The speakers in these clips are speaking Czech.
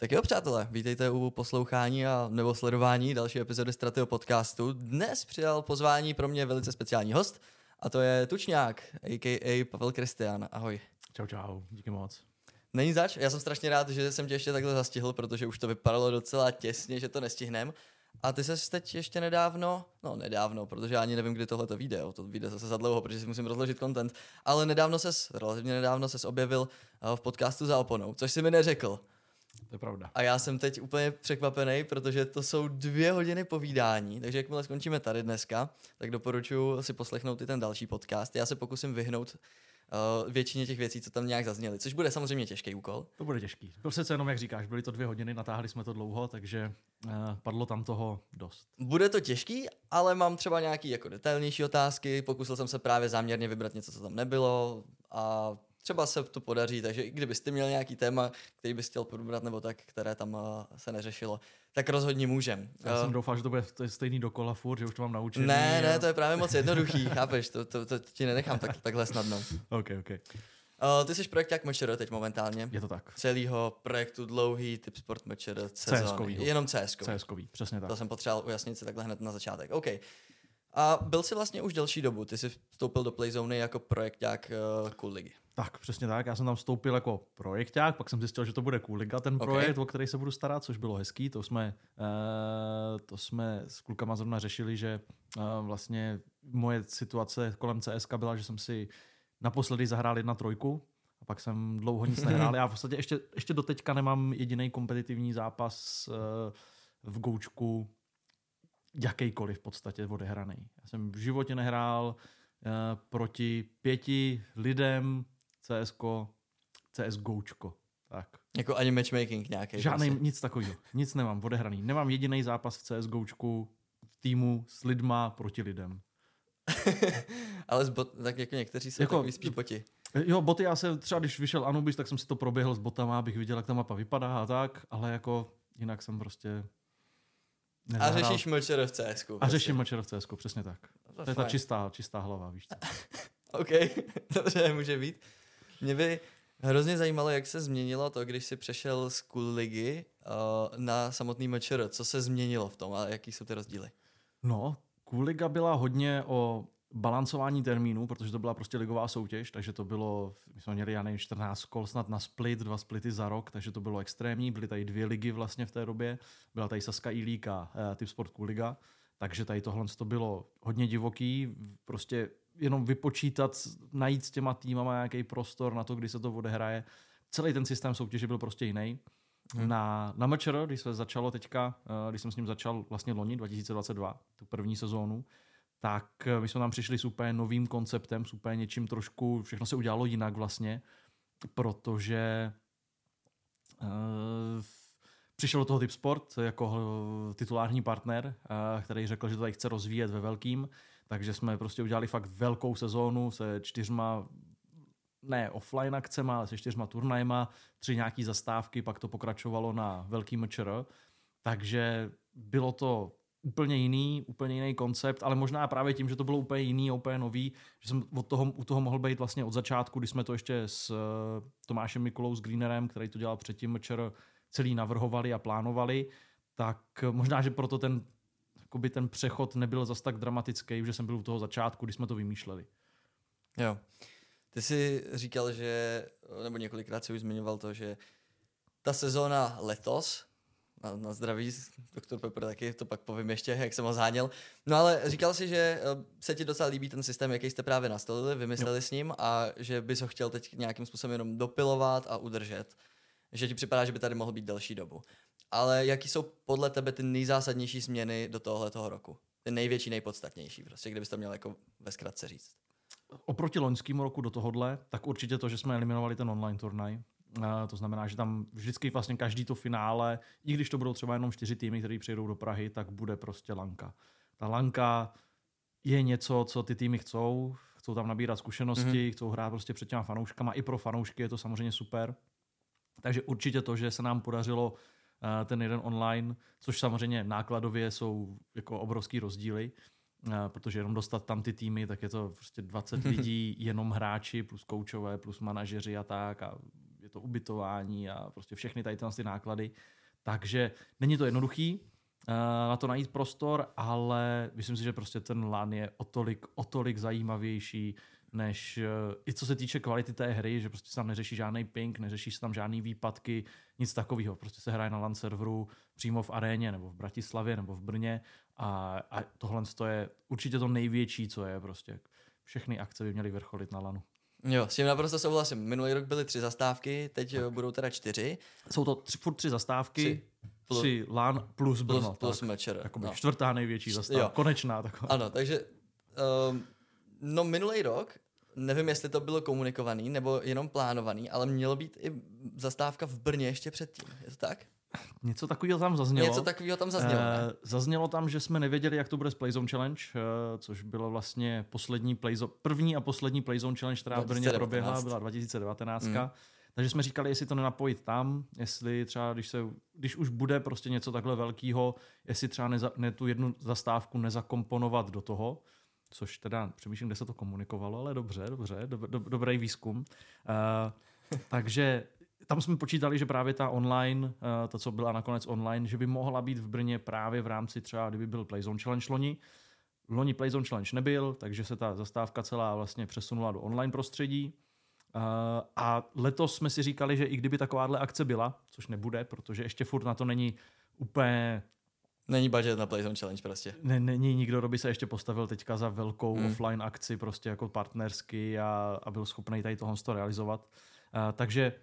Tak jo, přátelé, vítejte u poslouchání a nebo sledování další epizody Stratio podcastu. Dnes přijal pozvání pro mě velice speciální host a to je Tučňák, a.k.a. Pavel Kristián. Ahoj. Čau, díky moc. Není zač, já jsem strašně rád, že jsem tě ještě takhle zastihl, protože už to vypadalo docela těsně, že to nestihnem. A ty ses teď ještě nedávno, protože já ani nevím, kdy tohleto vyjde, to vyjde zase za dlouho, protože si musím rozložit content, ale relativně nedávno ses objevil v podcastu Za oponou, což si mi neřekl. To je pravda. A já jsem teď úplně překvapený, protože to jsou 2 hodiny povídání, takže jakmile skončíme tady dneska, tak doporučuji si poslechnout i ten další podcast. Já se pokusím vyhnout většině těch věcí, co tam nějak zazněly, což bude samozřejmě těžký úkol. To bude těžký. To přece jenom, jak říkáš, byly to 2 hodiny, natáhli jsme to dlouho, takže padlo tam toho dost. Bude to těžký, ale mám třeba nějaký jako detailnější otázky, pokusil jsem se právě záměrně vybrat něco, co tam nebylo a třeba se to podaří, takže i kdybyste měl nějaký téma, který bys chtěl probrat nebo tak, které tam se neřešilo, tak rozhodně můžem. Já jsem doufal, že to bude stejný dokola furt, že už to mám naučený. Ne, to je právě moc jednoduchý, chápeš, to ti nenechám takhle snadno. OK. Ty jsi projekták MČR teď momentálně. Je to tak. Celýho projektu dlouhý typ sport MČR sezóny. Jenom CSkový, přesně tak. To jsem potřeboval ujasnit si takhle hned na začátek. OK. A byl jsi vlastně už delší dobu, ty jsi vstoupil do Playzony jako projekták Cool Ligy. Tak, přesně tak. Já jsem tam vstoupil jako projekták, pak jsem zjistil, že to bude Cool Liga, ten projekt, o který se budu starat, což bylo hezký. To jsme s klukama zrovna řešili, že vlastně moje situace kolem CSK byla, že jsem si naposledy zahrál 1-3 a pak jsem dlouho nic nehrál. Já v podstatě ještě doteďka nemám jediný kompetitivní zápas v goučku jakýkoliv v podstatě odehraný. Já jsem v životě nehrál proti 5 lidem CS goučko. Tak. Jako ani matchmaking nějaký. Žádný, prostě. Nic takového. Nic nemám odehraný. Nemám jediný zápas v CS goučku v týmu s lidma proti lidem. Ale tak jako někteří jsou jako, takový spíš boti. Jo, boty, já se třeba, když vyšel Anubis, tak jsem si to proběhl s botama, abych viděl, jak ta mapa vypadá a tak, ale jako jinak jsem prostě nezahrál. A řešíš MČR v CSku. A řeším MČR v CSku, přesně tak. To je ta čistá hlava, víš co. OK, dobře, může být. Mě by hrozně zajímalo, jak se změnilo to, když jsi přešel z Cool Ligy na samotný MČR. Co se změnilo v tom a jaký jsou ty rozdíly? No, Cool Liga byla hodně o balancování termínů, protože to byla prostě ligová soutěž, takže to bylo, my jsme měli, 14 kol snad na split, 2 splity za rok, takže to bylo extrémní, byly tady 2 ligy vlastně v té době, byla tady Sazka E-League a Typ Sport Cool Liga, takže tady tohle to bylo hodně divoký, prostě jenom vypočítat, najít s těma týmama nějaký prostor na to, kdy se to odehraje. Celý ten systém soutěže byl prostě jiný. Na MČR, když jsem s ním začal vlastně loni 2022, tu první sezónu, tak my jsme tam přišli s úplně novým konceptem, s úplně něčím trošku, všechno se udělalo jinak vlastně, protože přišel do toho Typ Sport jako titulární partner, který řekl, že to tady chce rozvíjet ve velkým, takže jsme prostě udělali fakt velkou sezónu se 4 ne offline akcema, ale se 4 turnajema, 3 nějaký zastávky, pak to pokračovalo na velký MČR, takže bylo to úplně jiný koncept, ale možná právě tím, že to bylo úplně jiný a úplně nový, že jsem u toho mohl být vlastně od začátku, když jsme to ještě s Tomášem Mikulou, s Greenerem, který to dělal předtím MČR, celý navrhovali a plánovali, tak možná, že proto ten přechod nebyl zas tak dramatický, že jsem byl u toho začátku, když jsme to vymýšleli. Jo. Ty jsi říkal, nebo několikrát si už zmiňoval to, že ta sezóna letos, na zdraví, doktor Pepper taky, to pak povím ještě, jak jsem ho zháněl. No ale říkal jsi, že se ti docela líbí ten systém, jaký jste právě nastolili, vymysleli s ním a že bys ho chtěl teď nějakým způsobem jenom dopilovat a udržet. Že ti připadá, že by tady mohl být delší dobu. Ale jaký jsou podle tebe ty nejzásadnější změny do tohoto roku? Ty největší, nejpodstatnější, prostě, kdybys to měl jako ve zkratce říct. Oproti loňskému roku do tohohle, tak určitě to, že jsme eliminovali ten online turnaj. To znamená, že tam vždycky vlastně každý to finále, i když to budou třeba jenom 4 týmy, které přijedou do Prahy, tak bude prostě lanka. Ta lanka je něco, co ty týmy chcou tam nabírat zkušenosti, chcou hrát prostě před těma fanouškama, i pro fanoušky je to samozřejmě super. Takže určitě to, že se nám podařilo ten jeden online, což samozřejmě nákladově jsou jako obrovský rozdíly, protože jenom dostat tam ty týmy, tak je to prostě 20 lidí, jenom hráči, plus koučové, plus manažeři a tak. A to ubytování a prostě všechny tady ty náklady. Takže není to jednoduchý na to najít prostor, ale myslím si, že prostě ten LAN je o tolik zajímavější, než i co se týče kvality té hry, že prostě se tam neřeší žádný ping, neřeší se tam žádný výpadky, nic takového. Prostě se hraje na LAN serveru přímo v aréně, nebo v Bratislavě, nebo v Brně a tohle je určitě to největší, co je prostě. Všechny akce by měly vrcholit na LANu. Jo, s tím naprosto souhlasím. Minulý rok byly 3 zastávky, teď budou teda 4. Jsou to furt 3 zastávky, 3 LAN plus Brno. Plus Mečer. No. Čtvrtá největší zastávka, konečná taková. Ano, takže minulý rok, nevím, jestli to bylo komunikovaný nebo jenom plánovaný, ale mělo být i zastávka v Brně ještě předtím. Je to tak? Něco takového tam zaznělo. Zaznělo tam, že jsme nevěděli, jak to bude s Playzone Challenge, což bylo vlastně první a poslední Playzone Challenge, která v Brně proběhla, byla 2019. Takže jsme říkali, jestli to nenapojit tam, jestli třeba, když už bude prostě něco takhle velkého, jestli třeba tu jednu zastávku nezakomponovat do toho, což teda přemýšlím, kde se to komunikovalo, ale dobře, dobrý výzkum. Takže tam jsme počítali, že právě ta online, to, co byla nakonec online, že by mohla být v Brně právě v rámci třeba, kdyby byl Playzone Challenge loni. Loni Playzone Challenge nebyl, takže se ta zastávka celá vlastně přesunula do online prostředí. A letos jsme si říkali, že i kdyby takováhle akce byla, což nebude, protože ještě furt na to není úplně... Není budget na Playzone Challenge prostě. Není nikdo, kdo by se ještě postavil teďka za velkou offline akci prostě jako partnersky a byl schopný tady tohle realizovat. Takže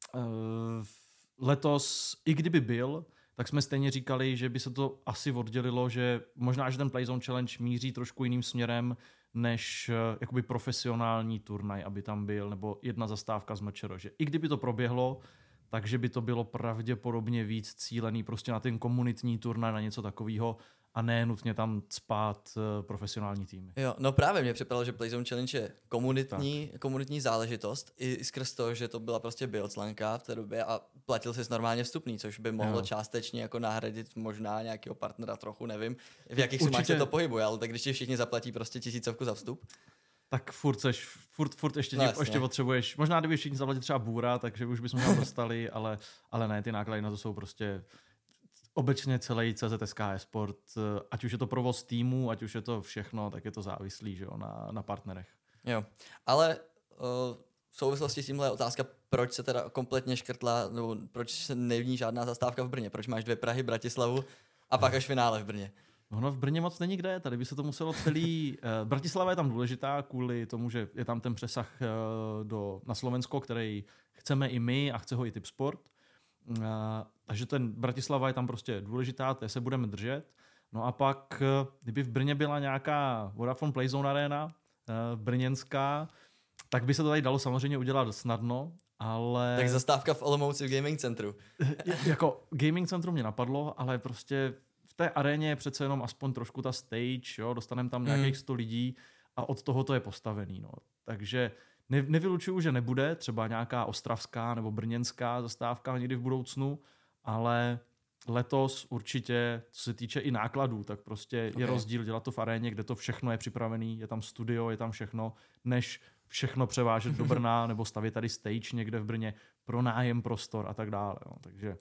letos, i kdyby byl, tak jsme stejně říkali, že by se to asi oddělilo, že možná, že ten Playzone Challenge míří trošku jiným směrem, než jakoby profesionální turnaj, aby tam byl, nebo jedna zastávka z Mečero. Že i kdyby to proběhlo, takže by to bylo pravděpodobně víc cílený prostě na ten komunitní turnaj, na něco takového, a ne nutně tam cpát profesionální týmy. Jo, no právě mě připadalo, že Playzone Challenge je komunitní záležitost, i skrz to, že to byla prostě bioclanka v té době a platil jsi normálně vstupný, což by mohlo částečně jako nahradit možná nějakého partnera trochu, nevím, v jakých sumách se to pohybuje, ale tak když ti všichni zaplatí prostě 1000 za vstup, tak furt ještě potřebuješ, možná kdyby všichni zaplatili třeba bůra, takže už bychom ho dostali, ale ne, ty náklady na to jsou prostě obecně celý CZSK e-sport, ať už je to provoz týmu, ať už je to všechno, tak je to závislý, že jo, na partnerech. Jo, ale v souvislosti s tímhle je otázka, proč se teda kompletně škrtla, nebo proč se neví žádná zastávka v Brně, proč máš 2 Prahy, Bratislavu a pak až finále v Brně. No v Brně moc není kde, tady by se to muselo celý... Bratislava je tam důležitá kvůli tomu, že je tam ten přesah na Slovensko, který chceme i my a chce ho i Tipsport. Takže ten Bratislava je tam prostě důležitá, té se budeme držet. No a pak, kdyby v Brně byla nějaká Vodafone Playzone Arena, brněnská, tak by se to tady dalo samozřejmě udělat snadno, ale... Tak zastávka v Olomouci v gaming centru. Jako gaming centru mě napadlo, ale prostě v té aréně je přece jenom aspoň trošku ta stage, jo, dostaneme tam nějakých 100 lidí a od toho to je postavený, no. Takže nevylučuju, že nebude třeba nějaká ostravská nebo brněnská zastávka někdy v budoucnu, ale letos určitě, co se týče i nákladů, tak prostě je rozdíl dělat to v aréně, kde to všechno je připravený, je tam studio, je tam všechno, než všechno převážet do Brna nebo stavět tady stage někde v Brně, pronájem prostor a tak dále. Jo. Takže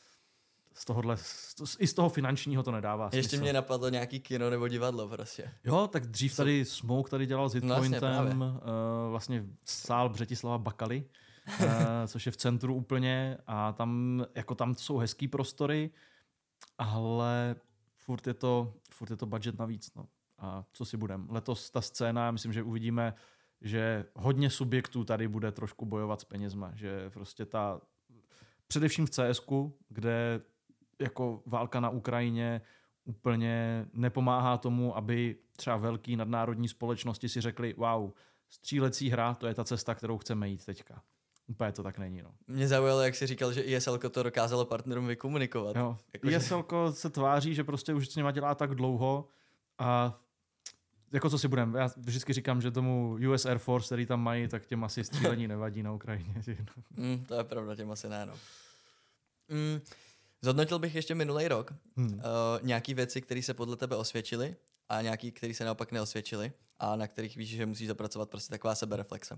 i z toho finančního to nedává smysl. Ještě mě napadlo nějaký kino nebo divadlo prostě. Jo, tak dřív tady Smoke tady dělal s Hitpointem, vlastně sál Břetislava Bakaly, což je v centru úplně a tam jsou hezký prostory, ale furt je to budget navíc. No. A co si budem? Letos ta scéna, myslím, že uvidíme, že hodně subjektů tady bude trošku bojovat s penězma, že prostě především v CSku, kde jako válka na Ukrajině úplně nepomáhá tomu, aby třeba velký nadnárodní společnosti si řekli, wow, střílecí hra, to je ta cesta, kterou chceme jít teďka. Úplně to tak není. No. Mě zaujalo, jak jsi říkal, že ESL to dokázalo partnerům vykomunikovat. Jo. ESL se tváří, že prostě už s nima dělá tak dlouho a jako co si budeme, já vždycky říkám, že tomu US Air Force, který tam mají, tak těm asi střílení nevadí na Ukrajině. To je pravda, těm asi ne, no. Zhodnotil bych ještě minulý rok nějaký věci, které se podle tebe osvědčily a nějaký, které se naopak neosvědčily a na kterých víš, že musíš zapracovat prostě taková sebereflexe.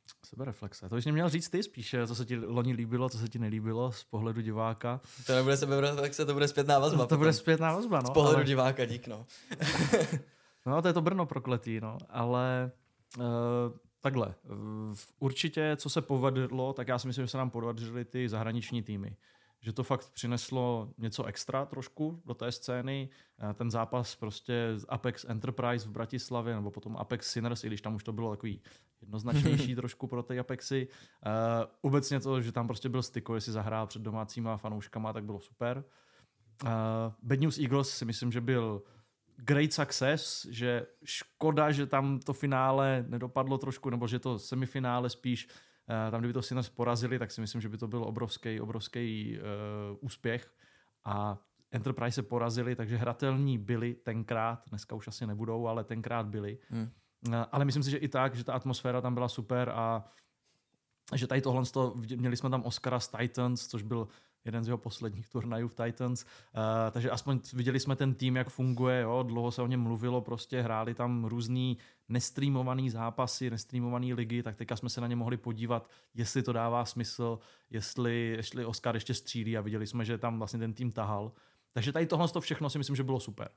Sebereflexe. To bys mě měl říct ty spíše, co se ti loni líbilo, co se ti nelíbilo z pohledu diváka. To nebude sebereflexe, to bude zpětná vazba. To bude zpětná vazba, no. Z pohledu diváka, dík, no. No, to je to Brno prokletý, no. Ale takhle. Určitě, co se povedlo, tak já si myslím, že se nám podařily ty zahraniční týmy. Že to fakt přineslo něco extra trošku do té scény. Ten zápas prostě Apex Enterprise v Bratislavě, nebo potom Apex Sinners, i když tam už to bylo takový jednoznačnější trošku pro ty Apexy. Obecně to, že tam prostě byl styko, jestli zahrál před domácíma fanouškama, tak bylo super. Bad News Eagles si myslím, že byl great success, že škoda, že tam to finále nedopadlo trošku, nebo že to semifinále spíš, tam kdyby to Sinners porazili, tak si myslím, že by to byl obrovský úspěch. A Enterprise se porazili, takže hratelní byli tenkrát, dneska už asi nebudou, ale tenkrát byli. Ale myslím si, že i tak, že ta atmosféra tam byla super a že tady tohle, měli jsme tam Oscara z Titans, což byl jeden z jeho posledních turnajů v Titans, takže aspoň viděli jsme ten tým, jak funguje, jo? Dlouho se o něm mluvilo, prostě hráli tam různý nestreamovaný zápasy, nestreamovaný ligy, tak teďka jsme se na ně mohli podívat, jestli to dává smysl, jestli Oscar ještě střílí a viděli jsme, že tam vlastně ten tým tahal. Takže tady tohle všechno si myslím, že bylo super.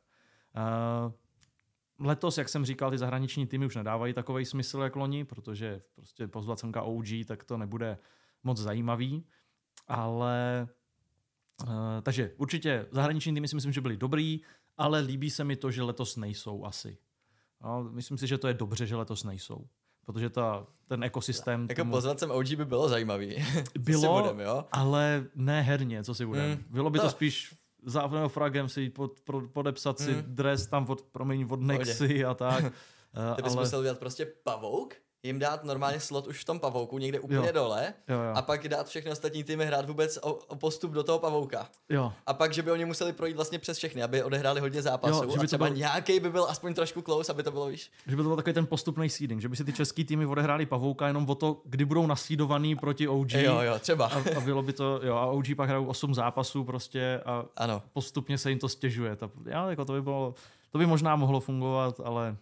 Letos, jak jsem říkal, ty zahraniční týmy už nedávají takovej smysl jak loni, protože prostě pozvat semka OG, tak to nebude moc zajímavý. Ale takže určitě zahraniční týmy si myslím, že byly dobrý, ale líbí se mi to, že letos nejsou asi. No, myslím si, že to je dobře, že letos nejsou. Protože ten ekosystém... Jako pozvat sem OG by bylo zajímavý. Bylo, budem, jo? Ale ne herně, co si budeme. Bylo by to spíš závodného fragem si podepsat si dres tam od Nexy a tak. Ty bys musel udělat prostě pavouk, jim dát normálně slot už v tom pavouku někde úplně dole a pak dát všechny ostatní týmy hrát vůbec o postup do toho pavouka. Jo. A pak, že by oni museli projít vlastně přes všechny, aby odehráli hodně zápasů a třeba nějaký by byl aspoň trošku close, aby to bylo, víš. Že by to byl takový ten postupný seeding, že by si ty český týmy odehráli pavouka jenom o to, kdy budou nasídovaný proti OG. Jo, třeba. A bylo by to, a OG pak hrajou 8 zápasů prostě a ano. Postupně se jim to stěžuje. Jako to by možná mohlo fungovat, ale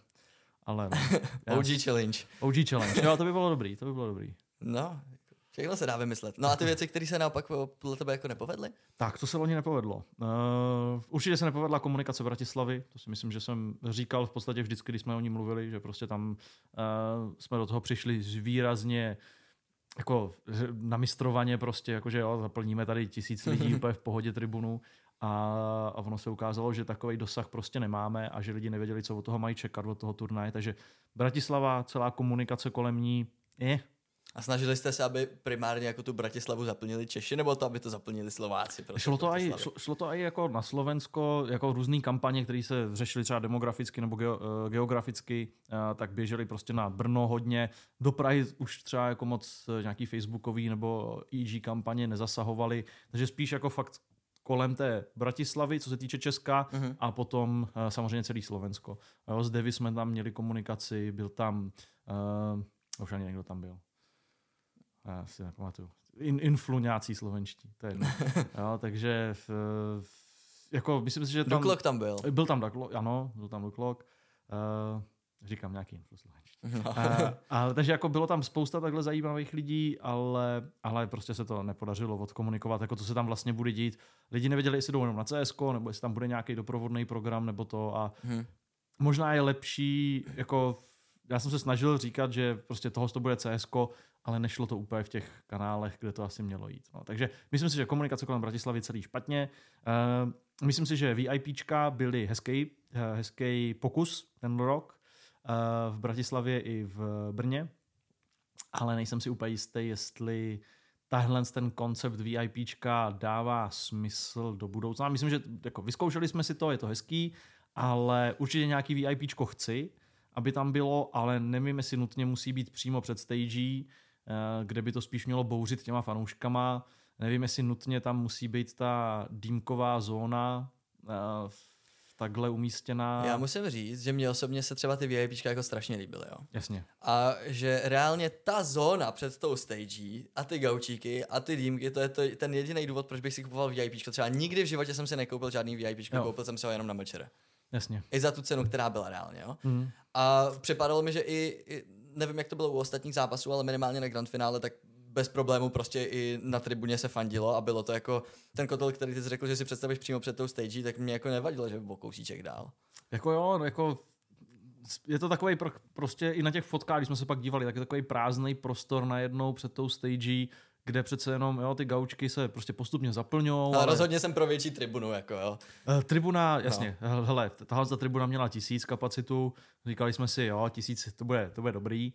OG Challenge. OG Challenge. Jo, to by bylo dobrý. No, všechno se dá vymyslet. No a ty věci, které se naopak podle tebe jako nepovedly? Tak, to se loni nepovedlo. Určitě se nepovedla komunikace Bratislavy. To si myslím, že jsem říkal v podstatě vždycky, když jsme o ní mluvili, že prostě tam jsme do toho přišli výrazně jako namistrovaně prostě, jakože jo, zaplníme tady 1000 lidí úplně v pohodě tribunu. A ono se ukázalo, že takový dosah prostě nemáme a že lidi nevěděli, co od toho mají čekat, od toho turnaje. Takže Bratislava, celá komunikace kolem ní je. A snažili jste se, aby primárně jako tu Bratislavu zaplnili Češi, nebo to, aby to zaplnili Slováci? Šlo to i jako na Slovensko, jako různý kampaně, které se řešily třeba demograficky nebo geograficky, tak běžely prostě na Brno hodně. Do Prahy už třeba jako moc nějaký facebookový nebo EG kampaně nezasahovaly, takže spíš jako fakt kolem té Bratislavy, co se týče Česka, a potom samozřejmě celý Slovensko. S Devi jsme tam měli komunikaci, byl tam, už ani někdo tam byl. Já si nepamatuju. Influňácí slovenští, to je jedno. Takže jako myslím si, že tam... Duklok tam byl. Byl tam Duklok, ano, byl tam Duklok. Říkám nějaký influenčí. Takže jako bylo tam spousta takhle zajímavých lidí, ale prostě se to nepodařilo odkomunikovat, jako co se tam vlastně bude dít. Lidi nevěděli, jestli jdou jenom na CSko, nebo jestli tam bude nějaký doprovodný program, nebo to. A možná je lepší, jako já jsem se snažil říkat, že prostě toho to bude CSko, ale nešlo to úplně v těch kanálech, kde to asi mělo jít. No. Takže myslím si, že komunikace kolem Bratislavy celý špatně. Myslím si, že VIPčka byly hezký pokus ten rok v Bratislavě i v Brně, ale nejsem si úplně jistý, jestli ten koncept VIPčka dává smysl do budoucna. Myslím, že jako vyzkoušeli jsme si to, je to hezký, ale určitě nějaký VIPčko chci, aby tam bylo, ale nevím, jestli nutně musí být přímo před stage, kde by to spíš mělo bouřit těma fanouškama. Nevím, jestli nutně tam musí být ta dýmková zóna takhle umístěná. Já musím říct, že mě osobně se třeba ty VIPčka jako strašně líbily. Jo? Jasně. A že reálně ta zóna před tou stage a ty gaučíky a ty dýmky, to je ten jediný důvod, proč bych si kupoval VIPčko. Třeba nikdy v životě jsem si nekoupil žádný VIPčko, koupil jsem si ho jenom na mečere. Jasně. I za tu cenu, která byla reálně. Jo? A připadalo mi, že i nevím, jak to bylo u ostatních zápasů, ale minimálně na grand finále, tak bez problému prostě i na tribuně se fandilo a bylo to jako ten kotel, který ty jsi řekl, že si představíš přímo před tou stage, tak mě jako nevadilo, že o kousíček dál. Jako jo, jako je to takový prostě i na těch fotkách, když jsme se pak dívali, tak je takový prázdný prostor najednou před tou stage, kde přece jenom jo, ty gaučky se prostě postupně zaplňou. Ale rozhodně jsem pro větší tribunu, jako jo. Tribuna, jasně, no. Hele, tahle ta tribuna měla 1000 kapacitu, říkali jsme si, jo, 1000, to bude dobrý.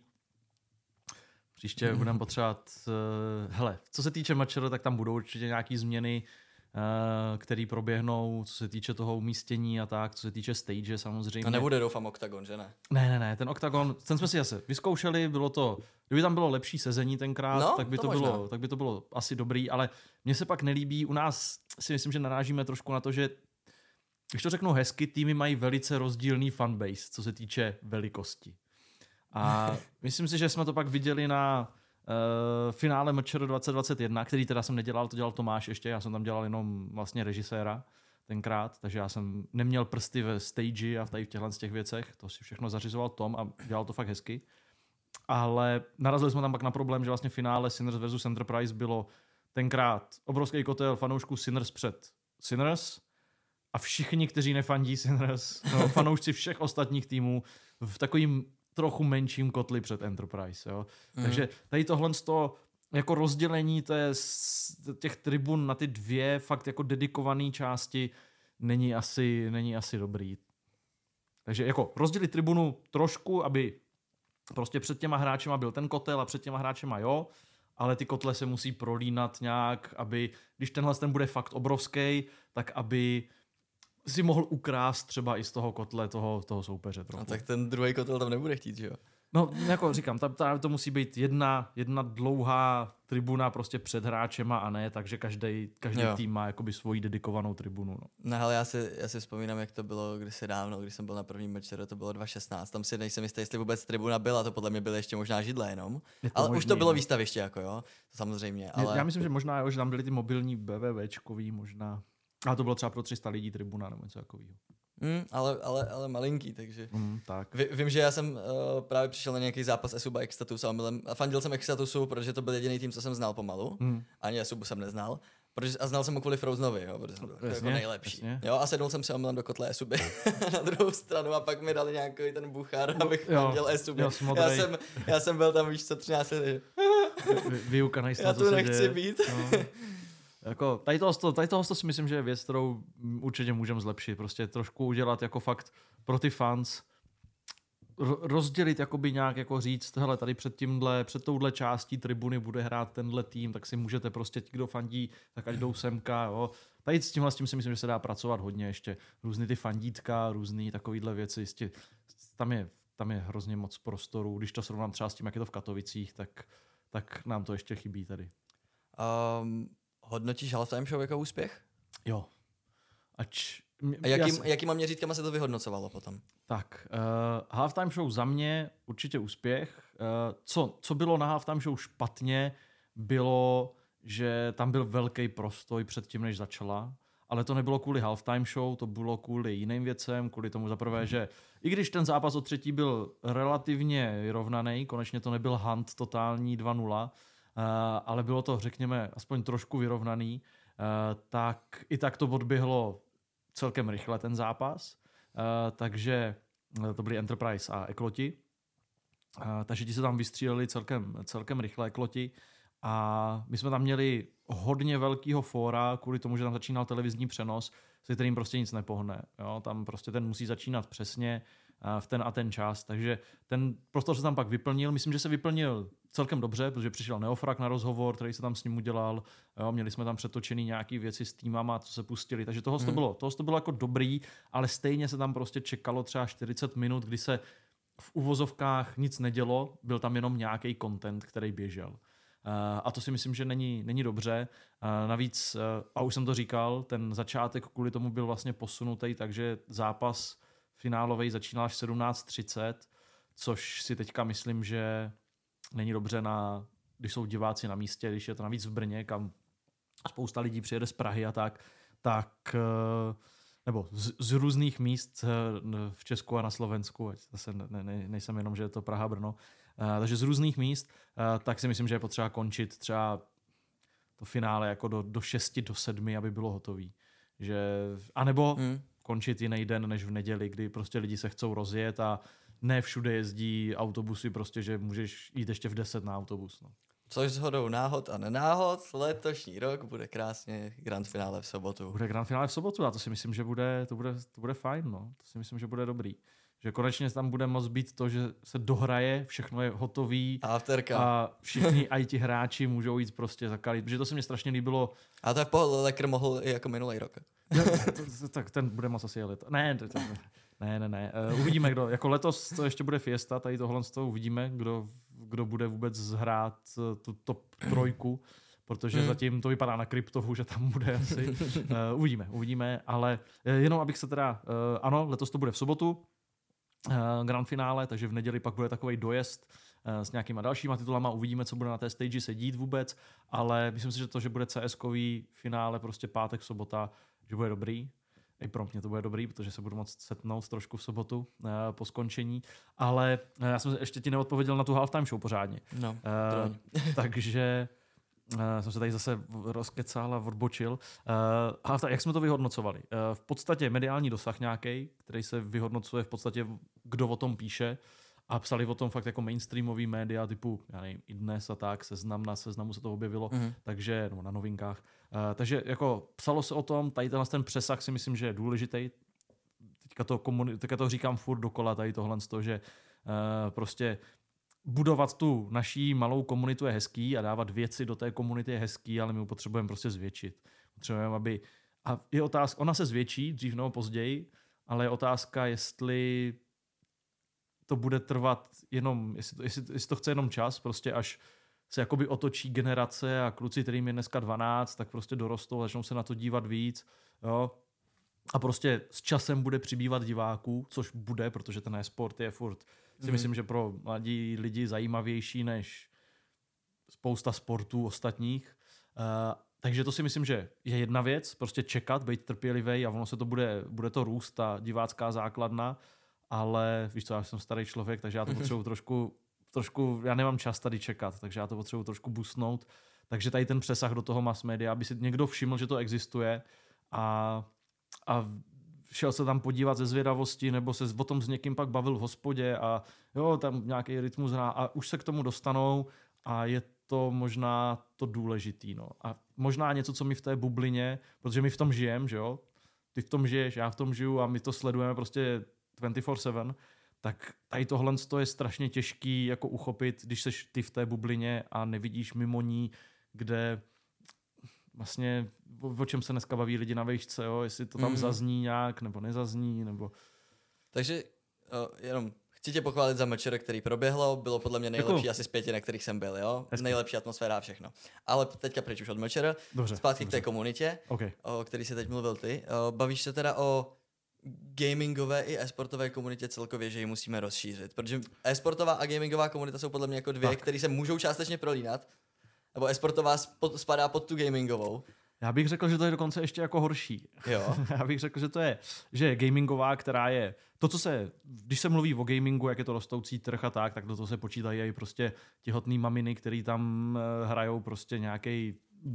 Příště budeme potřebovat, hele, co se týče Matcher, tak tam budou určitě nějaký změny, které proběhnou, co se týče toho umístění a tak, co se týče stage samozřejmě. A nebude, doufám, oktagon, že ne? Ne, ten oktagon, ten jsme si zase vyzkoušeli, bylo to, kdyby tam bylo lepší sezení tenkrát, no, tak by to bylo asi dobrý, ale mně se pak nelíbí, u nás si myslím, že narážíme trošku na to, že když to řeknu hezky, týmy mají velice rozdílný fanbase, co se týče velikosti. A myslím si, že jsme to pak viděli na finále MČR 2021, který teda jsem nedělal, to dělal Tomáš ještě, já jsem tam dělal jenom vlastně režiséra tenkrát, takže já jsem neměl prsty ve stage a v těch věcech, to si všechno zařizoval Tom a dělal to fakt hezky. Ale narazili jsme tam pak na problém, že vlastně finále Sinners versus Enterprise bylo tenkrát obrovský kotel fanoušků Sinners před Sinners a všichni, kteří nefandí Sinners, no, fanoušci všech ostatních týmů v takovým trochu menším kotli před Enterprise. Jo? Takže tady tohle jako rozdělení těch tribun na ty dvě fakt jako dedikované části není asi dobrý. Takže jako rozdělit tribunu trošku, aby prostě před těma hráčema byl ten kotel a před těma hráčema jo, ale ty kotle se musí prolínat nějak, aby, když ten bude fakt obrovský, tak aby si mohl ukrást třeba i z toho kotle toho soupeře trochu. A tak ten druhý kotel tam nebude chtít, že jo? No, jako říkám, to musí být jedna dlouhá tribuna prostě před hráčema a ne, takže každý tým má jakoby svoji dedikovanou tribunu. No ale já si vzpomínám, jak to bylo kdysi dávno, když jsem byl na prvním Matcheru, to bylo 2016, tam si nejsem jistý, jestli vůbec tribuna byla, to podle mě byly ještě možná židle jenom, ale možný, už to bylo výstaviště, jako jo, samozřejmě. Ale... Já myslím, že možná, jo, že tam byly ty mobilní BVVčkový možná, ale to bylo třeba pro 300 lidí tribuna nebo něco takového. Ale malinký, takže tak. Vím, že já jsem právě přišel na nějaký zápas Esuba Exstatus a fandil jsem Exstatusu, protože to byl jediný tým, co jsem znal pomalu. Ani Esubu jsem neznal. A znal jsem ho kvůli Frozenovi, jo, protože byl jako nejlepší. Jo, a sednul jsem si omylem do kotle Esuby na druhou stranu a pak mi dali nějaký ten buchar, abych fandil Esuby. Já jsem byl tam, víš co, 13 let. Výuka nejistá, já tu nechci být. No. Jako, tady toho si myslím, že je věc, kterou určitě můžeme zlepšit. Prostě trošku udělat jako fakt pro ty fans, rozdělit, jakoby nějak jako říct, hele, tady před touhle částí tribuny bude hrát tenhle tým, tak si můžete prostě ti, kdo fandí, tak ať jdou semka, jo. Tady s tím si myslím, že se dá pracovat hodně ještě. Různý ty fandítka, různý takovýhle věci, jistě, tam je hrozně moc prostoru. Když to srovnám třeba s tím, jak je to v Katovicích, tak nám to ještě chybí tady. Hodnotíš Halftime Show jako úspěch? Jo. A jakýma měřítkama se to vyhodnocovalo potom? Tak, Halftime Show za mě určitě úspěch. Co bylo na Halftime Show špatně, bylo, že tam byl velký prostoj před tím, než začala. Ale to nebylo kvůli Halftime Show, to bylo kvůli jiným věcem, kvůli tomu zaprvé, že i když ten zápas o třetí byl relativně vyrovnaný, konečně to nebyl hunt totální 2-0, ale bylo to, řekněme, aspoň trošku vyrovnaný, tak i tak to odběhlo celkem rychle ten zápas, takže to byly Enterprise a Ekloti, takže ti se tam vystříleli celkem rychle Ekloti a my jsme tam měli hodně velkýho fóra kvůli tomu, že tam začínal televizní přenos, se kterým prostě nic nepohne. Jo? Tam prostě ten musí začínat přesně v ten a ten čas, takže ten prostor se tam pak vyplnil. Myslím, že se vyplnil celkem dobře, protože přišel Neofrak na rozhovor, který se tam s ním udělal. Jo, měli jsme tam přetočený nějaký věci s týmama, co se pustili, takže toho to bylo jako dobrý, ale stejně se tam prostě čekalo třeba 40 minut, kdy se v uvozovkách nic nedělo, byl tam jenom nějaký content, který běžel. A to si myslím, že není dobře. Navíc, a už jsem to říkal, ten začátek kvůli tomu byl vlastně posunutý, takže zápas finálovej začínal až 17:30, což si teďka myslím, že není dobře, když jsou diváci na místě, když je to navíc v Brně, kam spousta lidí přijede z Prahy a tak nebo z různých míst v Česku a na Slovensku, zase nejsem jenom, že je to Praha, Brno, takže z různých míst, tak si myslím, že je potřeba končit třeba to finále jako do 6, do 7, aby bylo hotový. A nebo končit jiný den než v neděli, kdy prostě lidi se chcou rozjet a ne všude jezdí autobusy, prostě, že můžeš jít ještě v 10 na autobus. No. Což shodou náhod a nenáhod, letošní rok bude krásně grand finále v sobotu. Bude grand finále v sobotu a to si myslím, že to bude fajn. No. To si myslím, že bude dobrý. Že konečně tam bude moct být to, že se dohraje, všechno je hotový a všichni i ti hráči můžou jít prostě zakalit. Protože to se mi strašně líbilo. A to je v pohodě, Lekr mohl i jako minulý rok. Tak ten bude moc asi jelit. Ne. Uvidíme, kdo. Jako letos to ještě bude fiesta, tady tohle z toho uvidíme, kdo bude vůbec zhrát tu top 3, protože zatím to vypadá na kryptovu, že tam bude asi. Uvidíme, ale jenom abych se teda, ano, letos to bude v sobotu, grand finále, takže v neděli pak bude takovej dojezd s nějakýma dalšíma titulama, uvidíme, co bude na té stage se dít vůbec, ale myslím si, že to, že bude CS-kový finále, prostě pátek, sobota, že bude dobrý. I pro mě to bude dobrý, protože se budu moct setnout trošku v sobotu po skončení, ale já jsem ještě ti neodpověděl na tu halftime show pořádně. No, takže jsem se tady zase rozkecal a odbočil. Jak jsme to vyhodnocovali? V podstatě mediální dosah nějaký, který se vyhodnocuje v podstatě, kdo o tom píše, a psali o tom fakt jako mainstreamový média typu, já nevím, i Dnes a tak, Seznam, na Seznamu se to objevilo, takže, no, na Novinkách. Takže jako psalo se o tom, tady ten přesah si myslím, že je důležitý. Teďka to říkám furt dokola, tady tohle z toho, že prostě budovat tu naší malou komunitu je hezký a dávat věci do té komunity je hezký, ale my potřebujeme prostě zvětšit. Potřebujeme, aby... A je otázka, ona se zvětší dřív nebo později, ale je otázka, jestli to bude trvat jenom, jestli to chce jenom čas, prostě až se jakoby otočí generace a kluci, kterým je dneska 12, tak prostě dorostou, začnou se na to dívat víc. Jo? A prostě s časem bude přibývat diváků, což bude, protože ten e-sport je furt, si myslím, že pro mladí lidi zajímavější než spousta sportů ostatních. Takže to si myslím, že je jedna věc, prostě čekat, být trpělivý a ono se to bude to růst, ta divácká základna, ale víš co, já jsem starý člověk, takže já to potřebuji trošku, já nemám čas tady čekat, takže já to potřebuji trošku boostnout. Takže tady ten přesah do toho mass media, aby si někdo všiml, že to existuje a šel se tam podívat ze zvědavosti nebo se o tom s někým pak bavil v hospodě a jo, tam nějaký rytmus hrá a už se k tomu dostanou a je to možná to důležitý. No. A možná něco, co my v té bublině, protože my v tom žijeme, že jo? Ty v tom žiješ, já v tom žiju a my to sledujeme prostě 24/7, tak tady tohle je strašně těžký jako uchopit, když seš ty v té bublině a nevidíš mimo ní, kde vlastně o čem se dneska baví lidi na vejšce, jo? Jestli to tam zazní nějak, nebo nezazní, nebo... Takže jenom chci tě pochválit za Mečer, který proběhlo, bylo podle mě nejlepší asi z 5, na kterých jsem byl, jo? Hezky. Nejlepší atmosféra a všechno. Ale teďka pryč už od Mečer, zpátky k té komunitě, o který jsi teď mluvil ty. Bavíš se teda o gamingové i e-sportové komunitě celkově, že ji musíme rozšířit, protože e-sportová a gamingová komunita jsou podle mě jako dvě, které se můžou částečně prolínat, nebo e-sportová spadá pod tu gamingovou. Já bych řekl, že to je dokonce ještě jako horší. Jo. Já bych řekl, že je gamingová, která je to, co se, když se mluví o gamingu, jak je to rostoucí trh a tak do toho se počítají i prostě těhotný maminy, který tam hrajou prostě nějaký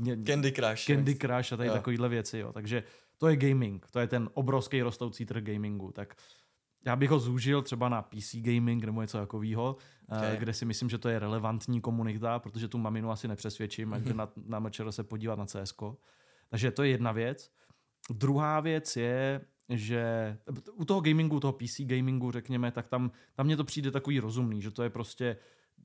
Candy Crush a tady takovýhle věci, jo. Takže to je gaming, to je ten obrovský rostoucí trh gamingu, tak já bych ho zúžil třeba na PC gaming nebo něco takového, kde si myslím, že to je relevantní komunita, protože tu maminu asi nepřesvědčím, ať jde na MČR se podívat na CSko. Takže to je jedna věc. Druhá věc je, že u toho gamingu, toho PC gamingu, řekněme, tak tam mně to přijde takový rozumný, že to je prostě,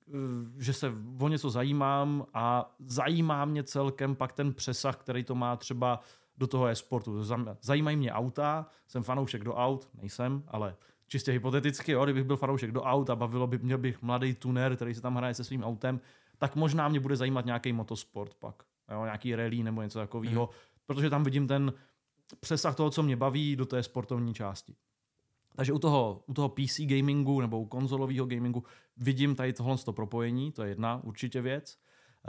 že se o něco zajímám a zajímá mě celkem pak ten přesah, který to má třeba do toho e-sportu. Zajímají mě auta, jsem fanoušek do aut, nejsem, ale čistě hypoteticky, jo, kdybych byl fanoušek do aut a měl bych mladý tuner, který se tam hraje se svým autem, tak možná mě bude zajímat nějaký motosport pak, jo, nějaký rally nebo něco takového, protože tam vidím ten přesah toho, co mě baví, do té sportovní části. Takže u toho PC gamingu nebo u konzolového gamingu vidím tady tohle propojení, to je jedna určitě věc.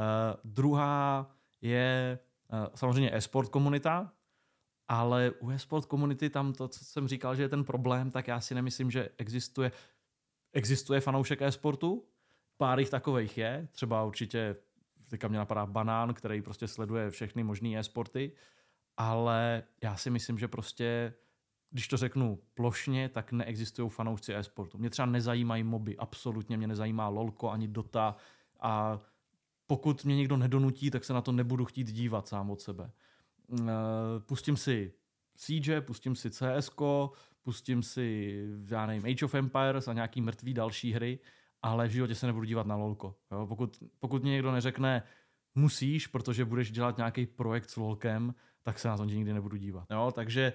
Druhá je samozřejmě e-sport komunita, ale u e-sport komunity tam to, co jsem říkal, že je ten problém, tak já si nemyslím, že existuje fanoušek e-sportu, pár jich takovejch je, třeba určitě, teďka mě napadá Banán, který prostě sleduje všechny možný e-sporty, ale já si myslím, že prostě, když to řeknu plošně, tak neexistují fanoušci e-sportu. Mě třeba nezajímají moby, absolutně mě nezajímá LOLko ani Dota a pokud mě někdo nedonutí, tak se na to nebudu chtít dívat sám od sebe. Pustím si Siege, pustím si CSko, pustím si, já nevím, Age of Empires a nějaký mrtvý další hry, ale v životě se nebudu dívat na LOLko. Jo? Pokud mě někdo neřekne, musíš, protože budeš dělat nějaký projekt s LOLkem, tak se na to nikdy nebudu dívat. Jo? Takže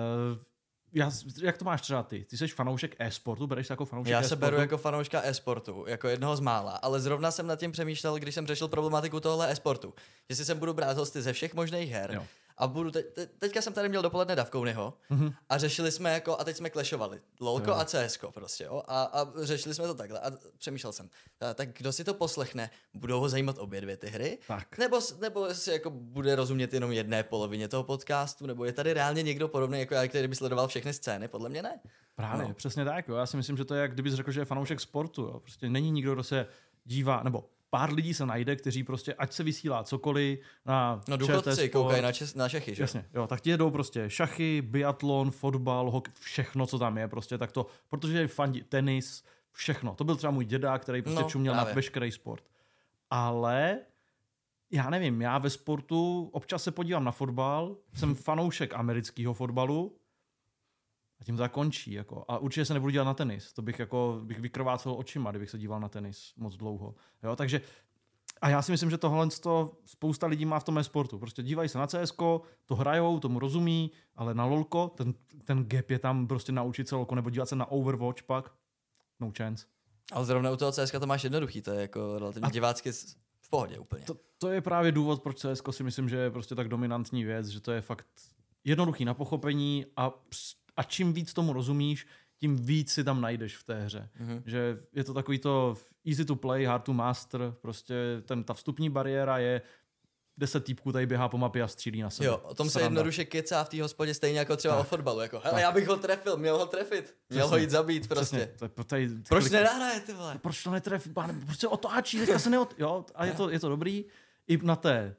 jak to máš třeba ty? Ty jsi fanoušek e-sportu, bereš se jako fanoušek Já e-sportu? se beru jako fanouška e-sportu, jako jednoho z mála, ale zrovna jsem nad tím přemýšlel, když jsem řešil problematiku tohle e-sportu. Jestli jsem budu brát hosty ze všech možných her. Jo. A budu teďka jsem tady měl dopoledne Davkounyho a řešili jsme jako, a teď jsme klešovali LOLko a CSko prostě, jo, a řešili jsme to takhle a přemýšlel jsem, tak kdo si to poslechne, budou ho zajímat obě dvě ty hry, tak. nebo si jako bude rozumět jenom jedné polovině toho podcastu, nebo je tady reálně někdo podobný jako já, který by sledoval všechny scény, podle mě ne. Právě, přesně tak, jo. Já si myslím, že to je, jak kdybys řekl, že je fanoušek sportu, jo. Prostě není nikdo, kdo se dívá, nebo pár lidí se najde, kteří prostě, ať se vysílá cokoliv na důchodci koukají na šachy, že? Jasně, jo, tak ti jedou prostě šachy, biatlon, fotbal, všechno, co tam je, prostě tak to, protože je fandí tenis, všechno. To byl třeba můj děda, který prostě čuměl na veškerý sport. Ale já nevím, já ve sportu občas se podívám na fotbal, jsem fanoušek amerického fotbalu, a tím to končí. Jako. A určitě se nebudu dívat na tenis. To bych vykrvácel očima, kdybych se díval na tenis moc dlouho. Jo? Takže, a já si myslím, že tohle spousta lidí má v tom e-sportu. Prostě dívají se na CSko, to hrajou, tomu rozumí, ale na LOLko, ten gap je tam prostě naučit se LOLko, nebo dívat se na Overwatch pak. No chance. Ale zrovna u toho CSka to máš jednoduchý, to je jako relativně divácky v pohodě úplně. To je právě důvod, proč CSko si myslím, že je prostě tak dominantní věc, že to je fakt jednoduchý na pochopení a čím víc tomu rozumíš, tím víc si tam najdeš v té hře. Mm-hmm. Že je to takový to easy to play, hard to master, prostě ta vstupní bariéra je 10 týpků tady běhá po mapě a střílí na sebe. Jo, o tom se jednoduše kecá v té hospodě stejně jako třeba o fotbalu. Jako, hele, já bych ho trefil, měl ho trefit, měl ho jít zabít prostě. Proč nenahraje, ty vole? Proč to netrefí, proč se otáčí, teďka se jo, a je to dobrý. I na té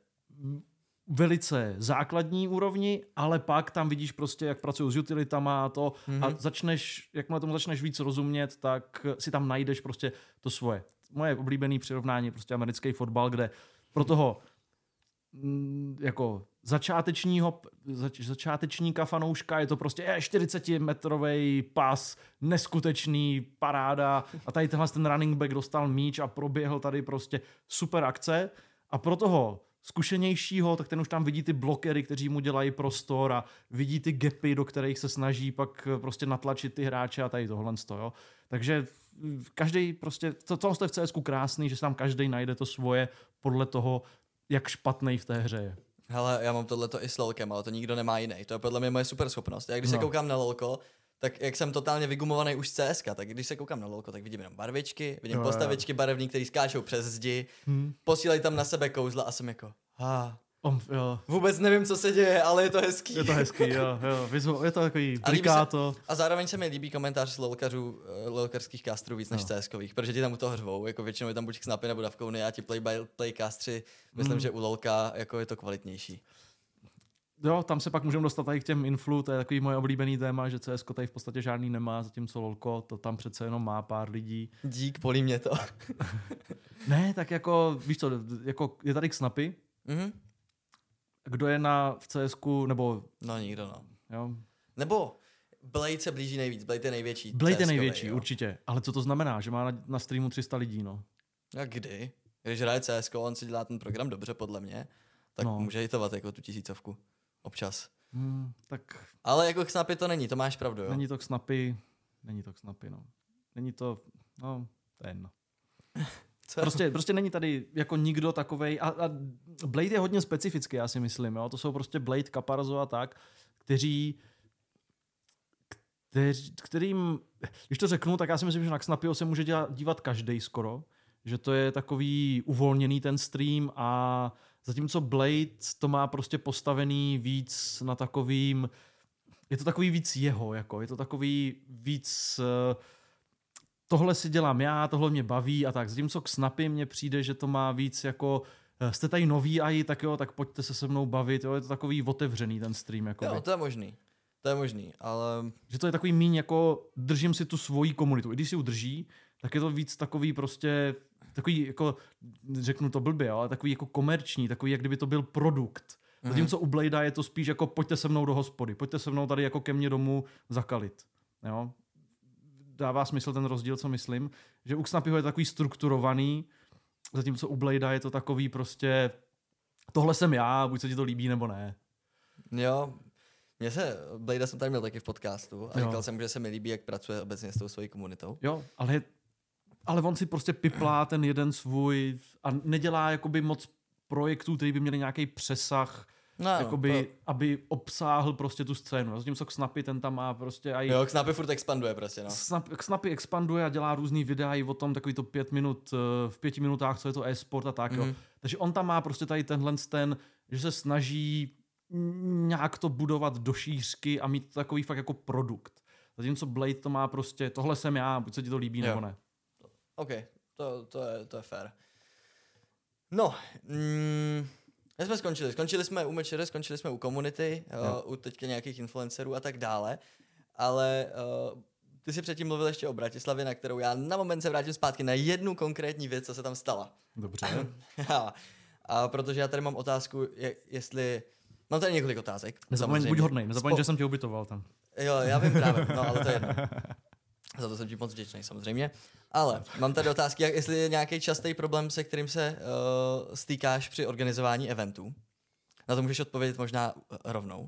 velice základní úrovni, ale pak tam vidíš prostě, jak pracují s utilitama a to a jakmile tomu začneš víc rozumět, tak si tam najdeš prostě to svoje. Moje oblíbené přirovnání prostě americký fotbal, kde pro toho jako začátečníka fanouška je to prostě 40-metrový pas, neskutečný paráda a tady ten running back dostal míč a proběhl tady prostě super akce a pro toho zkušenějšího, tak ten už tam vidí ty blokery, kteří mu dělají prostor a vidí ty gapy, do kterých se snaží pak prostě natlačit ty hráče a tady tohle jo. Takže každý prostě, to je v CSku krásný, že se tam každý najde to svoje podle toho, jak špatnej v té hře je. Hele, já mám tohleto i s LOLkem, ale to nikdo nemá jiný. To je podle mě moje super schopnost. Já když se koukám na LOLko, tak jak jsem totálně vygumovaný už z CSka, tak když se koukám na LOLko, tak vidím jenom barvičky, vidím postavičky barevný, který skáčou přes zdi, posílají tam na sebe kouzla a jsem jako, vůbec nevím, co se děje, ale je to hezký. Je to hezký, jo. Je to takový blikáto. A zároveň se mi líbí komentář z lolkarských castrů víc než CSkových, protože ti tam u toho řvou, jako většinou je tam buď Snapy nebo Davkouny a ti play castři, myslím, že u LOLka jako je to kvalitnější. Jo, tam se pak můžeme dostat tady k těm influ, to je takový moje oblíbený téma, že CSko tady v podstatě žádný nemá, zatímco LOLko to tam přece jenom má pár lidí. Dík, bolí mě to. Ne, tak jako, víš co, jako je tady Snapy. Mhm. Kdo je v CSku, nebo... No nikdo, no. Jo. Nebo Blade se blíží nejvíc, Blade je největší. Blade je největší, jo. Určitě. Ale co to znamená? Že má na streamu 300 lidí, no. A kdy? Když hraje CSko, on si dělá ten program dobře, podle mě, tak může hitovat jako tu 1000 občas. Tak... Ale jako Snapy to není, to máš pravdu, jo. Není to Snapy, no. Není to, no, to je jedno. Prostě není tady jako nikdo takovej a Blade je hodně specifický, já si myslím, jo. To jsou prostě Blade, Caparzo a tak, kterým, když to řeknu, tak já si myslím, že na Snapyho se může dívat každej skoro, že to je takový uvolněný ten stream a zatímco Blade to má prostě postavený víc na takovým, je to takový víc jeho, jako, je to takový víc tohle si dělám já, tohle mě baví a tak. Zatímco k Snapy mně přijde, že to má víc jako jste tady noví AI, tak jo, tak pojďte se mnou bavit, jo, je to takový otevřený ten stream. Jakoby. Jo, to je možný, ale... Že to je takový míň jako držím si tu svoji komunitu. I když si udrží, tak je to víc takový prostě, takový jako, řeknu to blbě, ale takový jako komerční, takový, jak kdyby to byl produkt. Zatímco u Bladea je to spíš jako pojďte se mnou do hospody, pojďte se mnou tady jako ke mně domů zakalit. Jo? Dává smysl ten rozdíl, co myslím, že u Snapyho je takový strukturovaný, zatímco u Bladea je to takový prostě tohle jsem já, buď se ti to líbí nebo ne. Jo, Bladea jsem tady měl taky v podcastu a říkal jsem, že se mi líbí, jak pracuje obecně s tou svojí komunitou. Jo, ale on si prostě piplá ten jeden svůj a nedělá jakoby moc projektů, který by měli nějaký přesah, jakoby, aby obsáhl prostě tu scénu. Zatímco Snapy ten tam má prostě... Jo, Snapy furt expanduje prostě, no. Snapy expanduje a dělá různý videa i o tom takový to 5 minut, v 5 minutách, co je to e-sport a tak, jo. Takže on tam má prostě tady tenhle že se snaží nějak to budovat do šířky a mít takový fakt jako produkt. Zatímco Blade to má prostě, tohle jsem já, buď se ti to líbí nebo ne. OK, to je fair. No, my jsme skončili. Skončili jsme u Mečere, skončili jsme u komunity, u teďka nějakých influencerů a tak dále, ale ty jsi předtím mluvil ještě o Bratislavě, na kterou já na moment se vrátím zpátky na jednu konkrétní věc, co se tam stala. Dobře. A protože já tady mám otázku, jestli... Mám tady několik otázek. Nezapomeň, buď hodnej, nezapomeň, že jsem tě ubytoval tam. Jo, já vím právě, no ale to je jedno. Za to jsem ti moc vděčný samozřejmě. Ale mám tady otázky, jestli je nějaký častý problém, se kterým se stýkáš při organizování eventů. Na to můžeš odpovědět možná rovnou.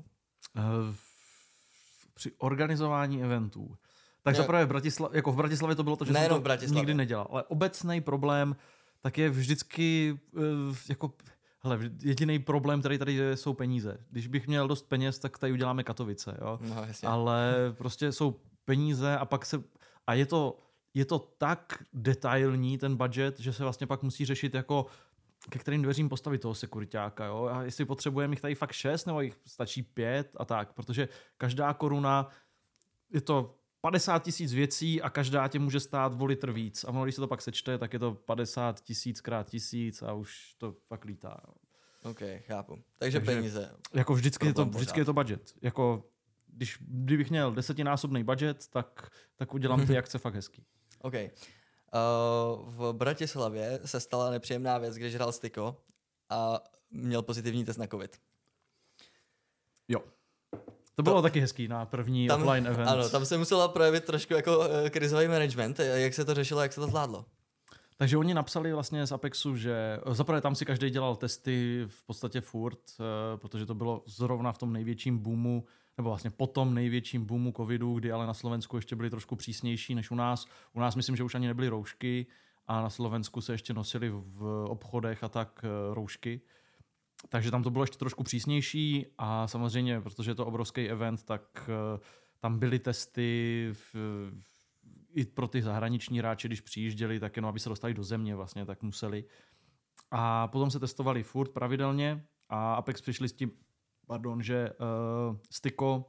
Při organizování eventů. Tak zaprvé v Bratislavě to bylo to, že jsem to nikdy nedělal. Ale obecný problém tak je vždycky jako... Hele, jediný problém, který tady jsou peníze. Když bych měl dost peněz, tak tady uděláme Katovice, jo. No, ale prostě jsou peníze a pak a je to tak detailní ten budget, že se vlastně pak musí řešit jako ke kterým dveřím postavit toho sekuriťáka, jo. A jestli potřebujeme jich tady fakt 6 nebo jich stačí 5 a tak, protože každá koruna je to 50 000 věcí a každá tě může stát o litr víc. A když se to pak sečte, tak je to 50 000 krát 1000 a už to fakt lítá. OK, chápu. Takže peníze. Jako vždycky je to budget. Jako kdybych měl 10násobný budget, tak udělám ty akce fakt hezký. OK. V Bratislavě se stala nepříjemná věc, když hrál Styko a měl pozitivní test na COVID. Jo. To bylo taky hezký na první offline event. Ano, tam se musela projevit trošku jako krizový management. Jak se to řešilo, jak se to zvládlo? Takže oni napsali vlastně z Apexu, že zaprvé tam si každý dělal testy v podstatě furt, protože to bylo zrovna v tom největším boomu, nebo vlastně po tom největším boomu covidu, kdy ale na Slovensku ještě byly trošku přísnější než u nás. U nás myslím, že už ani nebyly roušky a na Slovensku se ještě nosily v obchodech a tak roušky. Takže tam to bylo ještě trošku přísnější a samozřejmě, protože je to obrovský event, tak tam byly testy i pro ty zahraniční hráče, když přijížděli, tak jenom aby se dostali do země vlastně, tak museli. A potom se testovali furt pravidelně a Apex přišli s tím, že Styko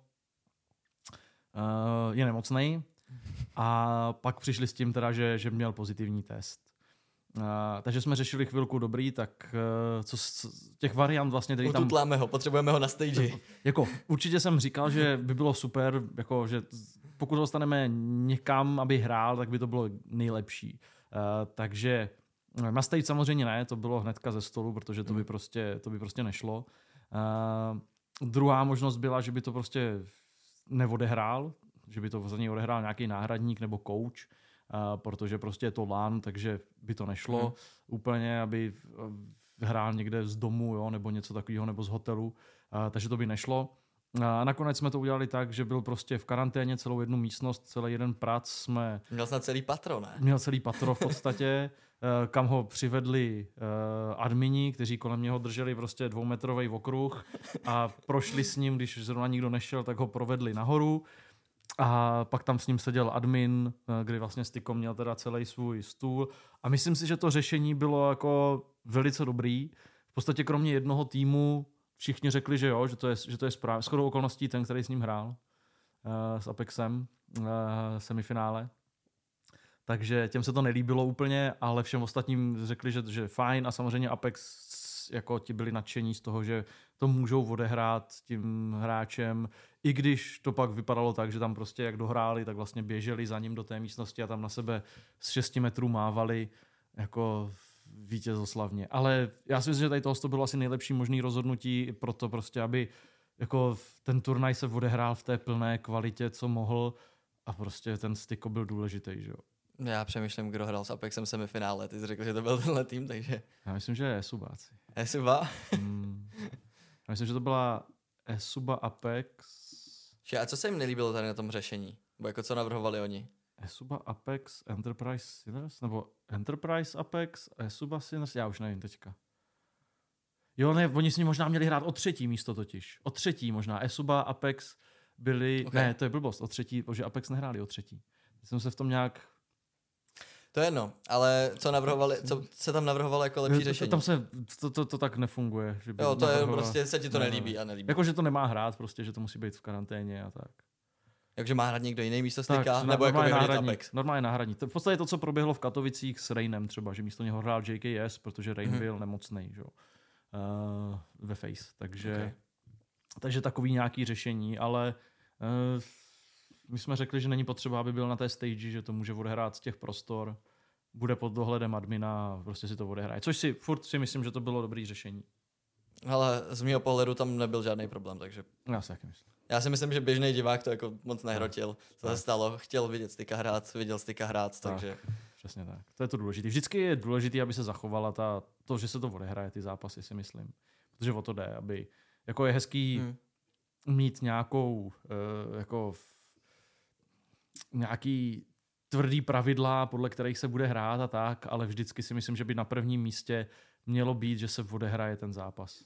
je nemocnej a pak přišli s tím teda, že měl pozitivní test. Takže jsme řešili chvilku dobrý, tak co těch variant vlastně, který tam... Ututláme ho, potřebujeme ho na stage. Jako, určitě jsem říkal, že by bylo super, jako, že pokud dostaneme někam, aby hrál, tak by to bylo nejlepší. Takže na stage samozřejmě ne, to bylo hnedka ze stolu, protože to by prostě nešlo. Druhá možnost byla, že by to prostě neodehrál, že by to za něj odehrál nějaký náhradník nebo coach, protože prostě je to LAN, takže by to nešlo úplně, aby hrál někde z domu, jo, nebo něco takového, nebo z hotelu, takže to by nešlo. A nakonec jsme to udělali tak, že byl prostě v karanténě celou jednu místnost, celý jeden prac jsme... Měl snad celý patro, ne? Měl celý patro v podstatě, kam ho přivedli admini, kteří kolem něho drželi prostě 2metrový okruh a prošli s ním, když zrovna nikdo nešel, tak ho provedli nahoru. A pak tam s ním seděl admin, kdy vlastně Styko měl teda celý svůj stůl. A myslím si, že to řešení bylo jako velice dobrý. V podstatě kromě jednoho týmu všichni řekli, že jo, že to je správně. Shodou okolností ten, který s ním hrál s Apexem semifinále. takže těm se to nelíbilo úplně, ale všem ostatním řekli, že fajn a samozřejmě Apex jako ti byli nadšení z toho, že to můžou odehrát tím hráčem, i když to pak vypadalo tak, že tam prostě jak dohráli, tak vlastně běželi za ním do té místnosti a tam na sebe z 6 metrů mávali jako vítězoslavně. Ale já si myslím, že tady tohle to bylo asi nejlepší možný rozhodnutí pro to prostě, aby jako ten turnaj se odehrál v té plné kvalitě, co mohl a prostě ten styko byl důležitý, že jo. Já přemýšlím, kdo hrál s Apexem semifinále. Ty jsi řekl, že to byl tenhle tým, takže... Já myslím, že Esubáci. Esuba? Já myslím, že to byla Esuba Apex. A co se jim nelíbilo tady na tom řešení? Nebo jako co navrhovali oni? Esuba Apex, Enterprise Sinners? Nebo Enterprise Apex, Esuba Sinners? Já už nevím teďka. Jo, ne, oni s ním možná měli hrát o 3. místo totiž. O 3. možná. Esuba, Apex byli... Okay. Ne, to je blbost. O 3. Protože Apex nehráli o 3. Jsem se v tom nějak... To je jedno, ale co se tam navrhovalo jako lepší řešení? Tam se, to tak nefunguje. Že by jo, to je prostě, se ti to nelíbí a nelíbí. Jako, že to nemá hrát, prostě, že to musí být v karanténě a tak. Takže má hrát někdo jiný místo styka? Nebo jako vyhradit Apex? Normálně náhradní. V podstatě to, co proběhlo v Katovicích s Rainem třeba, že místo něho hrál JKS, protože Rain byl nemocnej, že? Ve Face. Takže takový nějaký řešení, ale my jsme řekli, že není potřeba, aby byl na té stage, že to může odehrát z těch prostor, bude pod dohledem admina a prostě si to odehraje. Což si furt si myslím, že to bylo dobrý řešení. Ale z mého pohledu tam nebyl žádný problém, takže... Já si taky myslím. Já si myslím, že běžný divák to jako moc nehrotil. Co se stalo? Chtěl vidět styka hrát, viděl styka hrát, takže... Přesně tak. To je to důležité. Vždycky je důležité, aby se zachovala to, že se to odehraje, ty zápasy, si myslím. Protože o to jde, aby... Jako je hezký mít nějakou nějaký tvrdý pravidla, podle kterých se bude hrát a tak, ale vždycky si myslím, že by na prvním místě mělo být, že se odehraje ten zápas.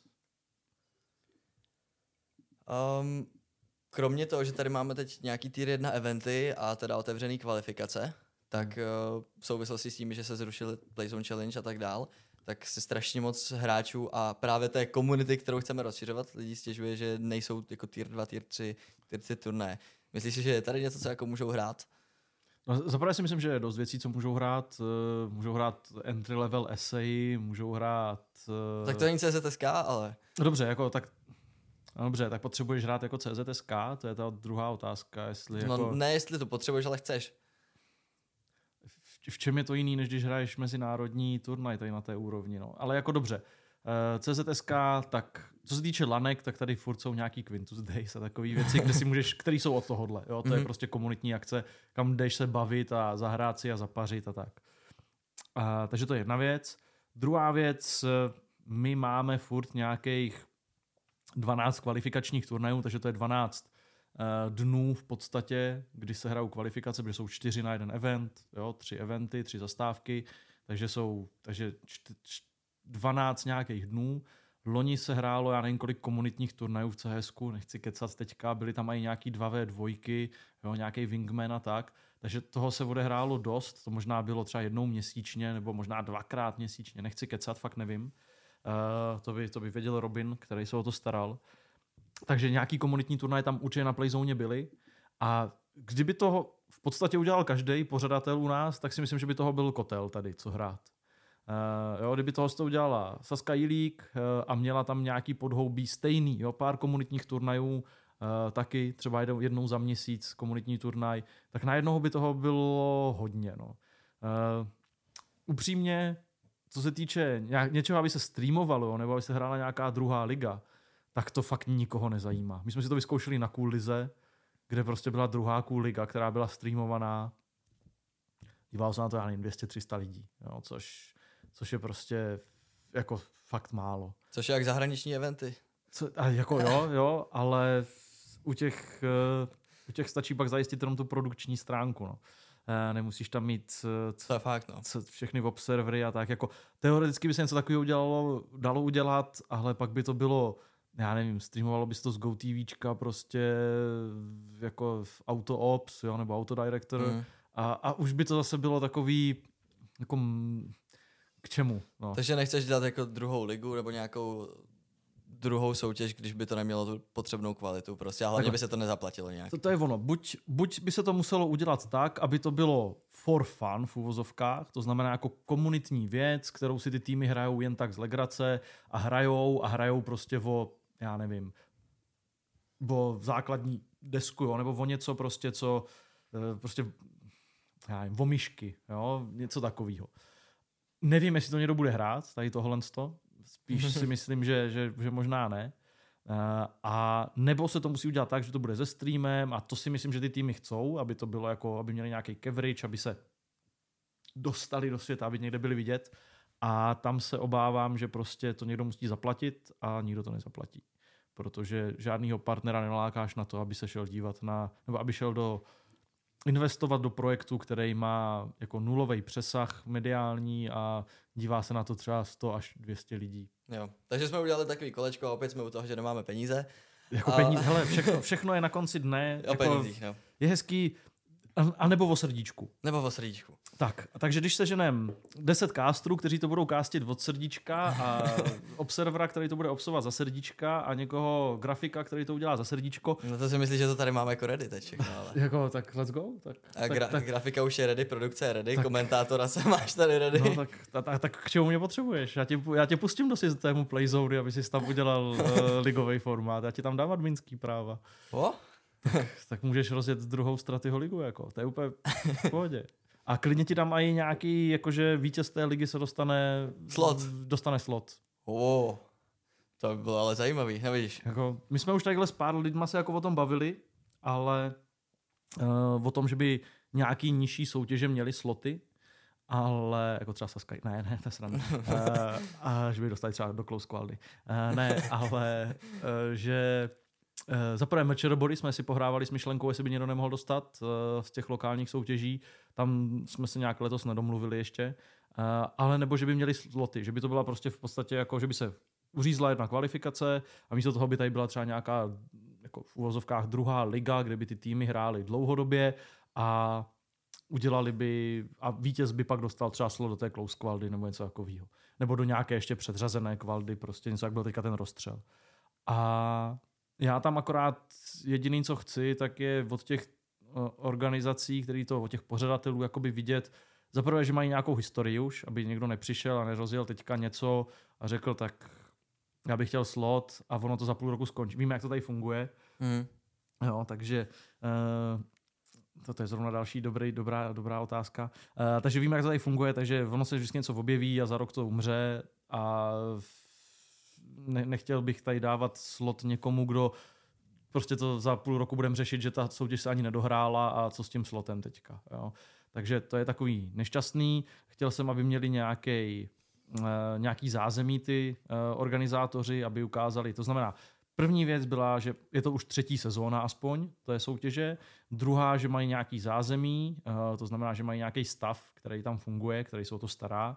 Kromě toho, že tady máme teď nějaký tier 1 eventy a teda otevřený kvalifikace, tak v souvislosti s tím, že se zrušili Playzone Challenge a tak dál, tak si strašně moc hráčů a právě té komunity, kterou chceme rozšiřovat, lidi stěžuje, že nejsou jako tier 2, tier 3 turné. Myslíš si, že je tady něco, co jako můžou hrát? No, zaprvé si myslím, že je dost věcí, co můžou hrát. Můžou hrát entry level essay, můžou hrát... Tak to není CZSK, ale... Dobře, jako tak... No dobře, tak potřebuješ hrát jako CZSK? To je ta druhá otázka. Jestli no jako... ne, jestli to potřebuješ, ale chceš. V čem je to jiný, než když hraješ mezinárodní turnaj tady na té úrovni? No. Ale jako dobře. CZSK, tak co se týče lanek, tak tady furt jsou nějaký Quintus Days a takové věci, kde si můžeš, který jsou od tohohle. Jo? To je prostě komunitní akce, kam jdeš se bavit a zahrát si a zapařit a tak. Takže to je jedna věc. Druhá věc, my máme furt nějakých 12 kvalifikačních turnajů, takže to je 12 dnů v podstatě, kdy se hrajou kvalifikace, protože jsou 4 na jeden event, jo? 3 eventy, 3 zastávky, takže 12 nějakých dnů. Loni se hrálo, já nevím kolik komunitních turnajů v CSku, nechci kecat teďka, byly tam i nějaký 2v2, jo, nějaký wingman a tak, takže toho se odehrálo dost, to možná bylo třeba jednou měsíčně, nebo možná 2krát měsíčně, nechci kecat, fakt nevím. To by věděl Robin, který se o to staral. Takže nějaký komunitní turnaj tam určitě na Playzone byly a kdyby toho v podstatě udělal každý pořadatel u nás, tak si myslím, že by toho byl kotel tady, co hrát. Kdyby toho udělala Sazka Jilík a měla tam nějaký podhoubí stejný, jo, pár komunitních turnajů, taky třeba jednou za měsíc komunitní turnaj, tak na jednoho by toho bylo hodně. No. Upřímně, co se týče něčeho, aby se streamovalo, jo, nebo aby se hrála nějaká druhá liga, tak to fakt nikoho nezajímá. My jsme si to vyzkoušeli na Cool Lize, kde prostě byla druhá Cool liga, která byla streamovaná. Dívalo se na to, já nevím, 200-300 lidí, jo, což je prostě jako fakt málo. Což je jak zahraniční eventy. Jo, ale u těch stačí pak zajistit jenom tu produkční stránku. No. Nemusíš tam mít všechny web servery a tak. Jako, teoreticky by se něco takového dalo udělat, ale pak by to bylo, já nevím, streamovalo by se to z GoTVčka prostě jako v AutoOps, jo, nebo Autodirector a už by to zase bylo takový jako k čemu? No. Takže nechceš dělat jako druhou ligu nebo nějakou druhou soutěž, když by to nemělo tu potřebnou kvalitu prostě a hlavně by se to nezaplatilo nějak. To je ono. Buď by se to muselo udělat tak, aby to bylo for fun v uvozovkách, to znamená jako komunitní věc, kterou si ty týmy hrajou jen tak z legrace a hrajou prostě já nevím, o základní desku, jo, nebo o něco prostě, co prostě, já nevím, o myšky, jo, něco takového. Nevím, jestli to někdo bude hrát, tady tohle. Spíš si myslím, že možná ne. A nebo se to musí udělat tak, že to bude se streamem a to si myslím, že ty týmy chcou, aby to bylo jako, aby měli nějaký coverage, aby se dostali do světa, aby někde byli vidět. A tam se obávám, že prostě to někdo musí zaplatit a nikdo to nezaplatí. Protože žádnýho partnera nenalákáš na to, aby se šel dívat nebo aby šel investovat do projektu, který má jako nulový přesah mediální a dívá se na to třeba 100 až 200 lidí. Jo. Takže jsme udělali takový kolečko a opět jsme u toho, že nemáme peníze. Jako peníze, hele, všechno je na konci dne. O penízích, no. Je hezký, a nebo o srdíčku. Nebo o srdíčku. Takže když seženem 10 kástrů, kteří to budou kástit od srdíčka a observera, který to bude obsovat za srdíčka a někoho grafika, který to udělá za srdíčko. No to si myslíš, že to tady máme jako ready teď všechno, ale. Jako, tak let's go. Grafika už je ready, produkce je ready, komentátora se máš tady ready. No tak k čemu mě potřebuješ? Já tě pustím do systému Playzone, aby si tam udělal ligový formát. Já ti tam dám adminský práva. Tak můžeš rozjet druhou Stratyho ligu, jako. To je úplně v pohodě. A klidně ti dám i nějaký, jakože vítěz té ligy se dostane slot. To by bylo ale zajímavý, nevíš? Jako, my jsme už takhle s pár lidma se jako o tom bavili, ale o tom, že by nějaký nižší soutěže měly sloty, ale jako třeba Saskai, ne, to je sranda. A že by dostali třeba do close quality. Ale že za prvé Mečer body jsme si pohrávali s myšlenkou, jestli by někdo nemohl dostat z těch lokálních soutěží. Tam jsme se nějak letos nedomluvili ještě. Ale nebo že by měli sloty, že by to byla prostě v podstatě jako, že by se uřízla jedna kvalifikace a místo toho by tady byla třeba nějaká jako v uvozovkách druhá liga, kde by ty týmy hrály dlouhodobě a udělali by a vítěz by pak dostal třeba slot do té close quality nebo něco takového. Nebo do nějaké ještě předřazené quality, prostě něco, jak byl teďka ten rozstřel. A já tam akorát jediný, co chci, tak je od těch organizací, od těch pořadatelů jakoby vidět, zaprvé, že mají nějakou historii už, aby někdo nepřišel a nerozjel teďka něco a řekl, tak já bych chtěl slot a ono to za půl roku skončí. Víme, jak to tady funguje. Jo, takže to je zrovna další dobrá otázka. Takže víme, jak to tady funguje, takže ono se vždycky něco objeví a za rok to umře a nechtěl bych tady dávat slot někomu, kdo prostě to za půl roku budeme řešit, že ta soutěž se ani nedohrála a co s tím slotem teďka. Jo. Takže to je takový nešťastný. Chtěl jsem, aby měli nějaký zázemí ty organizátoři, aby ukázali. To znamená, první věc byla, že je to už 3. sezóna aspoň, to je soutěže. Druhá, že mají nějaký zázemí, to znamená, že mají nějaký stav, který tam funguje, který se o to stará.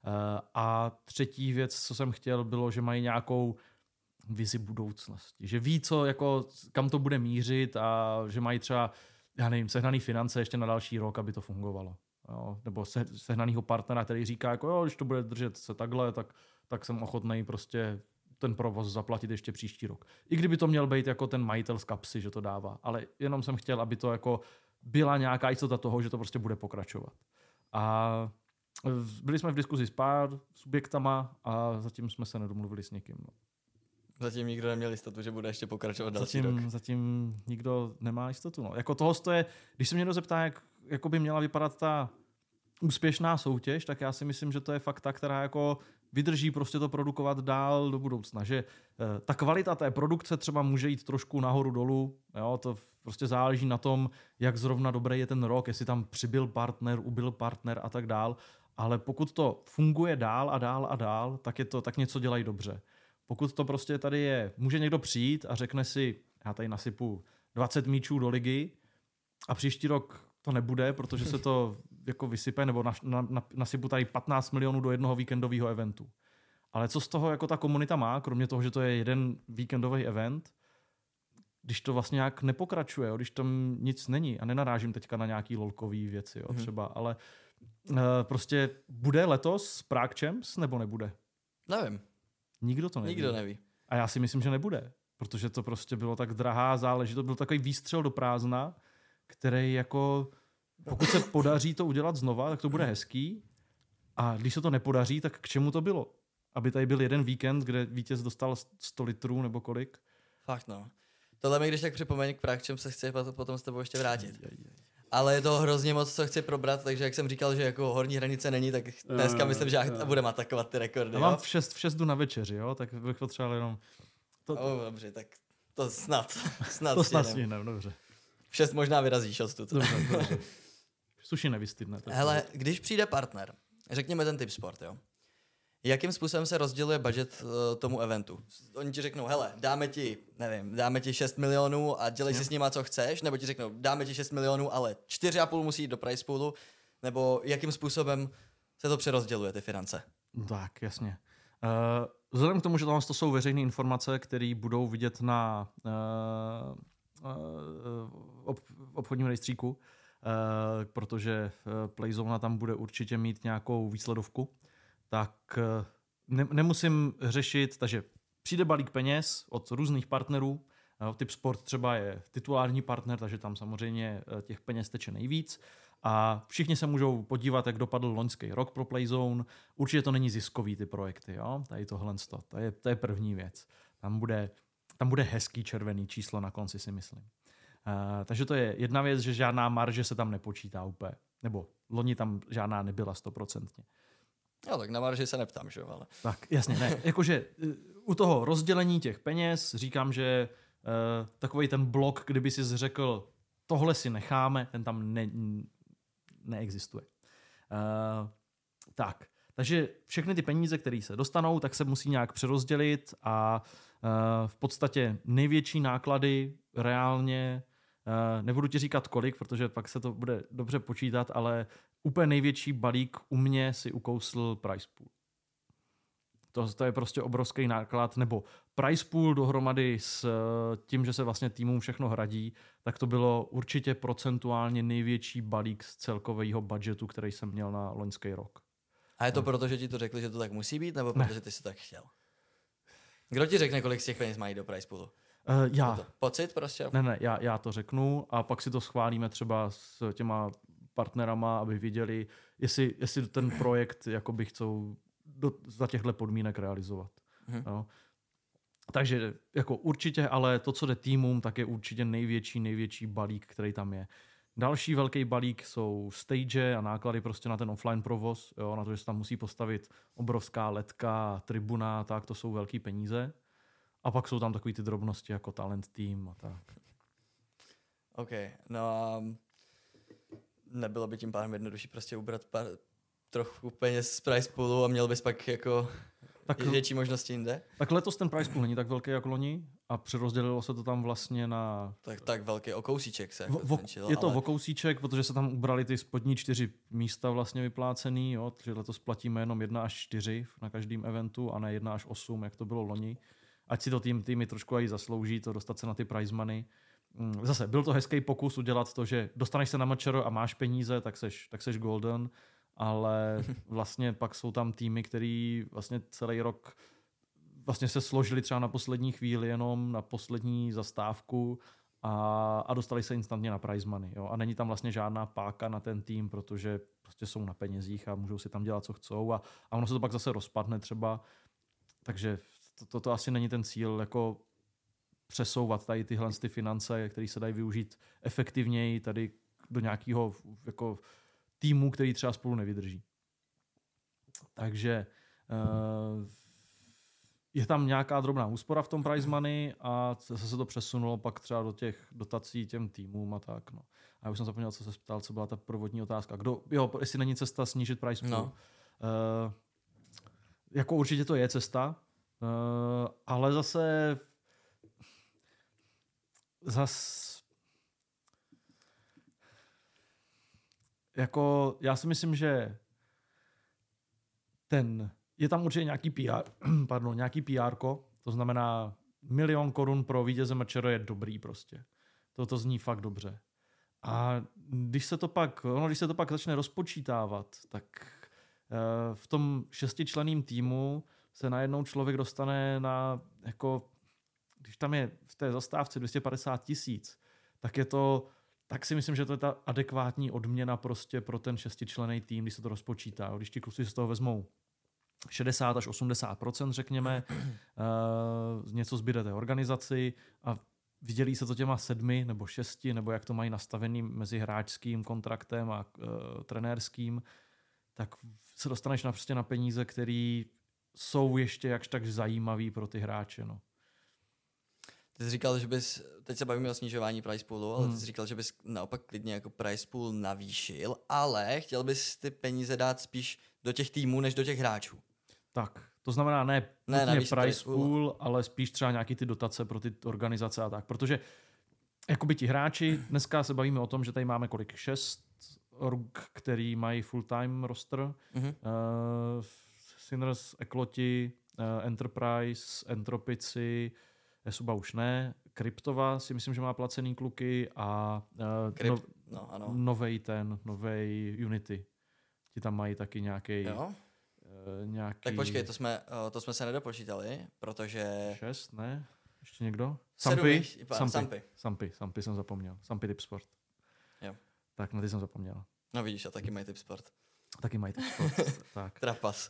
A třetí věc, co jsem chtěl, bylo, že mají nějakou vizi budoucnosti. Že ví, kam to bude mířit a že mají třeba, já nevím, sehnaný finance ještě na další rok, aby to fungovalo. Jo? Nebo sehnanýho partnera, který říká, jako, jo, když to bude držet se takhle, tak jsem ochotný prostě ten provoz zaplatit ještě příští rok. I kdyby to měl být jako ten majitel z kapsy, že to dává. Ale jenom jsem chtěl, aby to jako byla nějaká jistota toho, že to prostě bude pokračovat. A byli jsme v diskuzi s pár subjektama a zatím jsme se nedomluvili s nikým. No. Zatím nikdo neměl jistotu, že bude ještě pokračovat další rok. Zatím nikdo nemá jistotu. No. Jako toho je, když se mě někdo zeptá, jak by měla vypadat ta úspěšná soutěž, tak já si myslím, že to je fakt ta, která jako vydrží prostě to produkovat dál do budoucna. Že ta kvalita té produkce třeba může jít trošku nahoru dolů. Jo? To prostě záleží na tom, jak zrovna dobrý je ten rok, jestli tam přibyl partner, ubyl partner a tak dál. Ale pokud to funguje dál a dál a dál, tak něco dělají dobře. Pokud to prostě tady je, může někdo přijít a řekne si, já tady nasypu 20 míčů do ligy a příští rok to nebude, protože se to jako vysype, nebo nasypu tady 15 milionů do jednoho víkendového eventu. Ale co z toho jako ta komunita má, kromě toho, že to je jeden víkendový event, když to vlastně nějak nepokračuje, jo, když tam nic není a nenarážím teďka na nějaký lolkový věci, jo, třeba, ale prostě bude letos Prague Champs nebo nebude? Nevím. Nikdo to neví. Nikdo neví. A já si myslím, že nebude, protože to prostě bylo tak drahá záležitost, byl takový výstřel do prázdna, který jako, pokud se podaří to udělat znova, tak to bude hezký. A když se to nepodaří, tak k čemu to bylo? Aby tady byl jeden víkend, kde vítěz dostal 100 litrů nebo kolik? Fakt no. Tohle mi když tak připomeň k Prague, se chci potom s tebou ještě vrátit. Ale je to hrozně moc, co chci probrat, takže jak jsem říkal, že jako horní hranice není, tak dneska myslím, že budeme atakovat ty rekordy. Já mám v 6 jdu na večeři, jo? Tak bych potřeboval jenom... Dobře, tak to snad to snad stihnem, dobře. V 6 možná vyrazíš odtud. Dobře. Suši nevystydne. Hele, když přijde partner, řekněme ten typ sport, jo? Jakým způsobem se rozděluje budget tomu eventu? Oni ti řeknou, hele, dáme ti 6 milionů a dělej si s nima, co chceš, nebo ti řeknou, dáme ti 6 milionů, ale 4,5 musí jít do prize poolu, nebo jakým způsobem se to přerozděluje, ty finance? Tak, jasně. Vzhledem k tomu, že tohle jsou veřejné informace, které budou vidět na obchodním rejstříku, protože Playzona tam bude určitě mít nějakou výsledovku, tak nemusím řešit, takže přijde balík peněz od různých partnerů, Typ Sport třeba je titulární partner, takže tam samozřejmě těch peněz teče nejvíc a všichni se můžou podívat, jak dopadl loňský rok pro Playzone. Určitě to není ziskový ty projekty, jo? Tady tohle, to je první věc. Tam bude hezký červený číslo na konci, si myslím. Takže to je jedna věc, že žádná marže se tam nepočítá úplně. Nebo loni tam žádná nebyla 100%. Jo, tak na marži se neptám, že jo, ale... Tak, jasně, ne. Jakože u toho rozdělení těch peněz říkám, že takovej ten blok, kdyby si řekl, tohle si necháme, ten tam neexistuje. Takže všechny ty peníze, které se dostanou, tak se musí nějak přerozdělit a v podstatě největší náklady reálně, nebudu ti říkat kolik, protože pak se to bude dobře počítat, ale úplně největší balík u mě si ukousl prize pool. To je prostě obrovský náklad, nebo prize pool dohromady s tím, že se vlastně týmům všechno hradí, tak to bylo určitě procentuálně největší balík z celkového budgetu, který jsem měl na loňský rok. A je to proto, že ti to řekli, že to tak musí být, nebo protože ty jsi to tak chtěl? Kdo ti řekne, kolik z těch peněz mají do prize poolu? Já. Pocit prostě? Ne, já to řeknu a pak si to schválíme třeba s těma partnerama, aby viděli, jestli ten projekt jakoby chcou za těchto podmínek realizovat. No. Takže jako určitě, ale to, co jde týmům, tak je určitě největší balík, který tam je. Další velký balík jsou stage a náklady prostě na ten offline provoz, jo, na to, že se tam musí postavit obrovská ledka, tribuna, tak to jsou velký peníze. A pak jsou tam takový ty drobnosti jako talent team a tak. OK, no a nebylo by tím pádem jednodušší prostě ubrat trochu peněz z prize poolu a měl bys pak jako větší možnosti jinde? Tak letos ten prize pool není tak velký jako loni a přerozdělilo se to tam vlastně na... Tak velký o kousíček se zmenšilo. Je to o kousíček, protože se tam ubrali ty spodní 4 místa vlastně vyplácený, jo, takže letos platíme jenom 1 až 4 na každém eventu a ne 1 až 8, jak to bylo loni. Ať si to týmy trošku aj zaslouží, to dostat se na ty prize money. Zase, byl to hezký pokus udělat to, že dostaneš se na MČR a máš peníze, tak seš golden, ale vlastně pak jsou tam týmy, který vlastně celý rok vlastně se složili třeba na poslední chvíli, jenom na poslední zastávku a dostali se instantně na prize money. Jo? A není tam vlastně žádná páka na ten tým, protože prostě jsou na penězích a můžou si tam dělat, co chcou a ono se to pak zase rozpadne třeba. Takže to asi není ten cíl, jako přesouvat tady tyhle ty finance, které se dají využít efektivněji tady do nějakého jako týmu, který třeba spolu nevydrží. Takže je tam nějaká drobná úspora v tom prize money a zase se to přesunulo pak třeba do těch dotací těm týmům a tak. No. A já už jsem zapomněl, co se ptal, co byla ta prvotní otázka. Jestli není cesta snížit prize pool. No. Jako určitě to je cesta, ale zase jako já si myslím, že je tam určitě nějaký nějaký PR-ko, to znamená 1 000 000 korun pro vítěze MČR je dobrý prostě. To zní fakt dobře. A když se to pak začne rozpočítávat, tak v tom 6členném týmu se najednou člověk dostane na, jako, když tam je v té zastávce 250 000, tak si myslím, že to je ta adekvátní odměna prostě pro ten 6členný tým, když se to rozpočítá. Když ti kluci z toho vezmou 60 až 80%, řekněme, něco zbyde té organizaci a vydělí se to těma 7 nebo 6, nebo jak to mají nastavený mezi hráčským kontraktem a trenérským, tak se dostaneš prostě na peníze, které jsou ještě jakž tak zajímavý pro ty hráče. No. Ty jsi říkal, že bys, teď se bavíme o snižování price poolu, ale ty jsi říkal, že bys naopak klidně jako price pool navýšil, ale chtěl bys ty peníze dát spíš do těch týmů, než do těch hráčů. Tak, to znamená ne price pool, ale spíš třeba nějaký ty dotace pro ty organizace a tak. Protože jakoby ti hráči, dneska se bavíme o tom, že tady máme kolik? 6 org, který mají full-time roster. Sinners, Ekloti, Enterprise, Entropici, Esuba už ne, Kryptova si myslím, že má placený kluky a novej Unity. Ti tam mají taky nějaký. Tak počkej, to jsme se nedopočítali, protože... 6, ne? Ještě někdo? Sampy jsem zapomněl. Sampy Tipsport. Jo. Tak na ty jsem zapomněl. No vidíš, a taky mají Tipsport. Taky mají Tipsport. Tak. Trapas.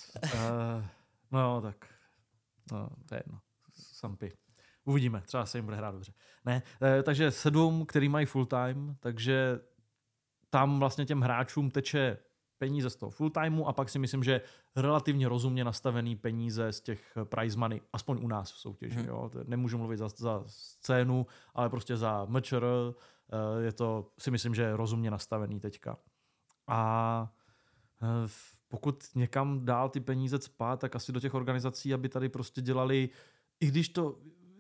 No, tak. No, to je jedno. Sampy. Uvidíme, třeba se jim bude hrát dobře. Ne, takže 7, který mají full time, takže tam vlastně těm hráčům teče peníze z toho full timeu a pak si myslím, že relativně rozumně nastavený peníze z těch prize money, aspoň u nás v soutěži. Jo? Nemůžu mluvit za scénu, ale prostě za MČR je to, si myslím, že je rozumně nastavený teďka. A pokud někam dál ty peníze cpát, tak asi do těch organizací, aby tady prostě dělali, i když to,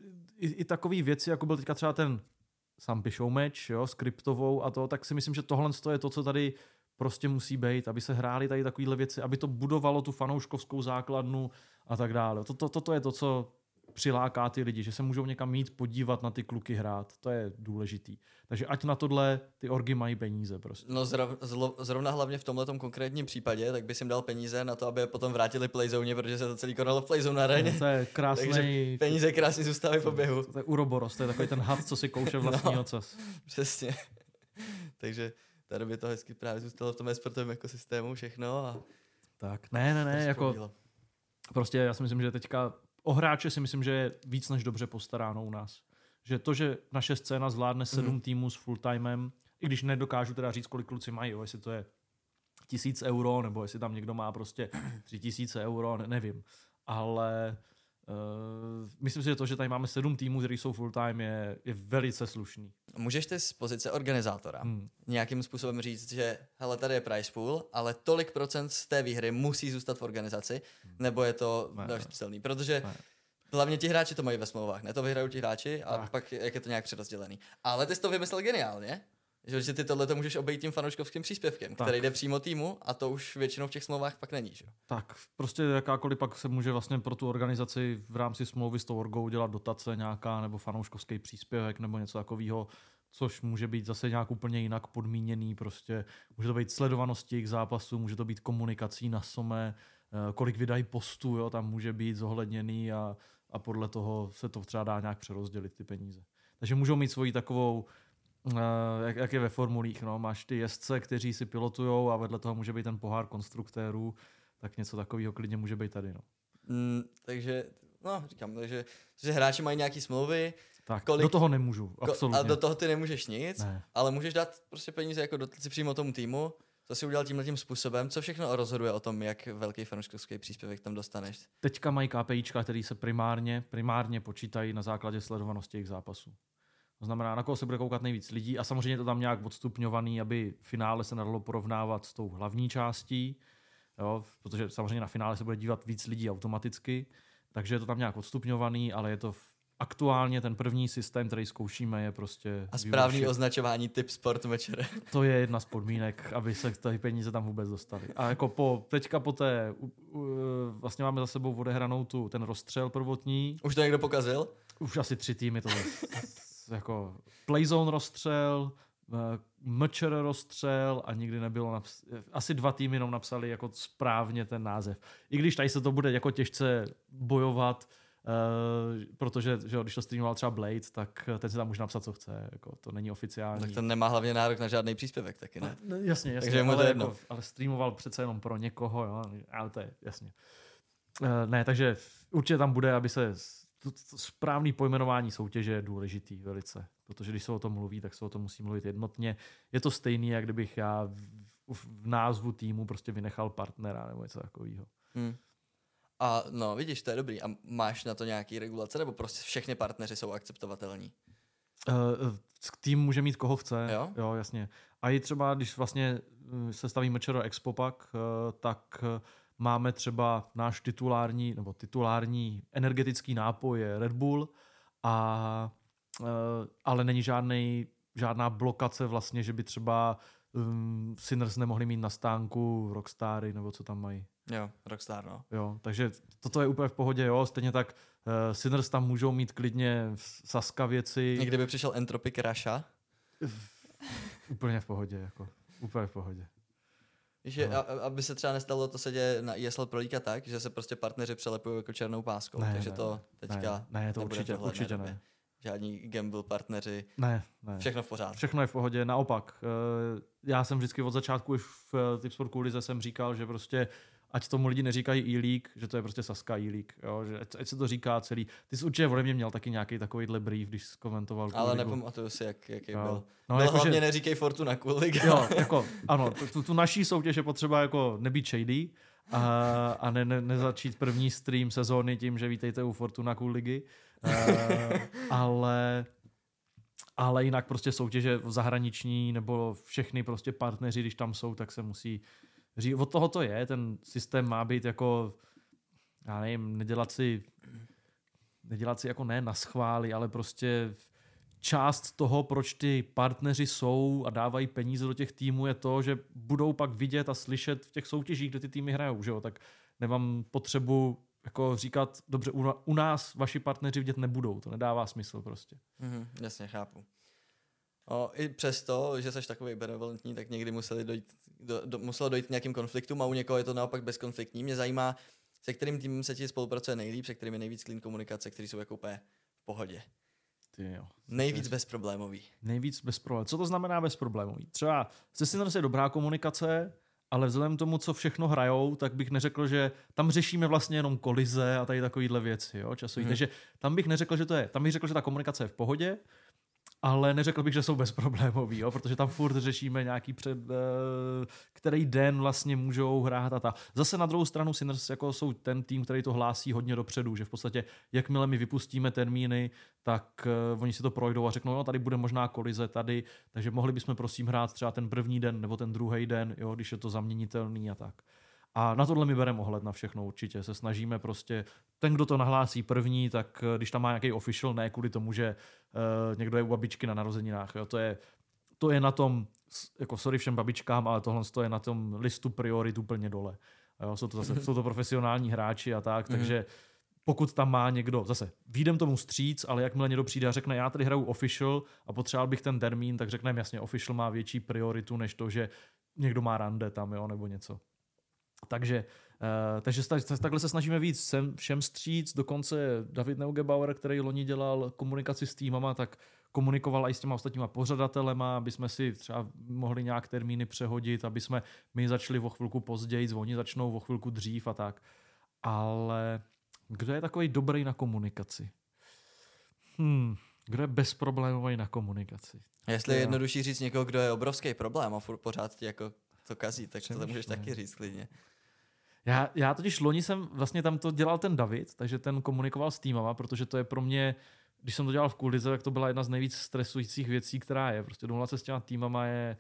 i takový věci, jako byl teďka třeba ten Sampy Showmatch, jo, s Kryptovou a to, tak si myslím, že tohle je to, co tady prostě musí být, aby se hrály tady takovýhle věci, aby to budovalo tu fanouškovskou základnu a tak dále. Toto je to, co přiláká ty lidi, že se můžou někam mít podívat na ty kluky hrát. To je důležitý. Takže ať na tohle ty orgy mají peníze prostě. No zrovna hlavně v tomhletom konkrétním případě, tak bys jim dal peníze na to, aby je potom vrátili Playzone, protože se to celý konalo v Playzone aréně. To je krásný. Takže peníze krásně zůstávají v oběhu. To je Uroboros, to je takový ten had, co si kouše vlastní ocas. Přesně. Takže tady by to hezky právě zůstalo v tom e-sportovém ekosystému všechno. A tak, ne, jako prostě já si myslím, že teďka o hráče si myslím, že je víc než dobře postaráno u nás. Že to, že naše scéna zvládne 7 týmů s full-timem, i když nedokážu teda říct, kolik kluci mají, jo, jestli to je 1000 euro, nebo jestli tam někdo má prostě 3000 euro, nevím. Ale myslím si, že to, že tady máme 7 týmů, který jsou full-time, je velice slušný. Můžeš ty z pozice organizátora nějakým způsobem říct, že hele, tady je prize pool, ale tolik procent z té výhry musí zůstat v organizaci, nebo je to silný? Protože hlavně ti hráči to mají ve smlouvách, ne? To vyhrajou ti hráči a pak jak je to nějak přerozdělený. Ale ty jsi to vymyslel geniálně, že ty tohle můžeš obejít tím fanouškovským příspěvkem, který jde přímo týmu a to už většinou v těch smlouvách pak není. Že? Tak, prostě jakákoliv pak se může vlastně pro tu organizaci v rámci smlouvy s tou orgou dělat dotace nějaká nebo fanouškovský příspěvek nebo něco takového, což může být zase nějak úplně jinak podmíněný. Prostě může to být sledovanost jejich zápasů, může to být komunikací na SOME, kolik vydají postů, jo, tam může být zohledněný a podle toho se to třeba dá nějak přerozdělit ty peníze. Takže můžou mít svoji takovou, jak je ve formulích, no, máš ty jezdce, kteří si pilotujou a vedle toho může být ten pohár konstruktérů, tak něco takového klidně může být tady. No. Takže hráči mají nějaký smlouvy. Tak, do toho nemůžu, absolutně. A do toho ty nemůžeš nic, ale můžeš dát prostě peníze jako dotaci přímo tomu týmu. To si udělal tímhletím způsobem. Co všechno rozhoduje o tom, jak velký fanouškovský příspěvek tam dostaneš? Teďka mají KPIčka, který se primárně počítají na základě sledovanosti jejich zápasů. To znamená, na koho se bude koukat nejvíc lidí a samozřejmě je to tam nějak odstupňovaný, aby finále se nedalo porovnávat s tou hlavní částí, jo, protože samozřejmě na finále se bude dívat víc lidí automaticky, takže je to tam nějak odstupňovaný, ale je to aktuálně ten první systém, který zkoušíme, je prostě... A správný označování typ sport večer. To je jedna z podmínek, aby se ty peníze tam vůbec dostaly. A jako teďka po té, vlastně máme za sebou odehranou ten rozstřel prvotní. Už to někdo pokazil? Už asi 3 týmy to jako Playzone rozstřel, mčr rozstřel a nikdy nebylo asi 2 týmy jenom napsali jako správně ten název. I když tady se to bude jako těžce bojovat, protože že když to streamoval třeba Blade, tak ten si tam může napsat, co chce. Jako, to není oficiální. Tak ten nemá hlavně nárok na žádný příspěvek taky, ne? No, jasně. Takže mu to jedno. Jako, ale streamoval přece jenom pro někoho, jo, ale to je jasně. Ne, takže určitě tam bude, aby se to správný pojmenování soutěže je důležitý velice, protože když se o tom mluví, tak se o tom musí mluvit jednotně. Je to stejný, jak kdybych já v názvu týmu prostě vynechal partnera nebo něco takového. A no, vidíš, to je dobrý. A máš na to nějaký regulace, nebo prostě všechny partneři jsou akceptovatelní? Tým může mít koho chce, jo, jasně. A i třeba, když vlastně se staví MČR Expo pak, tak máme třeba náš titulární energetický nápoj je Red Bull, ale není žádná blokace vlastně, že by třeba Sinners nemohli mít na stánku Rockstary, nebo co tam mají. Jo, Rockstar, no. Jo, takže toto je úplně v pohodě, jo. Stejně tak Sinners tam můžou mít klidně Saska věci. Někdy by přišel Entropic Russia? Úplně v pohodě, jako. Úplně v pohodě. Víš, aby se třeba nestalo, to se děje na ESL Pro League tak, že se prostě partneři přelepují jako černou páskou. Takže to teďka ne, to určitě ne. Žádní gamble partneři. Ne. Všechno v pořádku. Všechno je v pohodě. Naopak, já jsem vždycky od začátku už v Tipsport Lize jsem říkal, že prostě ať tomu lidi neříkají E-League, že to je prostě Saska E-League, jo? Že ať se to říká celý. Ty jsi určitě ode mě měl taky nějaký takovýhle brief, když jsi komentoval. Ale nepamatuju si, jaký byl. No, byl jako, hlavně že neříkej Fortuna Cool League. Jo, jako, ano, tu naší soutěž je potřeba jako nebýt shady a nezačít první stream sezóny tím, že vítejte u Fortuna Cool Ligy. Ale jinak prostě soutěže zahraniční nebo všechny prostě partneři, když tam jsou, tak se musí říct. Od toho to je, ten systém má být jako, já nevím, nedělat si jako ne na schvály, ale prostě část toho, proč ty partneři jsou a dávají peníze do těch týmů, je to, že budou pak vidět a slyšet v těch soutěžích, kde ty týmy hrajou, že jo? Tak nemám potřebu jako říkat, dobře, u nás vaši partneři vidět nebudou, to nedává smysl prostě. Jasně, chápu. I přesto, že jsi takový benevolentní, tak někdy muselo dojít k nějakým konfliktům a u někoho je to naopak bezkonfliktní. Mě zajímá, se kterým týmem se ti spolupracuje nejlíp, se kterým je nejvíc clean komunikace, který jsou jako úplně v pohodě. Nejvíc bezproblémový. Nejvíc bezproblémový. Co to znamená bezproblémový? Třeba se Sinners je dobrá komunikace, ale vzhledem tomu, co všechno hrajou, tak bych neřekl, že tam řešíme vlastně jenom kolize a tady takovýhle věci, jo, časový. Takže tam bych neřekl, že tam bych řekl, že ta komunikace je v pohodě, ale neřekl bych, že jsou bezproblémový, jo, protože tam furt řešíme nějaký který den vlastně můžou hrát a ta. Zase na druhou stranu Sinners jako jsou ten tým, který to hlásí hodně dopředu, že v podstatě jakmile my vypustíme termíny, tak oni si to projdou a řeknou, no tady bude možná kolize tady, takže mohli bychom prosím hrát třeba ten první den nebo ten druhý den, jo, když je to zaměnitelný a tak. A na tohle my bereme ohled na všechno určitě. Se snažíme prostě, ten, kdo to nahlásí první, tak když tam má nějaký official, ne kvůli tomu, že někdo je u babičky na narozeninách. Jo. To je na tom, jako sorry všem babičkám, ale tohle je na tom listu priorit úplně dole. Jo, jsou to profesionální hráči a tak, takže pokud tam má někdo, zase výjdem tomu vstříc, ale jakmile někdo přijde a řekne, já tady hraju official a potřeboval bych ten termín, tak řekneme jasně, official má větší prioritu, než to, že někdo má rande tam, jo, nebo něco. Takže takhle se snažíme víc všem stříc, dokonce David Neugebauer, který loni dělal komunikaci s týmama, tak komunikoval i s těma ostatníma pořadatelema, aby jsme si třeba mohli nějak termíny přehodit, aby jsme my začali o chvilku později, oni začnou o chvilku dřív a tak. Ale kdo je takový dobrý na komunikaci? Kdo je bezproblémový na komunikaci? Jestli je jednodušší říct někoho, kdo je obrovský problém a furt pořád ti jako to kazí, tak to můžeš taky říct klidně. Já totiž loni jsem vlastně tam to dělal ten David, takže ten komunikoval s týmama, protože to je pro mě, když jsem to dělal v Kulize, tak to byla jedna z nejvíc stresujících věcí, která je. Prostě domluvat se s těma týmama je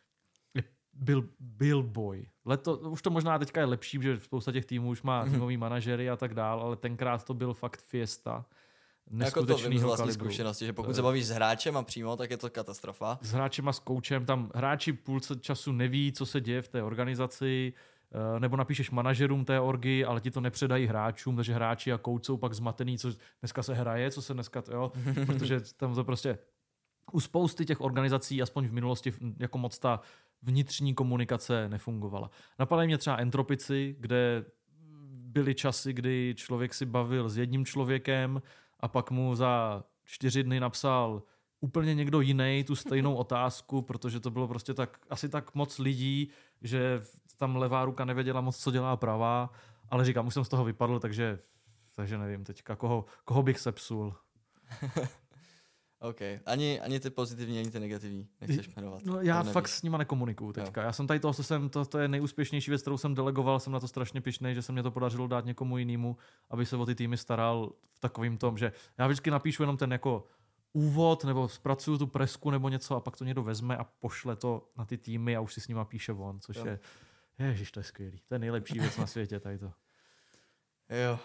boj. Už to možná teďka je lepší, že spousta těch týmů už má týmový manažery a tak dál, ale tenkrát to byl fakt fiesta. Jako to vím z vlastní zkušenosti, že pokud se bavíš s hráčem a přímo, tak je to katastrofa. S hráčem a s koučem, tam hráči půlce času neví, co se děje v té organizaci, nebo napíšeš manažerům té orgy, ale ti to nepředají hráčům, takže hráči a kouč jsou pak zmatený, co dneska se hraje, co se dneska, jo, protože tam to prostě u spousty těch organizací, aspoň v minulosti, jako moc ta vnitřní komunikace nefungovala. Napadají mě třeba Entropici, kde byly časy, kdy člověk si bavil s jedním člověkem a pak mu za 4 dny napsal úplně někdo jiný tu stejnou otázku, protože to bylo prostě asi tak moc lidí, že tam levá ruka nevěděla moc, co dělá pravá, ale říkám, už jsem z toho vypadl, takže nevím teďka, koho bych sepsul. OK. Ani ty pozitivní, ani ty negativní nechceš jmenovat. No, já fakt s nima nekomunikuju teďka. Jo. Já jsem tady to je nejúspěšnější věc, kterou jsem delegoval, jsem na to strašně pyšnej, že se mě to podařilo dát někomu jinému, aby se o ty týmy staral v takovým tom, že já vždycky napíšu jenom ten jako úvod, nebo zpracuju tu presku nebo něco a pak to někdo vezme a pošle to na ty týmy a už si s nima píše on, což je, ježiš, to je skvělý. To je nejlepší věc na světě tady to. Jo.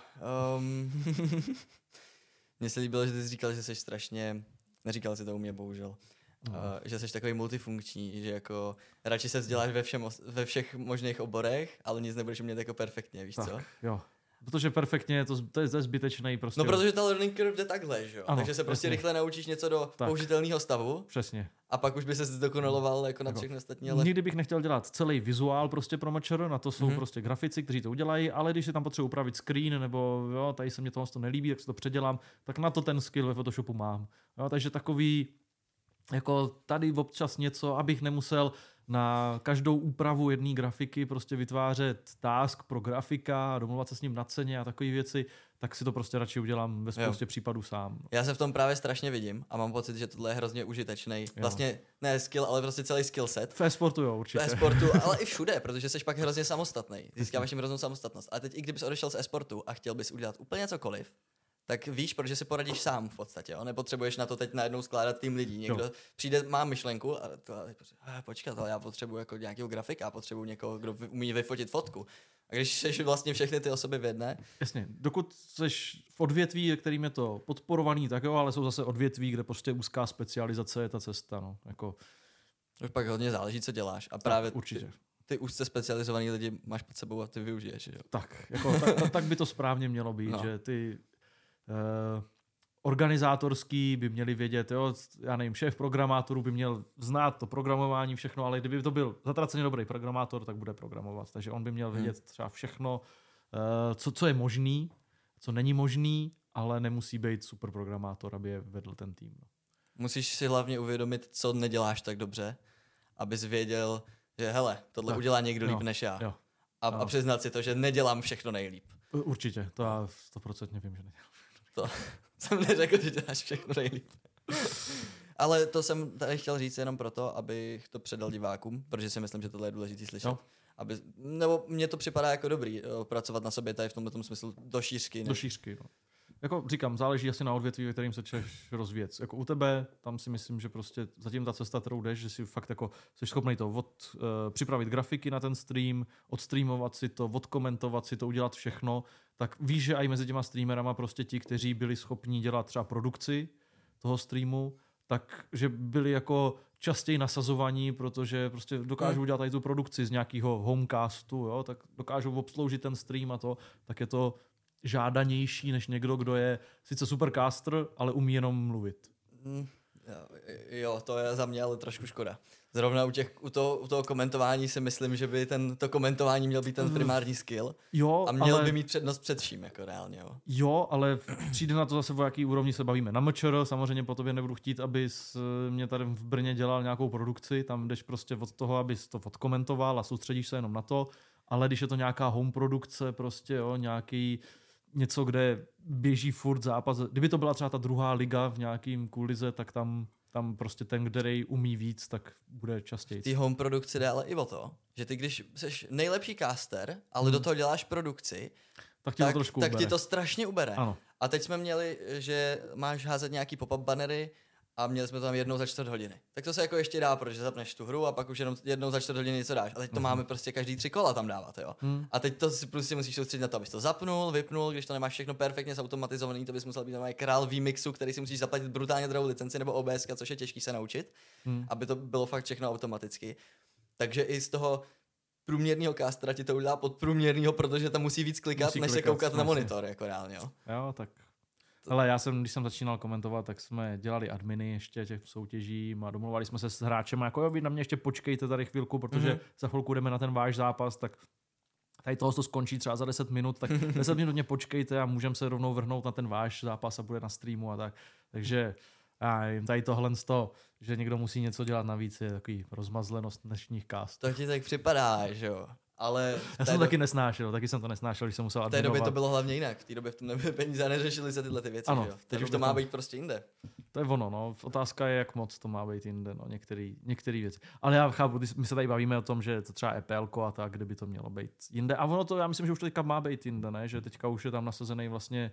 Mně se líbilo, že ty jsi říkal, že jsi strašně, neříkal si to u mě, bohužel, že jsi takový multifunkční, že jako radši se vzděláš ve všech možných oborech, ale nic nebudeš umět jako perfektně, víš tak, co? Jo. Protože perfektně to je zbytečný prostě. No protože ta learning curve jde takhle, že jo? Ano, takže se prostě rychle naučíš něco do použitelného stavu. Přesně. A pak už by se zdokonaloval jako na všechny ostatní. Ale... Nikdy bych nechtěl dělat celý vizuál prostě pro MČR, na to jsou prostě grafici, kteří to udělají, ale když si tam potřebuji upravit screen, nebo jo, tady se mě to nelíbí, tak si to předělám, tak na to ten skill ve Photoshopu mám. Jo, takže takový, jako tady občas něco, abych nemusel na každou úpravu jedné grafiky prostě vytvářet task pro grafika a domluvat se s ním na ceně a takové věci, tak si to prostě radši udělám ve spoustě případů sám. Já se v tom právě strašně vidím a mám pocit, že tohle je hrozně užitečný. Vlastně ne skill, ale prostě celý skill set. V e-sportu jo, určitě. V e-sportu, ale i všude, protože jsi pak hrozně samostatný. Získáváš jim hroznou samostatnost. A teď i kdybys odešel z e-sportu a chtěl bys udělat úplně cokoliv, tak víš, protože si poradíš sám v podstatě. Jo? Nepotřebuješ na to teď najednou skládat tým lidí. Někdo přijde, má myšlenku a počkat, ale já potřebuji jako nějakého grafika, já potřebuji někoho, kdo umí vyfotit fotku. A když jsi vlastně všechny ty osoby v jedné. Jasně, dokud jsi v odvětví, kterým je to podporovaný, tak jo, ale jsou zase odvětví, kde prostě úzká specializace je ta cesta. No. Jako... Už pak hodně záleží, co děláš. A právě určitě. Ty úzce specializovaný lidi máš pod sebou a ty využiješ. Jo? Tak, jako, tak by to správně mělo být, že ty organizátorský by měli vědět, jo, já nevím, šéf programátorů by měl znát to programování, všechno, ale kdyby to byl zatraceně dobrý programátor, tak bude programovat. Takže on by měl vědět třeba všechno, co je možný, co není možný, ale nemusí být super programátor, aby je vedl ten tým. Musíš si hlavně uvědomit, co neděláš tak dobře, abys věděl, že hele, tohle udělá někdo líp než já. Jo. A přiznat si to, že nedělám všechno nejlíp. Určitě, to já 100% vím, že nedělám. To jsem neřekl, že děláš všechno nejlíp. Ale to jsem tady chtěl říct jenom proto, abych to předal divákům, protože si myslím, že tohle je důležité slyšet. Nebo mně to připadá jako dobrý pracovat na sobě tady v tomto smyslu do šířky. Do šířky, no. Jako říkám, záleží asi na odvětví, ve kterým se chceš rozvíjet. Jako u tebe, tam si myslím, že prostě zatím ta cesta, kterou jdeš, že si fakt jako jsi schopný to připravit grafiky na ten stream, odstreamovat si to, odkomentovat si to, udělat všechno, tak víš, že i mezi těma streamerama prostě ti, kteří byli schopni dělat třeba produkci toho streamu, takže byli jako častěji nasazovaní, protože prostě dokážou dělat tady tu produkci z nějakého homecastu, jo, tak dokážou obsloužit ten stream a to, tak je to žádanější než někdo, kdo je sice supercaster, ale umí jenom mluvit. Jo, to je za mě ale trošku škoda. Zrovna u toho komentování si myslím, že by to komentování měl být ten primární skill. Jo, a měl by mít přednost před vším, jako reálně. Jo, ale přijde na to zase, o jaký úrovni se bavíme. Na MČR samozřejmě po tobě nebudu chtít, abys mě tady v Brně dělal nějakou produkci, tam jdeš prostě od toho, abys to odkomentoval a soustředíš se jenom na to, ale když je to nějaká home produkce, prostě jo, něco, kde běží furt zápas. Kdyby to byla třeba ta druhá liga v nějakým kulize, tak tam prostě ten, který umí víc, tak bude častěji. Ty home produkci jde ale i o to, že ty když jsi nejlepší caster, ale do toho děláš produkci, tak ti to strašně ubere. Ano. A teď jsme měli, že máš házet nějaký pop-up bannery a měli jsme to tam jednou za 4 hodiny. Tak to se jako ještě dá, protože zapneš tu hru a pak už jenom jednou za 4 hodiny něco dáš. A teď to máme prostě každý 3 kola tam dávat, jo. A teď to si prostě musíš soustředit na to, abys to zapnul, vypnul, když to nemáš všechno perfektně zautomatizovaný, to bys musel být tam král V-mixu, který si musíš zaplatit brutálně drahou licenci nebo OBS, což je těžký se naučit, aby to bylo fakt všechno automaticky. Takže i z toho průměrného castera ti to udělá podprůměrného, protože tam musí víc klikat, než se koukat na monitor, jako reálně, jo. Jo, tak Ale když jsem začínal komentovat, tak jsme dělali adminy ještě těch soutěží a domluvali jsme se s hráčem, jako jo, vy na mě ještě počkejte tady chvilku, protože za chvilku jdeme na ten váš zápas, tak tady toho to skončí třeba za 10 minut, tak 10 minut mě počkejte a můžeme se rovnou vrhnout na ten váš zápas a bude na streamu a tak. Takže já nevím, tady tohle z toho, že někdo musí něco dělat navíc, je takový rozmazlenost dnešních castů. To ti tak připadá, že jo. Ale já jsem to taky nesnášel, taky jsem to nesnášel, když jsem musel adminovat. V té době to bylo hlavně jinak, v té době v tom nebyly peníze a neřešily se tyhle ty věci, ano, že jo. Teď už to má být prostě jinde. To je ono, no. Otázka je, jak moc to má být jinde, no, některé věci. Ale já chápu, my se tady bavíme o tom, že to třeba EPL a tak, kde by to mělo být jinde. A ono to, já myslím, že už to teďka má být jinde, ne? Že teďka už je tam nasazený vlastně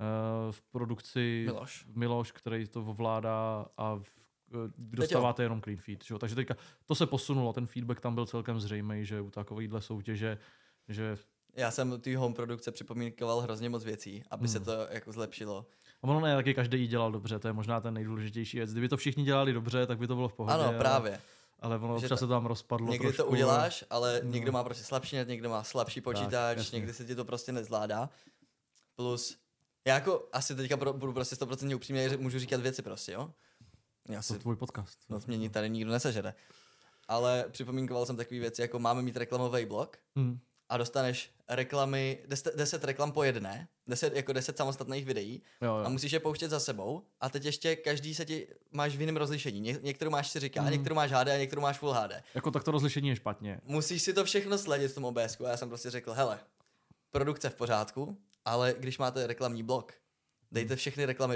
v produkci Miloš, který to ovládá a dostáváte jenom clean feed. Že? Takže teďka to se posunulo, ten feedback tam byl celkem zřejmý, že u takovýhle soutěže, že... Já jsem té home produkce připomínkoval hrozně moc věcí, aby se to jako zlepšilo. A ono ne, taky každý dělal dobře, to je možná ten nejdůležitější věc. Kdyby to všichni dělali dobře, tak by to bylo v pohodě. Ano, právě. Ale ono občas se tam rozpadlo někdy trošku. To uděláš, ale někdo má prostě slabší net, někdo má slabší počítač, tak, někdy se ti to prostě nezvládá. Plus, já jako asi teďka budu prostě 100% upřímně, můžu říkat věci prostě, jo? To je tvůj podcast. No mě tady nikdo nesežere. Ale připomínkoval jsem takové věci, jako máme mít reklamový blok a dostaneš reklamy, 10 reklam po jedné, 10 samostatných videí a musíš je pouštět za sebou a teď ještě každý máš v jiném rozlišení. Některou máš 4K, některou máš HD a některou máš Full HD. Jako tak to rozlišení je špatně. Musíš si to všechno sledit v tom OBSku a já jsem prostě řekl, hele, produkce v pořádku, ale když máte reklamní blok, dejte všechny reklamy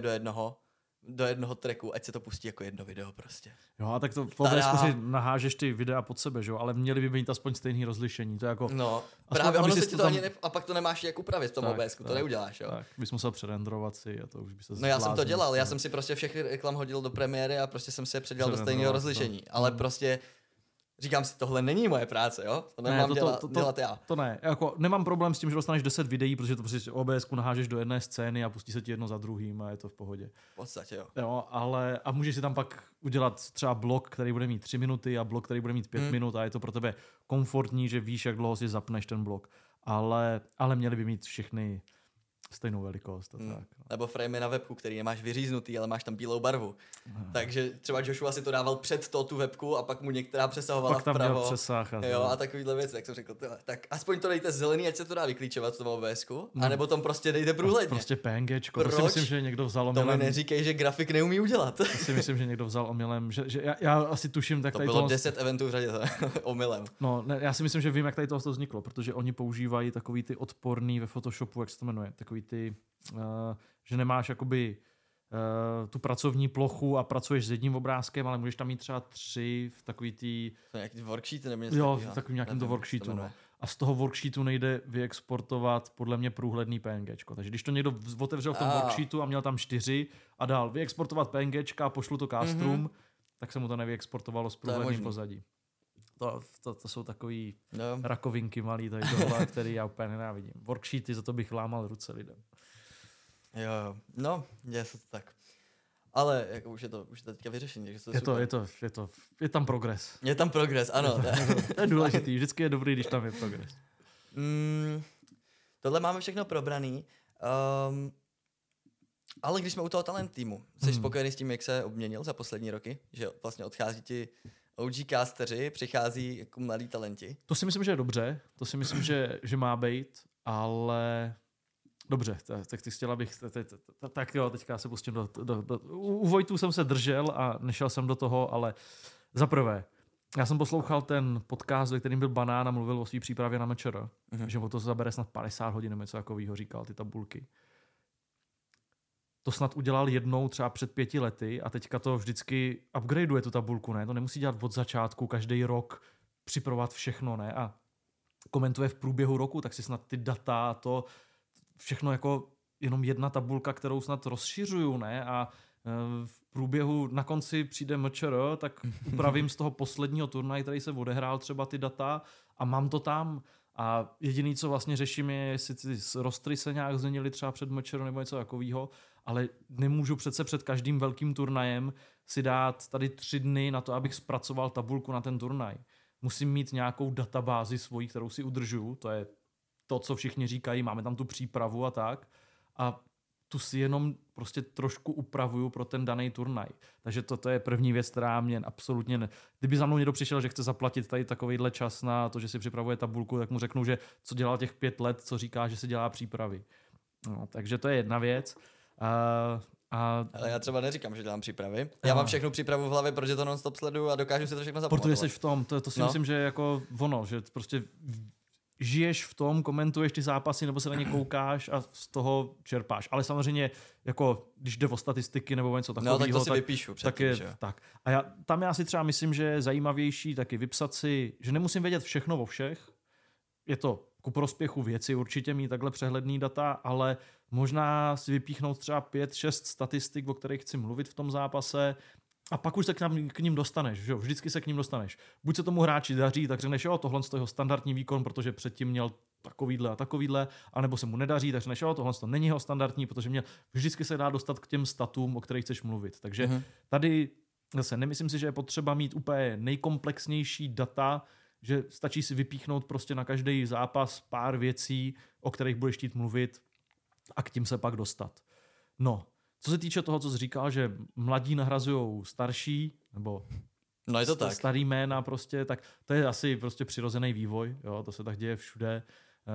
do jednoho tracku, ať se to pustí jako jedno video prostě. Jo, a tak to v OBSku si nahážeš ty videa pod sebe, že jo, ale měli by mít aspoň stejný rozlišení, to je jako... No, právě ono se ti to ani a pak to nemáš jak upravit v tom OBSku, to neuděláš, jo. Tak, bys musel přerendrovat si a to už by se No já jsem to dělal, já jsem si prostě všechny reklam hodil do premiéry a prostě jsem se předělal do stejného rozlišení, ale prostě... Říkám si, tohle není moje práce, jo? To nemám dělat já. To ne. Jako, nemám problém s tím, že dostaneš 10 videí, protože to prostě OBSku nahážeš do jedné scény a pustí se ti jedno za druhým a je to v pohodě. V podstatě jo. Jo, ale a můžeš si tam pak udělat třeba blok, který bude mít 3 minuty a blok, který bude mít 5 minut a je to pro tebe komfortní, že víš, jak dlouho si zapneš ten blok. Ale měli by mít všechny stejnou velikost. A tak, no. Nebo framey na webku, který nemáš vyříznutý, ale máš tam bílou barvu. Takže třeba Joshua si to dával před tu webku a pak mu některá přesahovala pak tam vpravo. Měl přesah a takovýhle věci, tak jsem řekl, tak aspoň to dejte zelený, ať se to dá vyklíčovat v tom OBSku, anebo tam prostě dejte průhledně. Prostě PNGčko. To si myslím, že někdo vzal omylem. To mi neříkej, že grafik neumí udělat. To si myslím, že někdo vzal omylem. Že já asi tuším, tak to tady bylo 10 eventů v řadě omylem. No, ne, já si myslím, že vím, jak tady to vzniklo, protože oni používají takový ty odporný ve Photoshopu, jak se to jmenuje, takový ty že nemáš jakoby tu pracovní plochu a pracuješ s jedním obrázkem, ale můžeš tam mít třeba 3 v takový tý... To nějaký worksheet nebo něco takového? Jo, v takovým nějakým to worksheetu. No. A z toho worksheetu nejde vyexportovat podle mě průhledný PNGčko. Takže když to někdo otevřel v tom worksheetu a měl tam 4 a dál vyexportovat PNGčka a pošlu to Castrum, tak se mu to nevyexportovalo s průhledným pozadí. To jsou takový rakovinky malý tady tohle, který já úplně nenávidím. Worksheety, za to bych lámal ruce lidem. Jo, no, je to tak. Ale jako už je to teďka vyřešení. Je tam progres. Je tam progres, ano. To je důležitý, vždycky je dobrý, když tam je progres. Tohle máme všechno probraný. Ale když jsme u toho talent týmu, jsi spokojený s tím, jak se obměnil za poslední roky? Že vlastně odchází ti OG casteři, přichází jako mladí talenti? To si myslím, že je dobře. To si myslím, že má být, ale... Dobře, tak ty chtěla bych... Tak jo, teďka se pustím u Vojtů jsem se držel a nešel jsem do toho, ale za prvé, já jsem poslouchal ten podcast, ve kterým byl Banán a mluvil o své přípravě na MČR, že mu to zabere snad 50 hodin, nebo něco takového, říkal ty tabulky. To snad udělal jednou třeba před 5 lety a teďka to vždycky upgradeuje tu tabulku, ne? To nemusí dělat od začátku, každý rok připravovat všechno, ne? A komentuje v průběhu roku, tak si snad ty data a to všechno jako jenom jedna tabulka, kterou snad rozšiřuju, ne? A v průběhu na konci přijde MČR, tak upravím z toho posledního turnaje, který se odehrál třeba ty data a mám to tam. A jediný, co vlastně řeším, je, jestli ty rostry se nějak změnily třeba před MČR nebo něco takového, ale nemůžu přece před každým velkým turnajem si dát tady 3 dny na to, abych zpracoval tabulku na ten turnaj. Musím mít nějakou databázi svoji, kterou si udržuju, to je to, co všichni říkají, máme tam tu přípravu a tak. A tu si jenom prostě trošku upravuju pro ten daný turnaj. Takže to je první věc, která mě absolutně ne... Kdyby za mnou někdo přišel, že chce zaplatit tady takovýhle čas na to, že si připravuje tabulku, tak mu řeknu, že co dělal těch 5 let, co říká, že si dělá přípravy. No, takže to je jedna věc. Ale já třeba neříkám, že dělám přípravy. Já mám všechnu přípravu v hlavě, protože to non-stop sleduju a dokážu si to všechno zapamatovat. Protože jsi v tom, to si myslím, že jako ono, že prostě žiješ v tom, komentuješ ty zápasy nebo se na ně koukáš a z toho čerpáš. Ale samozřejmě, jako když jde o statistiky nebo něco takového, tak to si vypíšu předtím, tak. A já si třeba myslím, že je zajímavější taky vypsat si, že nemusím vědět všechno o všech. Je to ku prospěchu věci určitě mít takhle přehledný data, ale možná si vypíchnout třeba 5-6 statistik, o kterých chci mluvit v tom zápase, a pak už se k ním dostaneš, že jo? Vždycky se k ním dostaneš. Buď se tomu hráči daří, tak řekneš, jo, tohle je jeho standardní výkon, protože předtím měl takovýhle a takovýhle, anebo se mu nedaří, tak řekneš, jo, tohle to není jeho standardní, protože vždycky se dá dostat k těm statům, o kterých chceš mluvit. Takže tady zase nemyslím si, že je potřeba mít úplně nejkomplexnější data, že stačí si vypíchnout prostě na každý zápas pár věcí, o kterých budeš chtít mluvit a k tím se pak dostat. No, co se týče toho, co jsi říkal, že mladí nahrazujou starší, nebo je to tak. Starý jména prostě, tak to je asi prostě přirozený vývoj, jo, to se tak děje všude.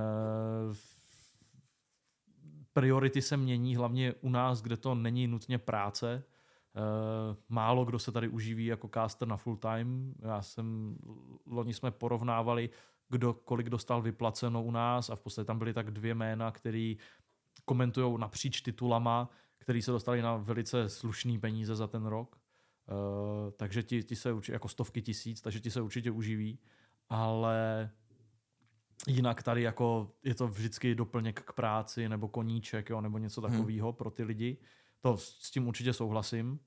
Priority se mění, hlavně u nás, kde to není nutně práce. Málo kdo se tady uživí jako caster na full time. Loni jsme porovnávali, kolik dostal vyplaceno u nás a v podstatě tam byly tak 2 jména, který komentujou napříč titulama, který se dostali na velice slušný peníze za ten rok. Takže ti se určitě, jako stovky tisíc, takže ti se určitě uživí. Ale jinak tady jako je to vždycky doplněk k práci nebo koníček, jo, nebo něco takového pro ty lidi. To s tím určitě souhlasím.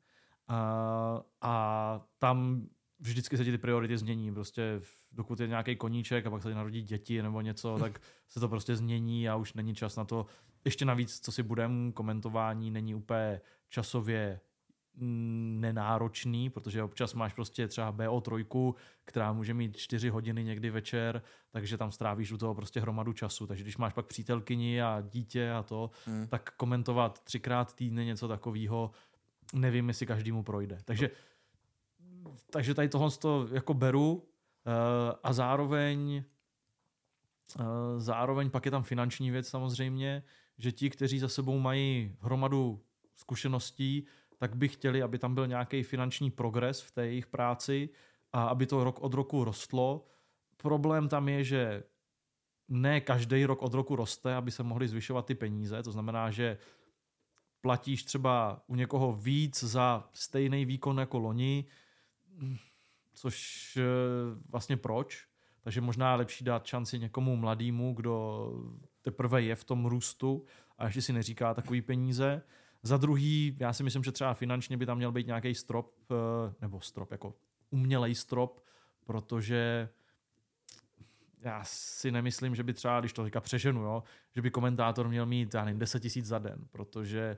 A tam vždycky se ti ty priority změní. Prostě dokud je nějaký koníček a pak se narodí děti nebo něco, tak se to prostě změní a už není čas na to. Ještě navíc, co si budem, komentování není úplně časově nenáročný, protože občas máš prostě třeba BO3, která může mít 4 hodiny někdy večer, takže tam strávíš u toho prostě hromadu času. Takže když máš pak přítelkyni a dítě a to, tak komentovat 3x týdně něco takového, nevím, jestli každému projde. Takže tady tohle to jako beru a zároveň pak je tam finanční věc samozřejmě, že ti, kteří za sebou mají hromadu zkušeností, tak by chtěli, aby tam byl nějaký finanční progres v té jejich práci a aby to rok od roku rostlo. Problém tam je, že ne každý rok od roku roste, aby se mohly zvyšovat ty peníze. To znamená, že platíš třeba u někoho víc za stejný výkon jako loni, což vlastně proč? Takže možná lepší dát šanci někomu mladému, kdo teprve je v tom růstu a ještě si neříká takový peníze. Za druhý, já si myslím, že třeba finančně by tam měl být nějaký strop, nebo strop, jako umělej strop, protože já si nemyslím, že by třeba, když to říká přeženu, jo, že by komentátor měl mít, já nevím, 10 000 za den, protože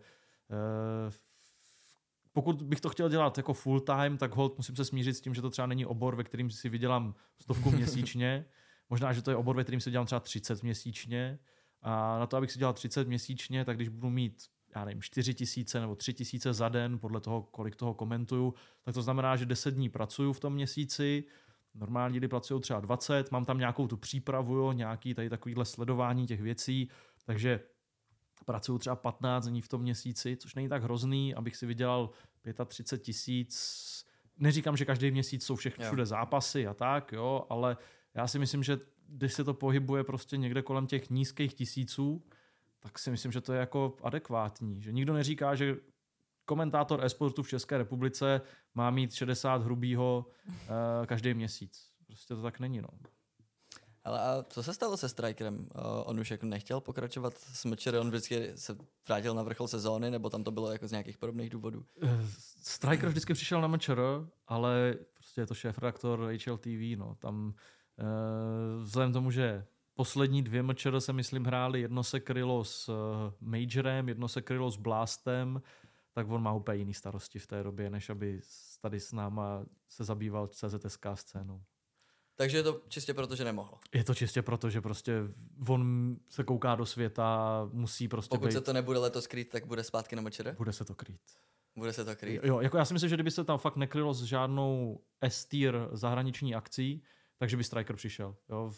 pokud bych to chtěl dělat jako full time, tak hold musím se smířit s tím, že to třeba není obor, ve kterým si vydělám 100 měsíčně. Možná, že to je obor, ve kterým si dělám třeba 30 měsíčně. A na to, abych si dělal 30 měsíčně, tak když budu mít, já nevím, 4 000 nebo 3 000 za den, podle toho, kolik toho komentuju, tak to znamená, že 10 dní pracuju v tom měsíci. Normální lidi pracují třeba 20, mám tam nějakou tu přípravu, jo, nějaký tady takovýhle sledování těch věcí, takže pracuju třeba 15 dní v tom měsíci, což není tak hrozný, abych si vydělal 35 000. Neříkám, že každý měsíc jsou všude zápasy a tak, jo, ale já si myslím, že když se to pohybuje prostě někde kolem těch nízkých tisíců, tak si myslím, že to je jako adekvátní. Že nikdo neříká, že komentátor e-sportu v České republice má mít 60 hrubýho každý měsíc. Prostě to tak není, no. Ale a co se stalo se Strikerem? On už jako nechtěl pokračovat s MČR, on vždycky se vrátil na vrchol sezóny, nebo tam to bylo jako z nějakých podobných důvodů? Striker vždycky přišel na MČR, ale prostě je to šéfredaktor HLTV, no. Tam vzhledem tomu, že poslední 2 MČR se myslím hráli, jedno se krylo s Majorem, jedno se krylo s Blastem, tak on má úplně jiný starosti v té době, než aby tady s náma se zabýval CZSK scénou. Takže je to čistě proto, že nemohl. Je to čistě proto, že prostě on se kouká do světa, musí prostě Pokud se to nebude letos krýt, tak bude zpátky na MČR? Bude se to krýt. Bude se to krýt. Jo, jako já si myslím, že kdyby se tam fakt nekrylo s žádnou S-tier zahraniční akcí, takže by Striker přišel. Jo.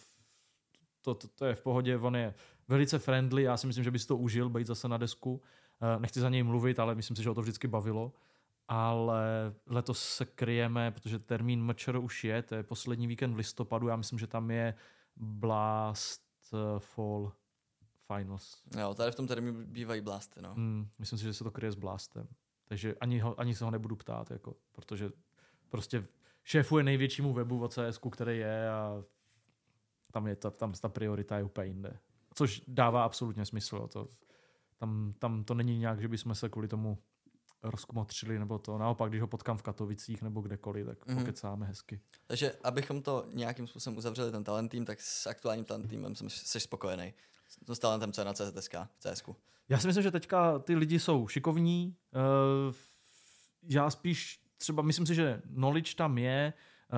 To je v pohodě, on je velice friendly, já si myslím, že by si to užil, být zase na desku. Nechci za něj mluvit, ale myslím si, že ho to vždycky bavilo. Ale letos se kryjeme, protože termín MČR už je, to je poslední víkend v listopadu, já myslím, že tam je Blast Fall Finals. Jo, tady v tom termínu bývají Blasty, no. Myslím si, že se to kryje s Blastem. Takže ani se ho nebudu ptát, jako, protože prostě šéfuje největšímu webu o CSku, který je a tam ta priorita je úplně jinde. Což dává absolutně smysl. Tam to není nějak, že bychom se kvůli tomu rozkmotřili, nebo to naopak, když ho potkám v Katovicích nebo kdekoliv, tak pokecáme hezky. Takže abychom to nějakým způsobem uzavřeli ten talent tým, tak s aktuálním talent týmem jsi spokojený. S talentem, co je na CSK, v CSku. Já si myslím, že teďka ty lidi jsou šikovní. Já spíš třeba myslím si, že knowledge tam je.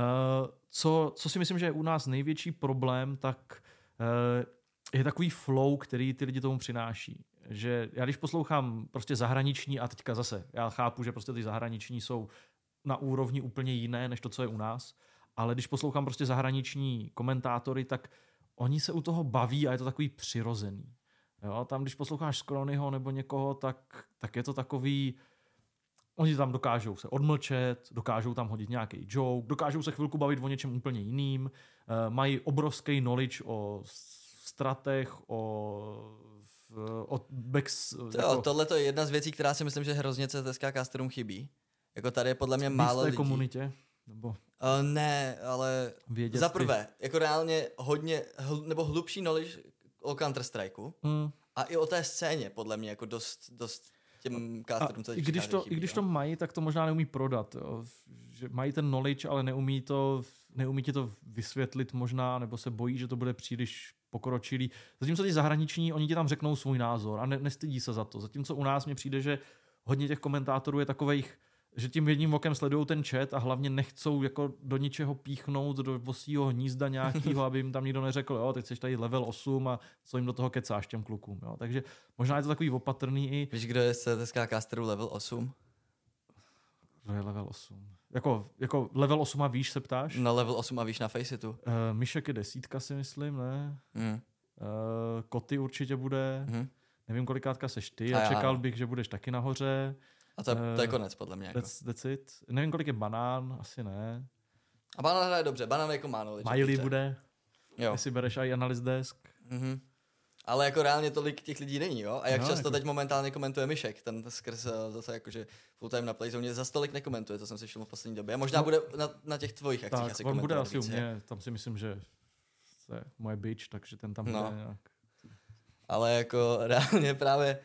Co si myslím, že je u nás největší problém, tak je takový flow, který ty lidi tomu přináší. Že já když poslouchám prostě zahraniční, a teďka zase, já chápu, že prostě ty zahraniční jsou na úrovni úplně jiné, než to, co je u nás, ale když poslouchám prostě zahraniční komentátory, tak oni se u toho baví a je to takový přirozený. Jo, tam když posloucháš Skronyho nebo někoho, tak je to takový, oni tam dokážou se odmlčet, dokážou tam hodit nějaký joke, dokážou se chvilku bavit o něčem úplně jiným, mají obrovský knowledge o stratech, o backs. Jako... Tohle je jedna z věcí, která si myslím, že hrozně CSK casterům chybí. Jako tady je podle mě málo lidí. V té komunitě? Nebo... Ne, ale za prvé, jako reálně hodně, nebo hlubší knowledge o Counter-Strikeu a i o té scéně, podle mě, jako dost těm casterům, co i když to mají, tak to možná neumí prodat. Jo. Že mají ten knowledge, ale neumí ti to vysvětlit možná, nebo se bojí, že to bude příliš pokročilý. Zatímco ty zahraniční, oni ti tam řeknou svůj názor a nestydí se za to. Zatímco u nás mně přijde, že hodně těch komentátorů je takovejch, že tím jedním okem sledují ten chat a hlavně nechcou jako do ničeho píchnout, do vosího hnízda nějakého, aby jim tam nikdo neřekl, jo, teď jsi tady level 8 a co jim do toho kecáš těm klukům. Jo. Takže možná je to takový opatrný i... Víš, kdo je z CSK casterů level 8? Kdo je level 8? Jako level 8 a výš se ptáš? No level 8 a výš na Faceitu. Myšek je 10, si myslím, ne? Koty určitě bude. Nevím, kolikátka seš ty a čekal bych, že budeš taky nahoře. A to je konec, podle mě. Jako. That's it. Nevím, kolik je Banán, asi ne. A Banán hraje dobře, Banán jako má knowledge. Miley bude, jo. Jestli bereš i Analyst Desk. Ale jako reálně tolik těch lidí není, jo? A jak často jako... teď momentálně komentuje Myšek, ten skrz zase jakože full time na Playzone za stolik nekomentuje, to jsem si všiml v poslední době. A možná bude na těch tvojich akcích tak, asi on bude asi víc, u mě, tam si myslím, že to je moje bitch, takže ten tam bude nějak. Ale jako reálně právě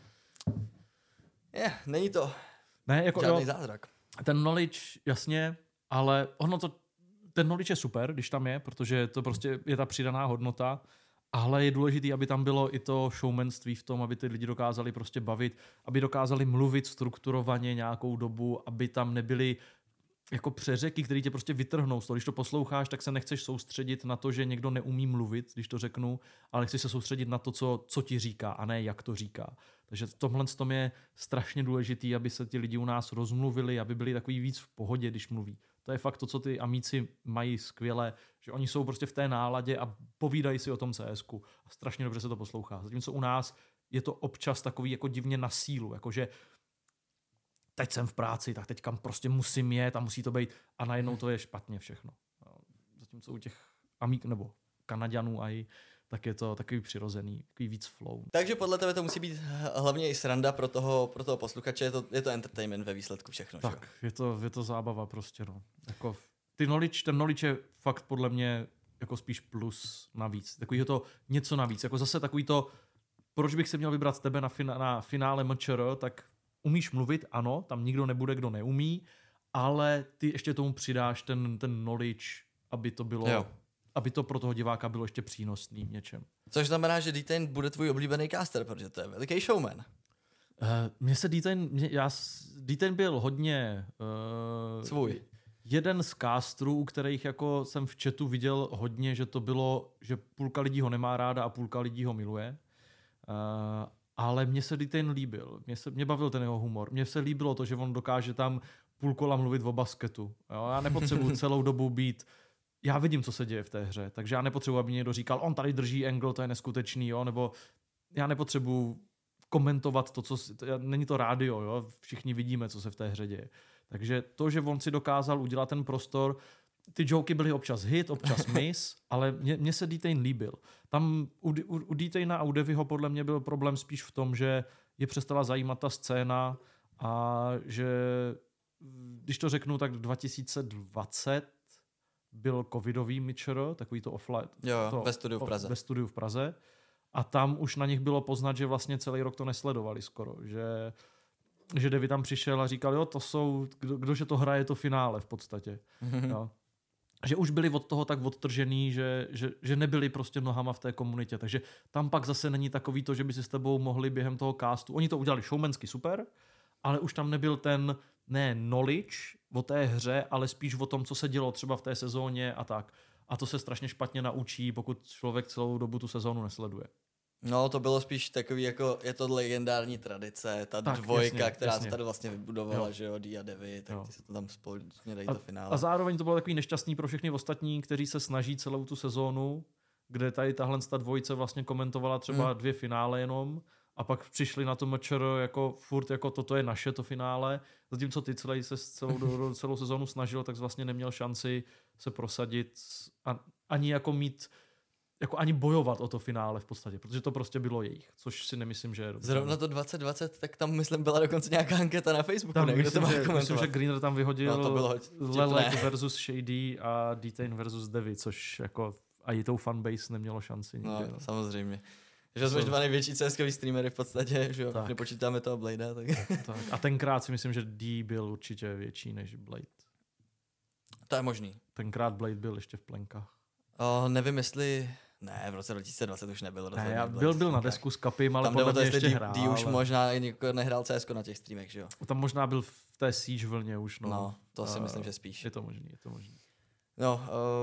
není to žádný zázrak. Ten knowledge, jasně, ale ten knowledge je super, když tam je, protože to prostě je ta přidaná hodnota, ale je důležité, aby tam bylo i to showmanství v tom, aby ty lidi dokázali prostě bavit, aby dokázali mluvit strukturovaně nějakou dobu, aby tam nebyly jako přeřeky, které tě prostě vytrhnou z toho. Když to posloucháš, tak se nechceš soustředit na to, že někdo neumí mluvit, když to řeknu, ale chceš se soustředit na to, co ti říká, a ne jak to říká. Takže v tomhle tom je strašně důležitý, aby se ti lidi u nás rozmluvili, aby byli takový víc v pohodě, když mluví. To je fakt to, co ty amíci mají skvěle, že oni jsou prostě v té náladě a povídají si o tom CSku. A strašně dobře se to poslouchá. Zatímco u nás je to občas takový jako divně na sílu, jakože teď jsem v práci, tak teď kam prostě musím jet a musí to být a najednou to je špatně všechno. Zatímco u těch amík nebo Kanaďanů tak je to takový přirozený, takový víc flow. Takže podle tebe to musí být hlavně i sranda pro toho posluchače, je to entertainment ve výsledku všechno. Tak, je to zábava prostě, no. Jako ten knowledge je fakt podle mě jako spíš plus navíc. Takový to něco navíc. Jako zase takový to, proč bych se měl vybrat tebe na finále MČR, tak umíš mluvit, ano, tam nikdo nebude, kdo neumí, ale ty ještě tomu přidáš ten knowledge, aby to bylo... Jo. Aby to pro toho diváka bylo ještě přínosný v něčem. Což znamená, že D-Ten bude tvůj oblíbený caster, protože to je veliký showman. Mně se D-Ten byl hodně... svůj. jeden z castrů, u kterých jako jsem v chatu viděl hodně, že to bylo, že půlka lidí ho nemá ráda a půlka lidí ho miluje. Ale mně se Detain líbil. Mě bavil ten jeho humor. Mně se líbilo to, že on dokáže tam půl kola mluvit o basketu. Jo? Já nepotřebuji celou dobu být... Já vidím, co se děje v té hře, takže já nepotřebuji, aby někdo říkal, on tady drží angle, to je neskutečný, jo? Nebo já nepotřebuji komentovat to, není to rádio, jo? Všichni vidíme, co se v té hře děje. Takže to, že on si dokázal udělat ten prostor, ty joky byly občas hit, občas miss, ale mně se Detain líbil. Tam u Detaina a u Devyho podle mě byl problém spíš v tom, že je přestala zajímat ta scéna a že, když to řeknu, tak 2020 byl covidový Mitchell, takový to offline. Jo, ve studiu v Praze. Ve studiu v Praze. A tam už na nich bylo poznat, že vlastně celý rok to nesledovali skoro. Že Devy tam přišel a říkal, jo, to jsou, kdože to hraje, to finále v podstatě. Jo. Že už byli od toho tak odtržený, že nebyli prostě nohama v té komunitě. Takže tam pak zase není takový to, že by si s tebou mohli během toho castu. Oni to udělali showmansky super, ale už tam nebyl ten knowledge o té hře, ale spíš o tom, co se dělo třeba v té sezóně a tak. A to se strašně špatně naučí, pokud člověk celou dobu tu sezónu nesleduje. No, to bylo spíš takový, jako je to legendární tradice, ta tak, dvojka, jasně, která se tady vlastně vybudovala, že jo, D a Devy, tak ty se to tam společně dají do finále. A zároveň to bylo takový nešťastný pro všechny ostatní, kteří se snaží celou tu sezónu, kde tady tahle dvojice vlastně komentovala třeba 2 finále jenom a pak přišli na to mečer jako furt jako toto je naše to finále, zatímco ty se celou sezónu snažil, tak vlastně neměl šanci se prosadit a ani jako mít jako ani bojovat o to finále v podstatě, protože to prostě bylo jejich, což si nemyslím, že je dobře. Zrovna to 2020, tak tam myslím byla dokonce nějaká anketa na Facebooku. Tam myslím, že Greener tam vyhodil Lelek versus Shady a Detain versus Devy, což jako i tou fanbase nemělo šanci. No, samozřejmě. Že jsme 2 největší CSkový streamery v podstatě, že jo, nepočítáme toho Bladea. Tak. A tenkrát si myslím, že D byl určitě větší než Blade. To je možný. Tenkrát Blade byl ještě v plenkách. Nevím, jestli... Ne, v roce 2020 už nebyl. Ne, byl na desku s Kapim, ale podle mě ještě hrál. D už možná nehrál CSko na těch streamech, že jo? Tam možná byl v té Siege vlně už. No, to si myslím, že spíš. Je to možný. No,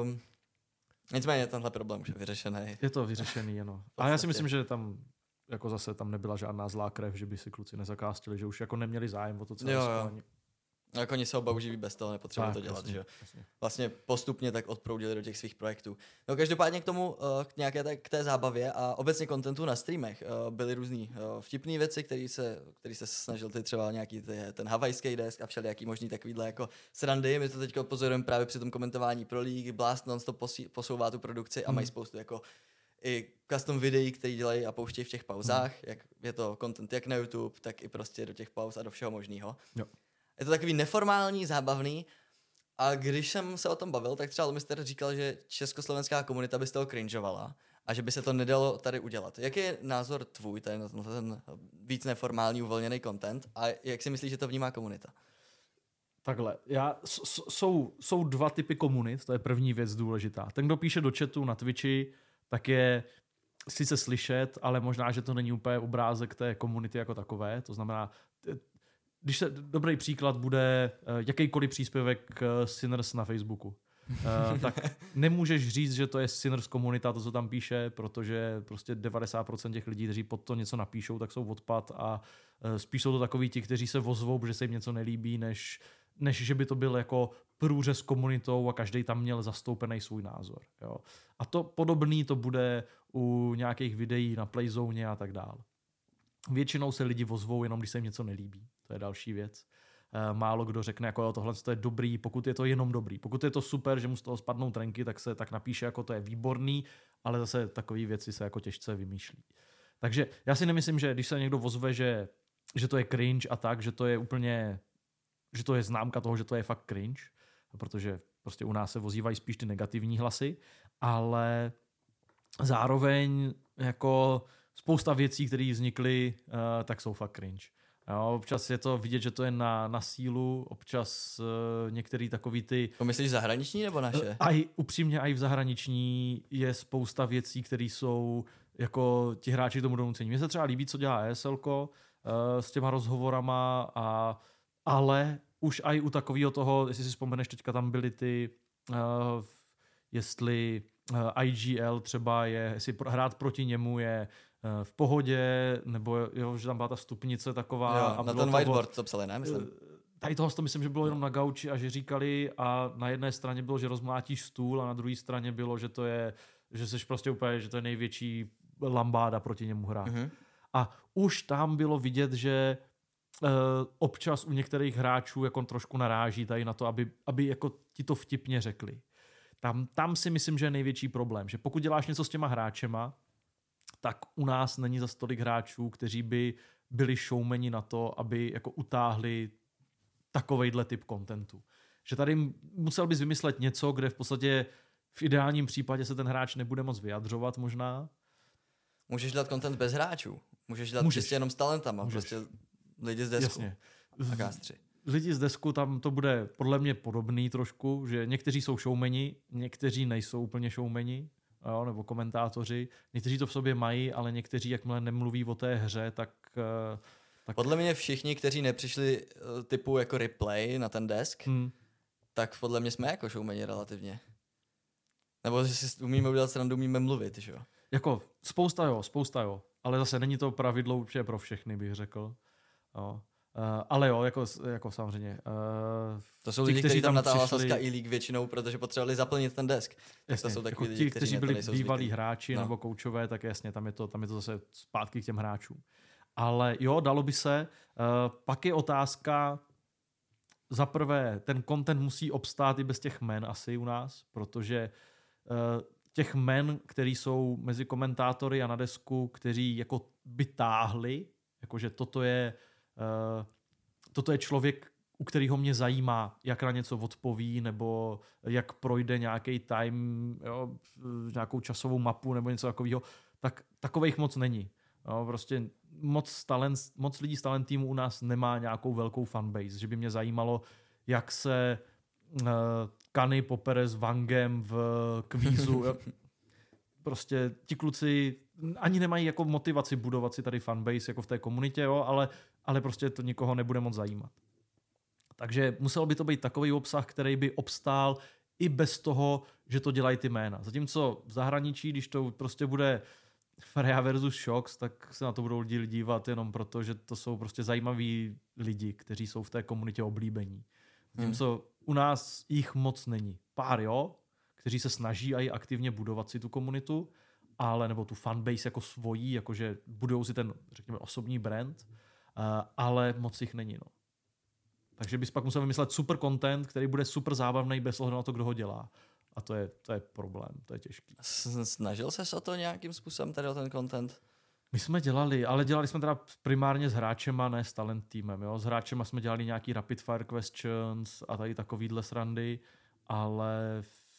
nicméně tenhle problém už je vyřešený. Je to vyřešený, ano. Ale já si myslím, že tam jako zase tam nebyla žádná zlá krev, že by si kluci nezakástili, že už jako neměli zájem o to CSko. Jo. Jako oni se oba uživí bez toho, nepotřebují to dělat, že jo. Vlastně postupně tak odproudili do těch svých projektů. No každopádně k tomu, k té zábavě a obecně kontentu na streamech byly různý vtipný věci, který se snažil ty třeba nějaký ten havajský desk a všelijaký možný takovýhle jako srandy. My to teď pozorujeme právě při tom komentování pro League, Blast non-stop posouvá tu produkci a mají spoustu jako i custom videí, který dělají a pouštějí v těch pauzách, jak je to content jak na YouTube, tak i prostě do těch pauz a do všeho možného. Je to takový neformální, zábavný a když jsem se o tom bavil, tak třeba Lumister říkal, že československá komunita by z toho cringeovala a že by se to nedalo tady udělat. Jaký je názor tvůj, ten víc neformální, uvolněný content a jak si myslíš, že to vnímá komunita? Takhle, jsou 2 typy komunit, to je první věc důležitá. Ten, kdo píše do chatu na Twitchi, tak je sice slyšet, ale možná, že to není úplně obrázek té komunity jako takové, to znamená... Dobrý příklad bude jakýkoliv příspěvek Sinners na Facebooku. Tak nemůžeš říct, že to je Sinners komunita, to, co tam píše, protože prostě 90% těch lidí, kteří pod to něco napíšou, tak jsou odpad a spíš jsou to takoví ti, kteří se ozvou, že se jim něco nelíbí, než že by to byl jako průřez komunitou a každý tam měl zastoupený svůj názor. Jo. A to podobný to bude u nějakých videí na Playzone a tak dál. Většinou se lidi ozvou jenom, když se jim něco nelíbí. To je další věc. Málo kdo řekne, jako tohle to je dobrý, pokud je to jenom dobrý. Pokud je to super, že mu z toho spadnou trenky, tak se tak napíše, jako to je výborný, ale zase takové věci se jako těžce vymýšlí. Takže já si nemyslím, že když se někdo ozve, že to je cringe a tak, že to je úplně, že to je známka toho, že to je fakt cringe, protože prostě u nás se ozývají spíš ty negativní hlasy, ale zároveň jako spousta věcí, které vznikly, tak jsou fakt cringe. Jo, občas je to vidět, že to je na sílu, občas některý takový ty... To myslíš zahraniční nebo naše? Upřímně i v zahraniční je spousta věcí, které jsou jako ti hráči tomu donucení. Mně se třeba líbí, co dělá ESLko s těma rozhovorama, ale už aj u takového toho, jestli si vzpomeneš, teďka tam byly ty, jestli IGL třeba je, jestli hrát proti němu je v pohodě, nebo jo, že tam byla ta stupnice taková. Jo, a na ten whiteboard to psali, ne? Myslím. Tady toho to myslím, že bylo jenom na gauči a že říkali a na jedné straně bylo, že rozmlátíš stůl a na druhé straně bylo, že to je, že jsi prostě úplně, že to je největší lambáda proti němu hrát. Mm-hmm. A už tam bylo vidět, že občas u některých hráčů jako trošku naráží tady na to, aby jako ti to vtipně řekli. Tam si myslím, že je největší problém, že pokud děláš něco s těma hráčema, tak u nás není za tolik hráčů, kteří by byli showmeni na to, aby jako utáhli takovejhle typ kontentu. Že tady musel bys vymyslet něco, kde v podstatě v ideálním případě se ten hráč nebude moc vyjadřovat možná. Můžeš dělat content bez hráčů. Můžeš dělat čistě jenom s talentama. Prostě lidi z desku. Jasně. A kástři. Lidi z desku, tam to bude podle mě podobný trošku, že někteří jsou showmeni, někteří nejsou úplně showmeni, jo, nebo komentátoři. Někteří to v sobě mají, ale někteří, jakmile nemluví o té hře, tak... Podle mě všichni, kteří nepřišli typu jako replay na ten desk, tak podle mě jsme jako showmeni relativně. Nebo že si umíme udělat srandu, umíme mluvit, že jo? Jako spousta jo. Ale zase není to pravidlo určitě pro všechny, bych řekl. Jo. Ale jo, jako samozřejmě. To jsou lidi, kteří tam natáhla Sazka e-league většinou, protože potřebovali zaplnit ten desk. Jasně, to jsou takový jako lidi, kteří byli bývalí hráči nebo koučové, tak jasně, tam je to zase zpátky k těm hráčům. Ale jo, dalo by se. Pak je otázka, za prvé, ten content musí obstát i bez těch jmen asi u nás, protože těch jmen, který jsou mezi komentátory a na desku, kteří jako by táhli, jakože toto je člověk, u kterého mě zajímá, jak na něco odpoví, nebo jak projde nějaký time, jo, nějakou časovou mapu nebo něco takového, tak takovejch moc není. Jo, prostě moc lidí z talent týmu u nás nemá nějakou velkou fanbase, že by mě zajímalo, jak se Kany popere s Wangem v kvízu. Prostě ti kluci ani nemají jako motivaci budovat si tady fanbase jako v té komunitě, jo, ale prostě to nikoho nebude moc zajímat. Takže musel by to být takový obsah, který by obstál i bez toho, že to dělají ty jména. Zatímco v zahraničí, když to prostě bude Freya versus Shox, tak se na to budou lidi dívat jenom proto, že to jsou prostě zajímaví lidi, kteří jsou v té komunitě oblíbení. Zatímco u nás jich moc není. Pár jo, kteří se snaží i aktivně budovat si tu komunitu, ale nebo tu fanbase jako svojí, jakože budou si ten, řekněme, osobní brand, ale moc jich není. No. Takže bys pak musel vymyslet super content, který bude super zábavný bez ohledu na to, kdo ho dělá. A to je problém, to je těžký. Snažil ses o to nějakým způsobem, tady o ten content? My jsme dělali, ale dělali jsme teda primárně s hráčema, ne s talent týmem. Jo? S hráčema jsme dělali nějaký rapid fire questions a tady takovýhle srandy, ale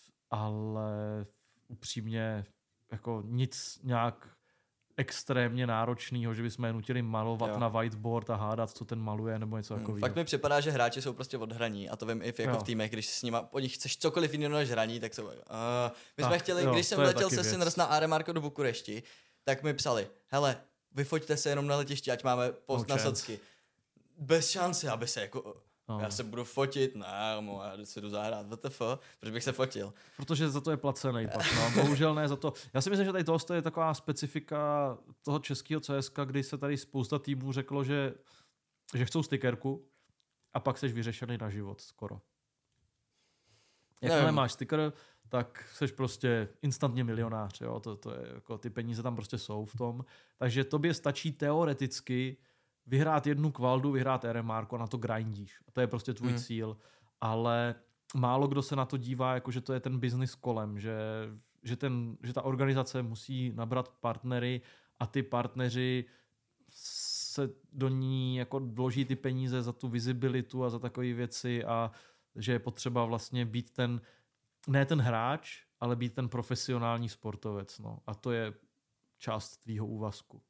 upřímně jako nic nějak extrémně náročného, že bychom je nutili malovat na whiteboard a hádat, co ten maluje, nebo něco takového. Fakt mi připadá, že hráči jsou prostě odhraní a to vím i v týmech, když s nima po nich chceš cokoliv jiného než hraní, tak jsou... my jsme chtěli, když jsem letěl se Sinners na AR Marko do Bukurešti, tak mi psali, hele, vyfoťte se jenom na letišti, ať máme post na socky. Bez šance, aby se jako... Já se budu fotit, já si jdu zahrát, WTF, proč bych se fotil? Protože za to je placený pak, no. Bohužel ne za to. Já si myslím, že tady tohle je taková specifika toho českého CSka, kdy se tady spousta týmů řeklo, že chcou stickerku a pak seš vyřešený na život skoro. Jakmile máš sticker, tak seš prostě instantně milionář, jo? To je jako, ty peníze tam prostě jsou v tom. Takže tobě stačí teoreticky vyhrát jednu kvaldu, vyhrát RMR, a na to grindíš. A to je prostě tvůj cíl. Ale málo kdo se na to dívá, jako že to je ten business kolem, že ta organizace musí nabrat partnery a ty partneři se do ní jako vloží ty peníze za tu visibilitu a za takové věci a že je potřeba vlastně být ne ten hráč, ale být ten profesionální sportovec. No. A to je část tvýho úvazku.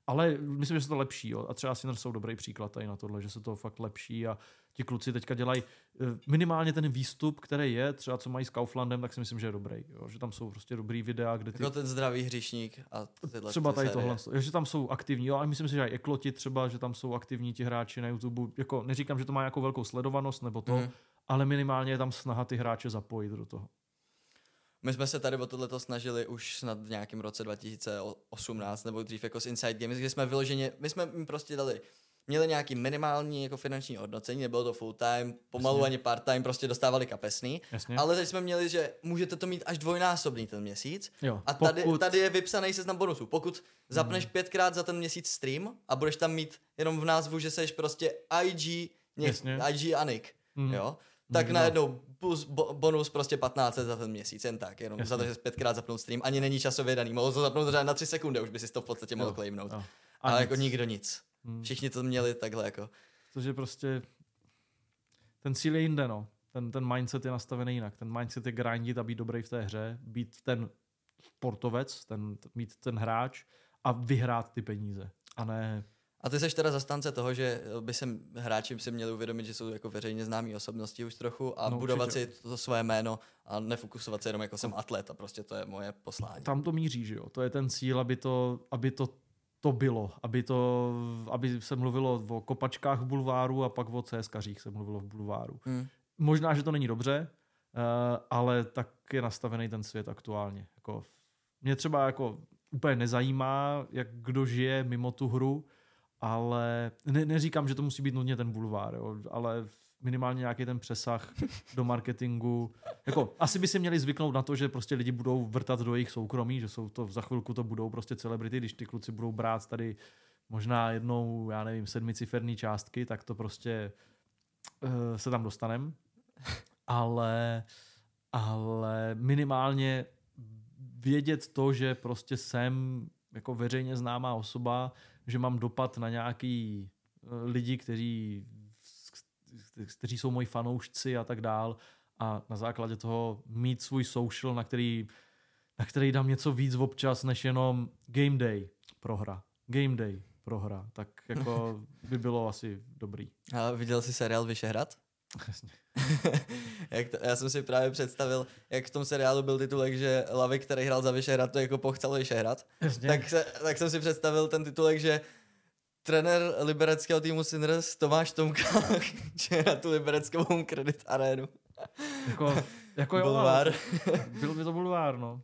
ale myslím, že se to lepší. Jo. A třeba Sinners jsou dobrý příklad tady na tohle, že se to fakt lepší a ti kluci teďka dělají minimálně ten výstup, který je, třeba co mají s Kauflandem, tak si myslím, že je dobrý. Jo. Že tam jsou prostě dobrý videa, kde ty... Jako ten zdravý hříšník a tyhle třeba tady série. tohle, že tam jsou aktivní, jo, a myslím si, že i Ekloti třeba, že tam jsou aktivní ti hráči na YouTube. Jako neříkám, že to má nějakou velkou sledovanost nebo to, ale minimálně je tam snaha ty hráče zapojit do toho. My jsme se tady o tohleto snažili už snad v nějakém roce 2018 nebo dřív jako s Inside Games, kde jsme vyloženě, my jsme jim prostě měli nějaký minimální jako finanční hodnocení, nebylo to full time, pomalu ani part time, prostě dostávali kapesný, ale teď jsme měli, že můžete to mít až dvojnásobný ten měsíc jo, a tady je vypsaný seznam bonusů. Pokud zapneš 5krát za ten měsíc stream a budeš tam mít jenom v názvu, že seš prostě IG Anik, jo, tak najednou bonus prostě 15 za ten měsíc, jen tak, jenom za to, že jsi 5krát zapnul stream, ani není časově daný, mohl to zapnout třeba na 3 sekundy, už by si to v podstatě mohl claimnout. Ale jako nikdo nic. Všichni to měli takhle jako. Protože prostě ten cíl je jinde, no. Ten mindset je nastavený jinak. Ten mindset je grindit a být dobrý v té hře, být ten sportovec, mít ten hráč a vyhrát ty peníze. A ne... A ty seš teda zastánce toho, že by se hráči si měli uvědomit, že jsou jako veřejně známí osobnosti už trochu a budovat určitě si to svoje jméno a nefokusovat se jenom jako jsem atlet a prostě to je moje poslání. Tam to míří, že jo. To je ten cíl, aby to bylo, aby se mluvilo o kopačkách v bulváru a pak o CSkařích se mluvilo v bulváru. Možná, že to není dobře, ale tak je nastavený ten svět aktuálně. Jako, mě třeba jako úplně nezajímá, jak kdo žije mimo tu hru, ale neříkám, že to musí být nutně ten bulvár, jo, ale minimálně nějaký ten přesah do marketingu. Jako, asi by si měli zvyknout na to, že prostě lidi budou vrtat do jejich soukromí, že jsou to za chvilku to budou prostě celebrity, když ty kluci budou brát tady možná jednou, já nevím, 7ciferný částky, tak to prostě se tam dostanem. Ale minimálně vědět to, že prostě jsem jako veřejně známá osoba, že mám dopad na nějaký lidi, kteří jsou moji fanoušci a tak dál a na základě toho mít svůj social, na který dám něco víc občas, než jenom game day prohra, tak jako by bylo asi dobrý. A viděl jsi seriál Vyšehrad? Jasně. Já jsem si právě představil, jak v tom seriálu byl titulek, že Lavik, který hrál za Vyšehrad, to jako pochcel Vyšehrad. Tak jsem si představil ten titulek, že trenér libereckého týmu Sinners Tomáš Tomka že na tu libereckou Home Credit arénu. Jako bulvár. Byl by to bulvár, no.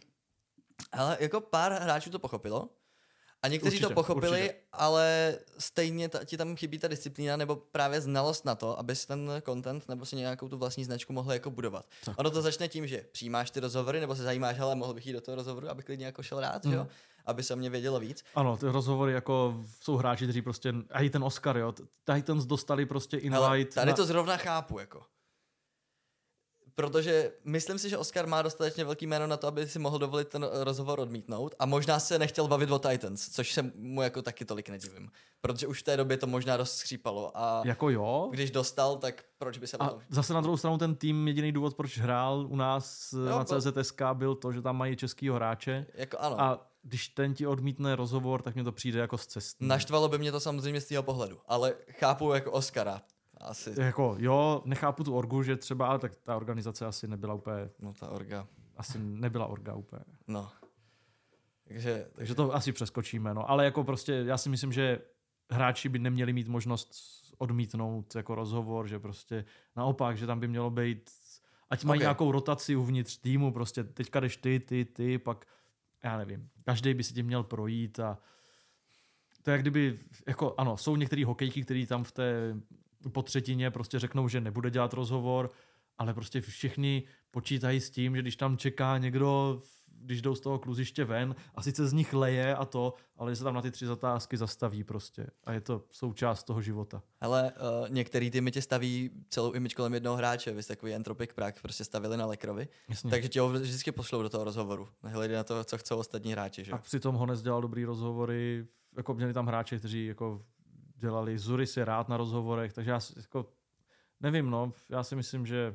Ale jako pár hráčů to pochopilo. A někteří to pochopili, ale stejně ti tam chybí ta disciplína nebo právě znalost na to, abys ten content nebo si nějakou tu vlastní značku mohl jako budovat. Tak. Ono to začne tím, že přijímáš ty rozhovory nebo se zajímáš, hele, mohl bych jít do toho rozhovoru, abych klidně jako šel rád, jo? Aby se o mě vědělo víc. Ano, ty rozhovory jako jsou hráči, kteří prostě, a i ten Oscar, jo, Titans dostali prostě invite. Hele, tady to zrovna chápu, jako. Protože myslím si, že Oscar má dostatečně velký jméno na to, aby si mohl dovolit ten rozhovor odmítnout a možná se nechtěl bavit o Titans, což se mu jako taky tolik nedivím. Protože už v té době to možná dost skřípalo a jako jo. Když dostal, tak proč by se a zase na druhou stranu ten tým, jediný důvod, proč hrál u nás na CZSK byl to, že tam mají českýho hráče. Jako ano. A když ten ti odmítne rozhovor, tak mi to přijde jako z cesty. Naštvalo by mě to samozřejmě z tého pohledu, ale chápu jako Oscara. Asi. Jako jo, nechápu tu orgu, že třeba, ale tak ta organizace asi nebyla úplně... No ta orga. Asi nebyla orga úplně. No. Takže to asi přeskočíme, no. Ale jako prostě já si myslím, že hráči by neměli mít možnost odmítnout jako rozhovor, že prostě naopak, že tam by mělo být, ať mají nějakou rotaci uvnitř týmu, prostě teďka jdeš ty, pak já nevím, každý by si tím měl projít a to je jak kdyby, jako ano, jsou některý hokejky, který tam v té po třetině prostě řeknou, že nebude dělat rozhovor, ale prostě všichni počítají s tím, že když tam čeká někdo, když jdou z toho kluziště ven a sice z nich leje a to, ale že se tam na ty 3 otázky zastaví prostě a je to součást toho života. Ale některý týmy tě staví celou image kolem jednoho hráče, vy jste takový Entropic Prague prostě stavili na Lekrovi, takže tě ho vždycky pošlou do toho rozhovoru, nehledě na to, co chcou ostatní hráči. Že? A přitom Honec dělal dobrý rozhovory, jako měli tam hráče, kteří jako dělali, Zuris je rád na rozhovorech, takže já jako nevím, no, já si myslím, že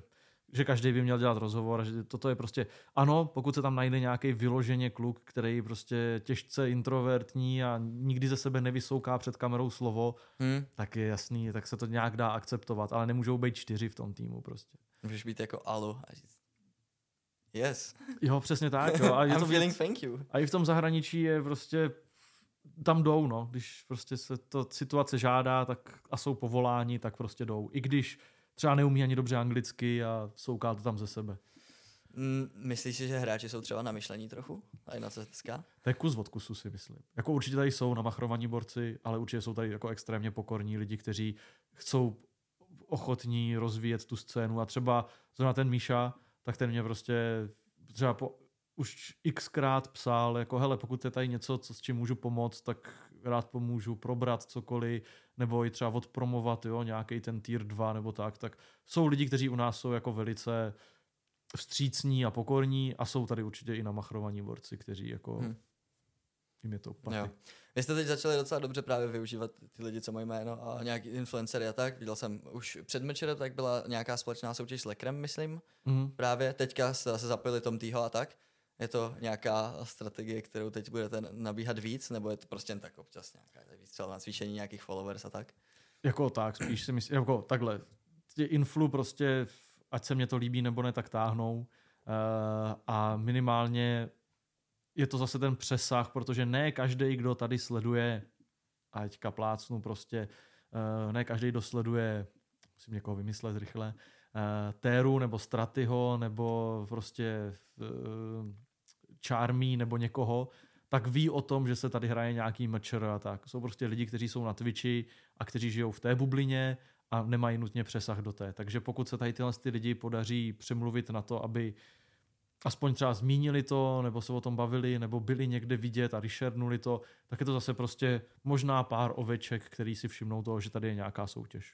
že každý by měl dělat rozhovor, že toto je prostě, ano, pokud se tam najde nějaký vyloženě kluk, který prostě těžce introvertní a nikdy ze sebe nevysouká před kamerou slovo, tak je jasný, tak se to nějak dá akceptovat, ale nemůžou být 4 v tom týmu prostě. Můžeš být jako Alu a říct yes. Jo, přesně tak. Jo. A je I'm to feeling thank you. A i v tom zahraničí je prostě tam jdou, no. Když prostě se to situace žádá tak a jsou povoláni, tak prostě jdou. I když třeba neumí ani dobře anglicky a souká to tam ze sebe. Myslíš si, že hráči jsou třeba na myšlení trochu? A i na CSK? To je kus od kusu, si myslím. Jako určitě tady jsou namachrovaní borci, ale určitě jsou tady jako extrémně pokorní lidi, kteří chcou ochotní rozvíjet tu scénu. A třeba zrovna ten Míša, tak ten mě prostě třeba už xkrát psal, jako hele, pokud je tady něco, s čím můžu pomoct, tak rád pomůžu probrat cokoliv, nebo i třeba odpromovat, jo, nějaký ten tier 2 nebo tak jsou lidi, kteří u nás jsou jako velice vstřícní a pokorní a jsou tady určitě i namachrovaní borci, kteří jako jim je to party. Vy jste teď začali docela dobře právě využívat ty lidi, co mají jméno a nějaký influencery a tak. Viděl jsem už před Mečerem, tak byla nějaká společná soutěž s Lekrem, myslím. Právě teďka se zase zapojili Tom Týho a tak. Je to nějaká strategie, kterou teď budete nabíhat víc, nebo je to prostě jen tak občas nějaká výstřel na zvýšení nějakých followers a tak? Jako tak, spíš si myslím, jako takhle. Ty influ prostě, ať se mě to líbí nebo ne, tak táhnou. A minimálně je to zase ten přesah, protože ne každý, kdo tady sleduje, a teďka plácnu prostě, ne každý, kdo sleduje, musím někoho vymyslet rychle, Téru nebo Stratyho nebo prostě Charmy nebo někoho, tak ví o tom, že se tady hraje nějaký mečer a tak. Jsou prostě lidi, kteří jsou na Twitchi a kteří žijou v té bublině a nemají nutně přesah do té. Takže pokud se tady tyhle lidi podaří přemluvit na to, aby aspoň třeba zmínili to, nebo se o tom bavili, nebo byli někde vidět a rešernuli to, tak je to zase prostě možná pár oveček, který si všimnou toho, že tady je nějaká soutěž.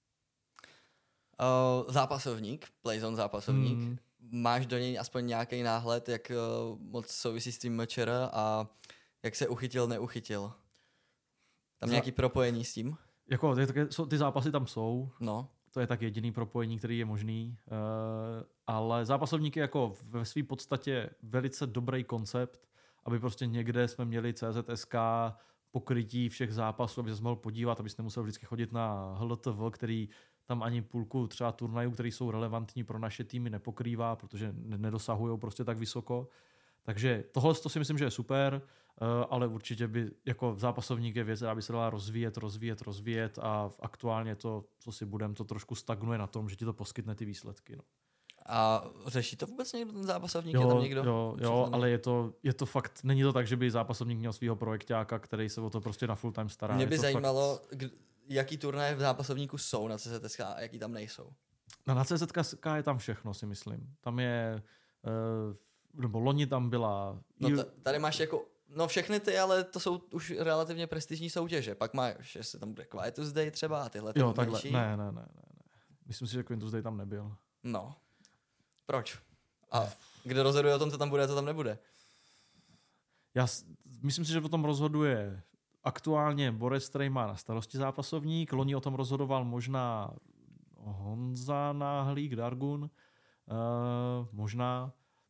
Zápasovník, Playzone zápasovník. Máš do něj aspoň nějaký náhled, jak moc souvisí s tím mečer a jak se uchytil, neuchytil? Tam nějaký propojení s tím? Jako, ty zápasy tam jsou. No. To je tak jediný propojení, který je možný. Ale zápasovník je jako ve své podstatě velice dobrý koncept, aby prostě někde jsme měli CZSK pokrytí všech zápasů, aby se mohl podívat, aby nemusel vždycky chodit na HLTV, který tam ani půlku třeba turnajů, které jsou relevantní pro naše týmy, nepokrývá, protože nedosahují prostě tak vysoko. Takže tohle to si myslím, že je super, ale určitě by jako zápasovník je věc, aby se dala rozvíjet a aktuálně to, co si budem, to trošku stagnuje na tom, že ti to poskytne ty výsledky. No. A řeší to vůbec někdo ten zápasovník? Je tam někdo? Jo, ale je to fakt, není to tak, že by zápasovník měl svého projekťáka, který se o to prostě na full time stará. Mě by zajímalo, jaký turnaje v zápasovníku jsou na CZSK a jaký tam nejsou. Na CZSK je tam všechno, si myslím. Tam je, nebo loni tam byla... No tady máš jako, no všechny ty, ale to jsou už relativně prestižní soutěže. Pak máš, jestli tam bude Quiet Tuesday třeba a tyhle. Jo, takhle, ne. Myslím si, že Quiet Tuesday tam nebyl. No. Proč? A kdo rozhoduje o tom, co tam bude a co tam nebude? Já myslím si, že o tom rozhoduje aktuálně Boris, který má na starosti zápasovník. Loni o tom rozhodoval možná Honza Náhlík, Dargun. Možná.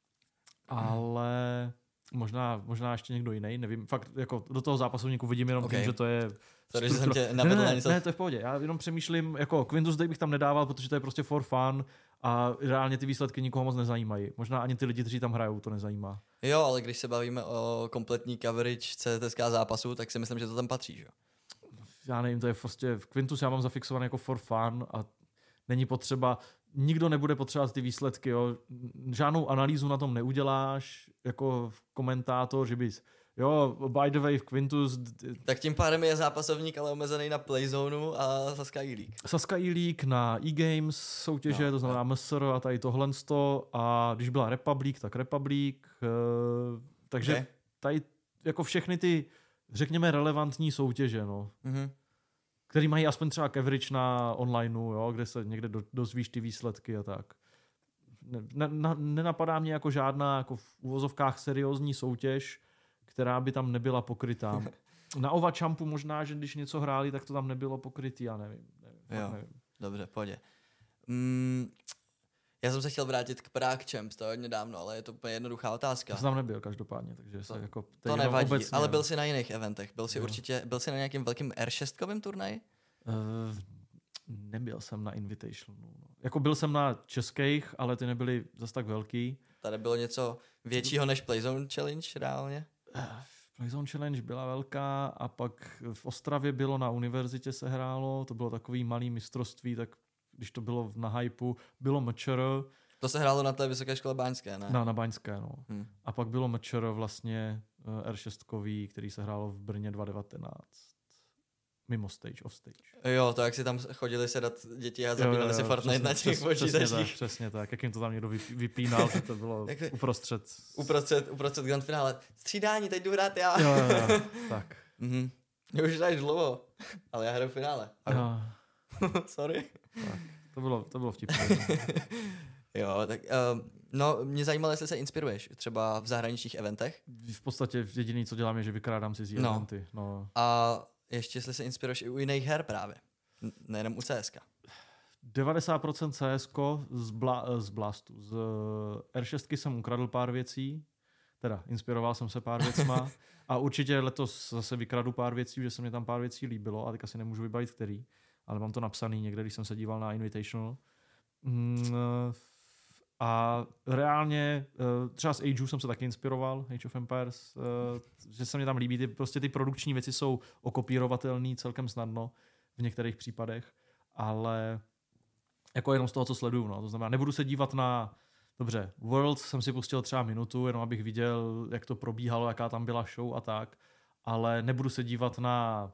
Ale možná ještě někdo jiný, nevím. Fakt jako do toho zápasovníku vidím jenom tím, že to je... Sorry, že jsem tě navedl na něco. Ne, to je v pohodě. Já jenom přemýšlím, jako Quintus Day bych tam nedával, protože to je prostě for fun a reálně ty výsledky nikoho moc nezajímají. Možná ani ty lidi, kteří tam hrajou, to nezajímá. Jo, ale když se bavíme o kompletní coverage CZSK zápasu, tak si myslím, že to tam patří, že? Já nevím, to je prostě Quintus já mám zafixovaný jako for fun a není potřeba, nikdo nebude potřebovat ty výsledky, jo. Žádnou analýzu na tom neuděláš, jako komentátor, že bys, jo, by the way, v Quintus... Tak tím pádem je zápasovník, ale omezený na Playzonu a Saska E-League. Saska E-League na e-games soutěže, to znamená MSR a tady tohle a když byla Republic, tak Republic, takže tady jako všechny ty, řekněme, relevantní soutěže, no. Který mají aspoň třeba coverage na onlineu, jo, kde se někde dozvíš ty výsledky a tak. Nenapadá mě jako žádná jako v uvozovkách seriózní soutěž, která by tam nebyla pokrytá. Na Ovachampu možná, že když něco hráli, tak to tam nebylo pokrytý, já nevím. Dobře, pojď. Já jsem se chtěl vrátit k Prague Champs, to je hodně dávno, ale je to úplně jednoduchá otázka. To jsem tam nebyl každopádně, takže se jako... To nevadí, obecně, ale byl jsi na jiných eventech. Byl jsi na nějakém velkým R6kovém turnaji? Nebyl jsem na Invitational. No. Jako byl jsem na českých, ale ty nebyly zas tak velký. Tady bylo něco většího než Playzone Challenge reálně? Playzone Challenge byla velká a pak v Ostravě bylo na univerzitě se hrálo, to bylo takový malý mistrovství, tak když to bylo na hypeu, bylo MČR. To se hrálo na té vysoké škole báňské, ne? Na Báňské, no. A pak bylo MČR vlastně R6kový, který se hrálo v Brně 2019. Mimo stage, off stage. Jo, to jak si tam chodili sedat děti a zapínali si Fortnite na těch počítačích. Přesně tak, jak jim to tam někdo vypínal, že to bylo uprostřed Grand finále. Střídání, teď jdu hrát já. Jo, tak. Mě už hraješ dlouho, ale já hraju v finále. Sorry. Tak, to bylo vtipné. Jo, tak no, mě zajímalo, jestli se inspiruješ třeba v zahraničních eventech. V podstatě jediný, co dělám, je, že vykrádám cizí eventy. No. A ještě jestli se inspiruješ i u jiných her právě. Nejenom u CSK. 90% CSko z Blastu. Z R6 jsem ukradl pár věcí, teda inspiroval jsem se pár věcma a určitě letos zase vykradu pár věcí, že se mi tam pár věcí líbilo a teď asi nemůžu vybavit který, ale mám to napsaný někde, když jsem se díval na Invitational. A reálně třeba z Ageu jsem se taky inspiroval, Age of Empires, že se mi tam líbí, ty produkční věci jsou okopírovatelné celkem snadno v některých případech, ale jako jenom z toho, co sleduju. No. To znamená, nebudu se dívat na, dobře, Worlds jsem si pustil třeba minutu, jenom abych viděl, jak to probíhalo, jaká tam byla show a tak, ale nebudu se dívat na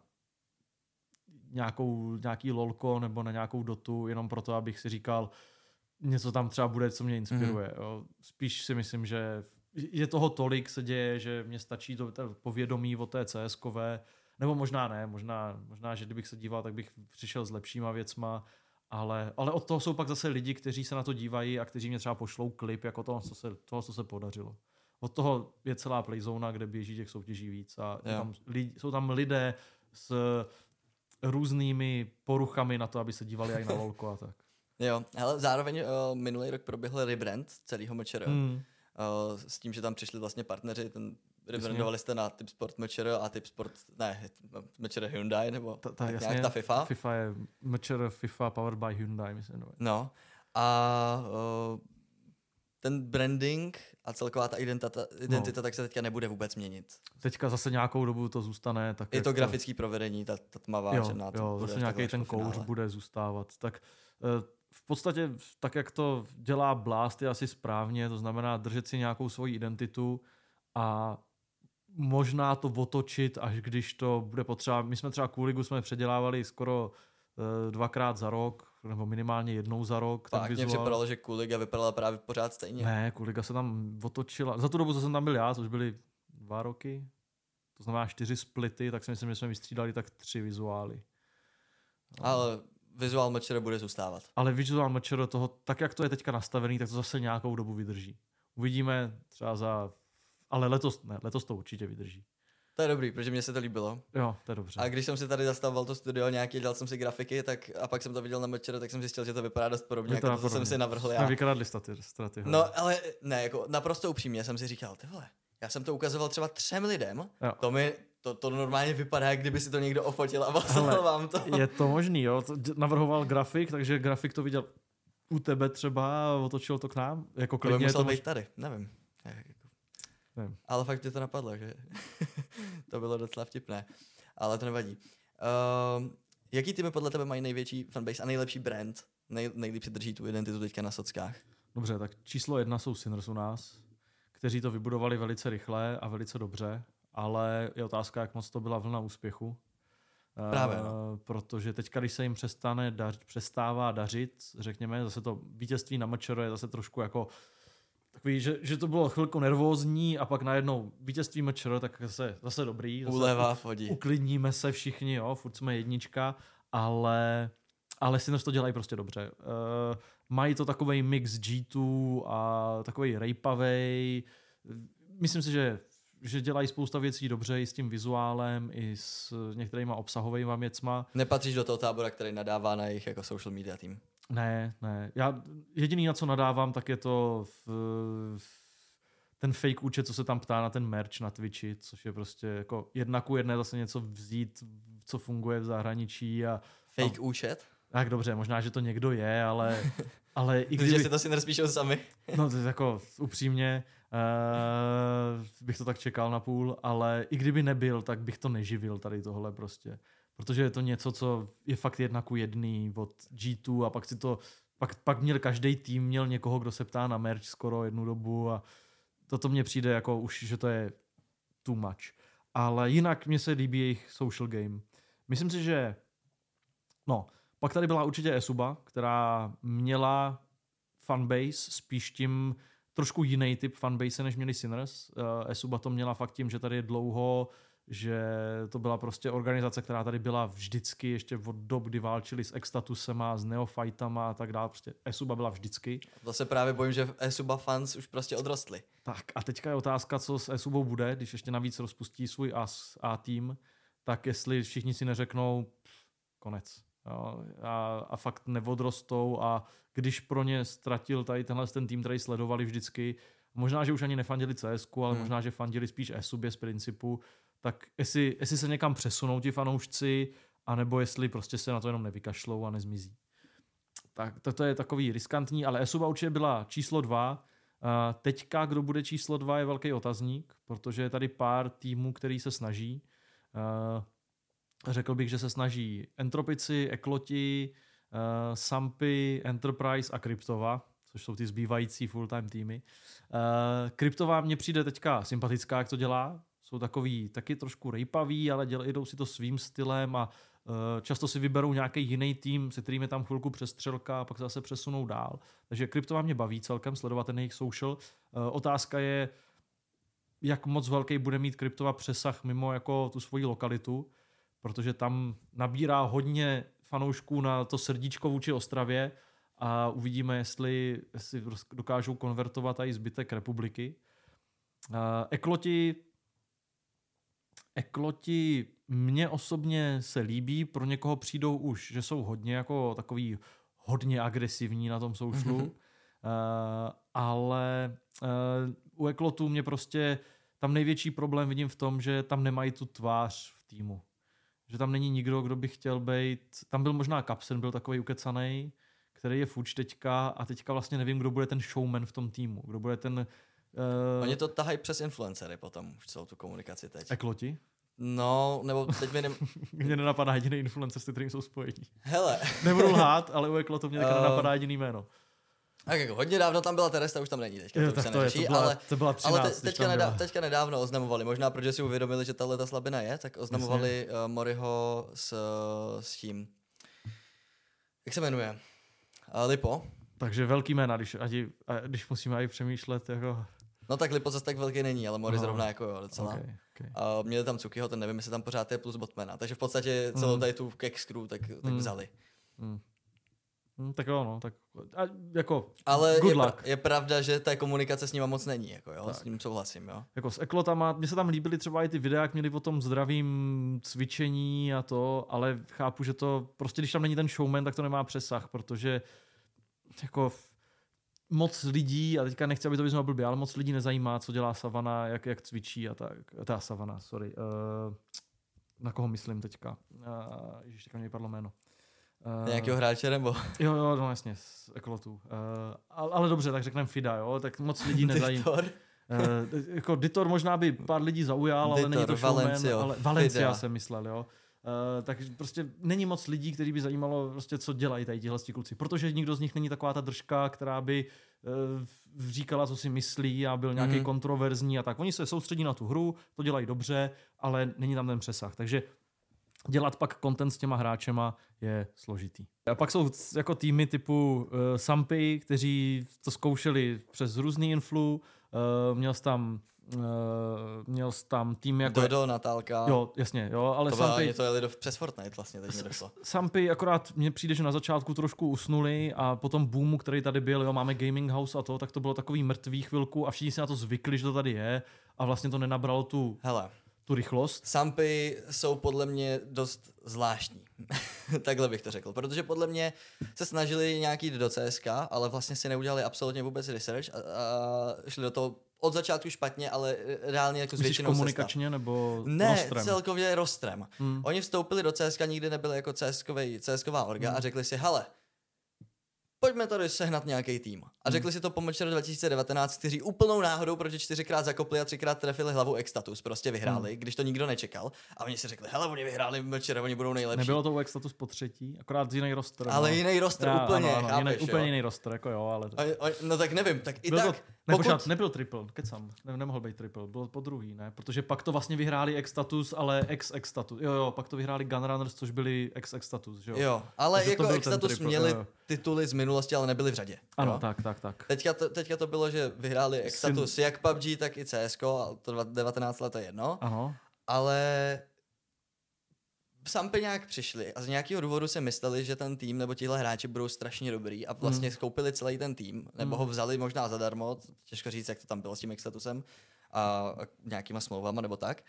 nějaký lolko nebo na nějakou dotu, jenom proto, abych si říkal, něco tam třeba bude, co mě inspiruje. Jo. Spíš si myslím, že je toho tolik se děje, že mě stačí to povědomí o té CS-kové, nebo možná ne, možná, že kdybych se díval, tak bych přišel s lepšíma věcma, ale od toho jsou pak zase lidi, kteří se na to dívají a kteří mě třeba pošlou klip jako toho, co se podařilo. Od toho je celá Playzona, kde běží těch soutěží víc a jsou tam lidé s různými poruchami na to, aby se dívali i na lolko a tak. Jo, ale zároveň minulý rok proběhl rebrand celého MČR. S tím, že tam přišli vlastně partneři, rebrandovali jste na Tipsport MČR a Tipsport, MČR Hyundai, nebo nějak ta FIFA. FIFA je MČR FIFA powered by Hyundai, myslím. No a ten branding a celková ta identita tak se teďka nebude vůbec měnit. Teďka zase nějakou dobu to zůstane. Tak je to grafický provedení, ta tmavá černá. Jo, zase nějaký ten kouř bude zůstávat. Tak v podstatě tak, jak to dělá Blast, je asi správně, to znamená držet si nějakou svoji identitu a možná to otočit, až když to bude potřeba. My jsme třeba Cooligu jsme předělávali skoro 2krát za rok, nebo minimálně jednou za rok. Tak mě připadalo, že Cooliga vypadala právě pořád stejně. Ne, Cooliga se tam otočila. Za tu dobu, co jsem tam byl já, což byly 2 roky, to znamená 4 splity, tak si myslím, že jsme vystřídali tak 3 vizuály. Ale vizuál MČR bude zůstávat. Ale vizuál MČR toho, tak jak to je teďka nastavený, tak to zase nějakou dobu vydrží. Uvidíme třeba ale letos to určitě vydrží. To je dobrý, protože mně se to líbilo. Jo, to je dobře. A když jsem si tady zastavoval to studio nějaký, dělal jsem si grafiky, tak a pak jsem to viděl na MČR, tak jsem zjistil, že to vypadá dost podobně, jako to, co jsem si navrhl já. Jsme vykradli straty. No, ale ne, jako naprosto upřímně jsem si říkal, ty vole, já jsem to ukazoval třeba 3 lidem, to normálně vypadá, jak kdyby si to někdo ofotil a poslal vám to. Je to možný, jo. Navrhoval grafik, takže grafik to viděl u tebe třeba a otočil to k nám. Jako klidně to by musel být tady, nevím. Ale fakt mě to napadlo, že to bylo docela vtipné. Ale to nevadí. Jaký týmy podle tebe mají největší fanbase a nejlepší brand? Nejlíp si drží tu identitu teďka na sockách? Dobře, tak číslo 1 jsou Sinners u nás, kteří to vybudovali velice rychle a velice dobře, ale je otázka, jak moc to byla vlna úspěchu. Právě, no. Protože teďka, když se jim přestává dařit, řekněme, zase to vítězství na MČR je zase trošku jako takový, že to bylo chvilku nervózní a pak najednou vítězství MČR, tak zase dobrý. Uleva, fodí. Uklidníme se všichni, jo, furt jsme jednička, ale Sinners to dělají prostě dobře. Mají to takovej mix G2 a takovej rejpavej. Myslím si, že dělají spousta věcí dobře i s tím vizuálem, i s některýma obsahovými věcma. Nepatříš do toho tábora, který nadává na jejich jako social media tým? Ne. Já jediný, na co nadávám, tak je to ten fake účet, co se tam ptá na ten merch na Twitchi, což je prostě jako 1:1 zase něco vzít, co funguje v zahraničí. Fake účet? Tak dobře, možná, že to někdo je, ale i když kdyby... si to si nerozpíšou sami. No to je jako upřímně bych to tak čekal na půl, ale i kdyby nebyl, tak bych to neživil tady tohle prostě. Protože je to něco, co je fakt 1:1 od G2 a pak si to pak měl každý tým měl někoho, kdo se ptá na merch skoro jednu dobu a to mně přijde jako už, že to je too much. Ale jinak mně se líbí jejich social game. Myslím si, že pak tady byla určitě Esuba, která měla fanbase spíš tím trošku jiný typ fanbase, než měli Sinners. Esuba to měla fakt tím, že tady je dlouho, že to byla prostě organizace, která tady byla vždycky, ještě od dob, kdy válčili s Extatusema, s Neofightama a tak dále. Prostě Esuba byla vždycky. To se právě bojím, že Esuba fans už prostě odrostli. Tak a teďka je otázka, co s Esubou bude, když ještě navíc rozpustí svůj A tým, tak jestli všichni si neřeknou konec. Jo, a fakt neodrostou a když pro ně ztratil tady ten tým, který sledovali vždycky, možná, že už ani nefandili CSku, ale možná, že fandili spíš Esubě z principu, tak jestli se někam přesunou ti fanoušci, anebo jestli prostě se na to jenom nevykašlou a nezmizí. Tak to je takový riskantní, ale Esuba určitě byla číslo 2. Teďka, kdo bude číslo 2, je velký otazník, protože je tady pár týmů, který se snaží. Řekl bych, že se snaží Entropici, Ekloti, Sampy, Enterprise a Kryptova, což jsou ty zbývající full-time týmy. Kryptova mně přijde teďka sympatická, jak to dělá. Jsou takový taky trošku rejpaví, ale jdou si to svým stylem a často si vyberou nějaký jiný tým, se kterým je tam chvilku přestřelka a pak se zase přesunou dál. Takže Kryptova mě baví celkem sledovat ten jejich social. Otázka je, jak moc velký bude mít Kryptova přesah mimo jako tu svoji lokalitu, protože tam nabírá hodně fanoušků na to srdíčko vůči Ostravě a uvidíme, jestli dokážou konvertovat i zbytek republiky. Ekloti mně osobně se líbí, pro někoho přijdou už, že jsou hodně jako takový hodně agresivní na tom soušlu, ale u Eklotů mě prostě tam největší problém vidím v tom, že tam nemají tu tvář v týmu. Že tam není nikdo, kdo by chtěl být. Tam byl možná Kapsen, byl takový ukecanej, který je fuč teďka a teďka vlastně nevím, kdo bude ten showman v tom týmu. Kdo bude ten... Oni to tahají přes influencery potom, už celou tu komunikaci teď. Ekloti? No, nebo teď mě nenapadá jediný influencer, s kterým jsou spojení. Hele. Nebudu lhát, ale u Eklotu mě teďka nenapadá jediný jméno. Tak jako hodně dávno tam byla Teresta, už tam není teďka, to už se neřeší, to byla 13, ale teďka nedávno oznamovali, možná protože si uvědomili, že tahle ta slabina je, tak oznamovali Moriho s tím, jak se jmenuje, Lipo. Takže velký jména, když musíme i přemýšlet jako... No tak Lipo zase tak velký není, ale Mori zrovna jako jo, docela. Okay. A měli tam Cukyho, ten nevím, jestli tam pořád je plus Botmana, takže v podstatě celou tady tu Kex crew tak vzali. Tak jo, no, tak jako ale good luck. Je pravda, že ta komunikace s nima moc není, jako jo, s ním souhlasím, jo. Jako s Eklotama, mně se tam líbily třeba i ty videa, jak měli o tom zdravým cvičení a to, ale chápu, že to prostě, když tam není ten showman, tak to nemá přesah, protože jako moc lidí, a teďka nechci, aby to vyznělo blbě, ale moc lidí nezajímá, co dělá Savana, jak cvičí a tak. Ta Savana, sorry. Na koho myslím teďka? Ježiš, teďka mě vypadlo jméno. Nějakého hráče nebo? Jo, no jasně, z Eklotu. Ale dobře, tak řekneme Fida, jo, tak moc lidí nezajímá. Jako Ditor možná by pár lidí zaujal, ale není to showman, ale Valencia jsem myslel, jo. Tak prostě není moc lidí, kteří by zajímalo prostě, co dělají tady tihle kluci, protože nikdo z nich není taková ta držka, která by říkala, co si myslí a byl nějaký kontroverzní a tak. Oni se soustředí na tu hru, to dělají dobře, ale není tam ten přesah, takže dělat pak content s těma hráčema je složitý. A pak jsou jako týmy typu Sampy, kteří to zkoušeli přes různý influ, měl jsi tam tým jako... Dodo, Natálka. Jo, jasně, jo, ale Sampy... To jeli přes Fortnite vlastně, teď mi došlo. Sampy akorát mně přijde, že na začátku trošku usnuli a po tom boomu, který tady byl, jo, máme Gaming House a to, tak to bylo takový mrtvý chvilku a všichni si na to zvykli, že to tady je a vlastně to nenabralo tu rychlost. Sampy jsou podle mě dost zvláštní. Takhle bych to řekl. Protože podle mě se snažili nějak jít do CSK, ale vlastně si neudělali absolutně vůbec research a šli do toho od začátku špatně, ale reálně jako s většinou komunikačně nebo ne, rostrem? celkově rostrem. Oni vstoupili do CSK, nikdy nebyli jako CSková orga a řekli si, hele, pojďme tady sehnat nějaký tým. A řekli si to po Močeru 2019, kteří úplnou náhodou proti 4krát zakopli a 3krát trefili hlavu X-Status, prostě vyhráli, když to nikdo nečekal. A oni si řekli, hele, oni vyhráli Močeru, oni budou nejlepší. Nebylo to u X-Status po třetí, akorát jiný roster. Ale jiný roster, úplně, ano, chápeš, úplně jiný roster, jako jo, ale... No tak nevím, tak i byl tak... Nebyl triple, kecam, nemohl být triple, byl po druhý, ne? Protože pak to vlastně vyhráli X-Status, ale X-Status. Jo, pak to vyhráli Gunrunners, což byli X-Status, že jo? Jo, ale takže jako X-Status měli tituly z minulosti, ale nebyli v řadě. Ano, jo? tak. Teďka to bylo, že vyhráli X-Status jak PUBG, tak i CSko, a to 19 let je jedno. Ano. Ale Sampy nějak přišli a z nějakého důvodu si mysleli, že ten tým nebo tihle hráči budou strašně dobrý a vlastně skoupili celý ten tým, nebo ho vzali možná zadarmo, těžko říct, jak to tam bylo s tím X-Statusem a nějakýma smlouvama nebo tak.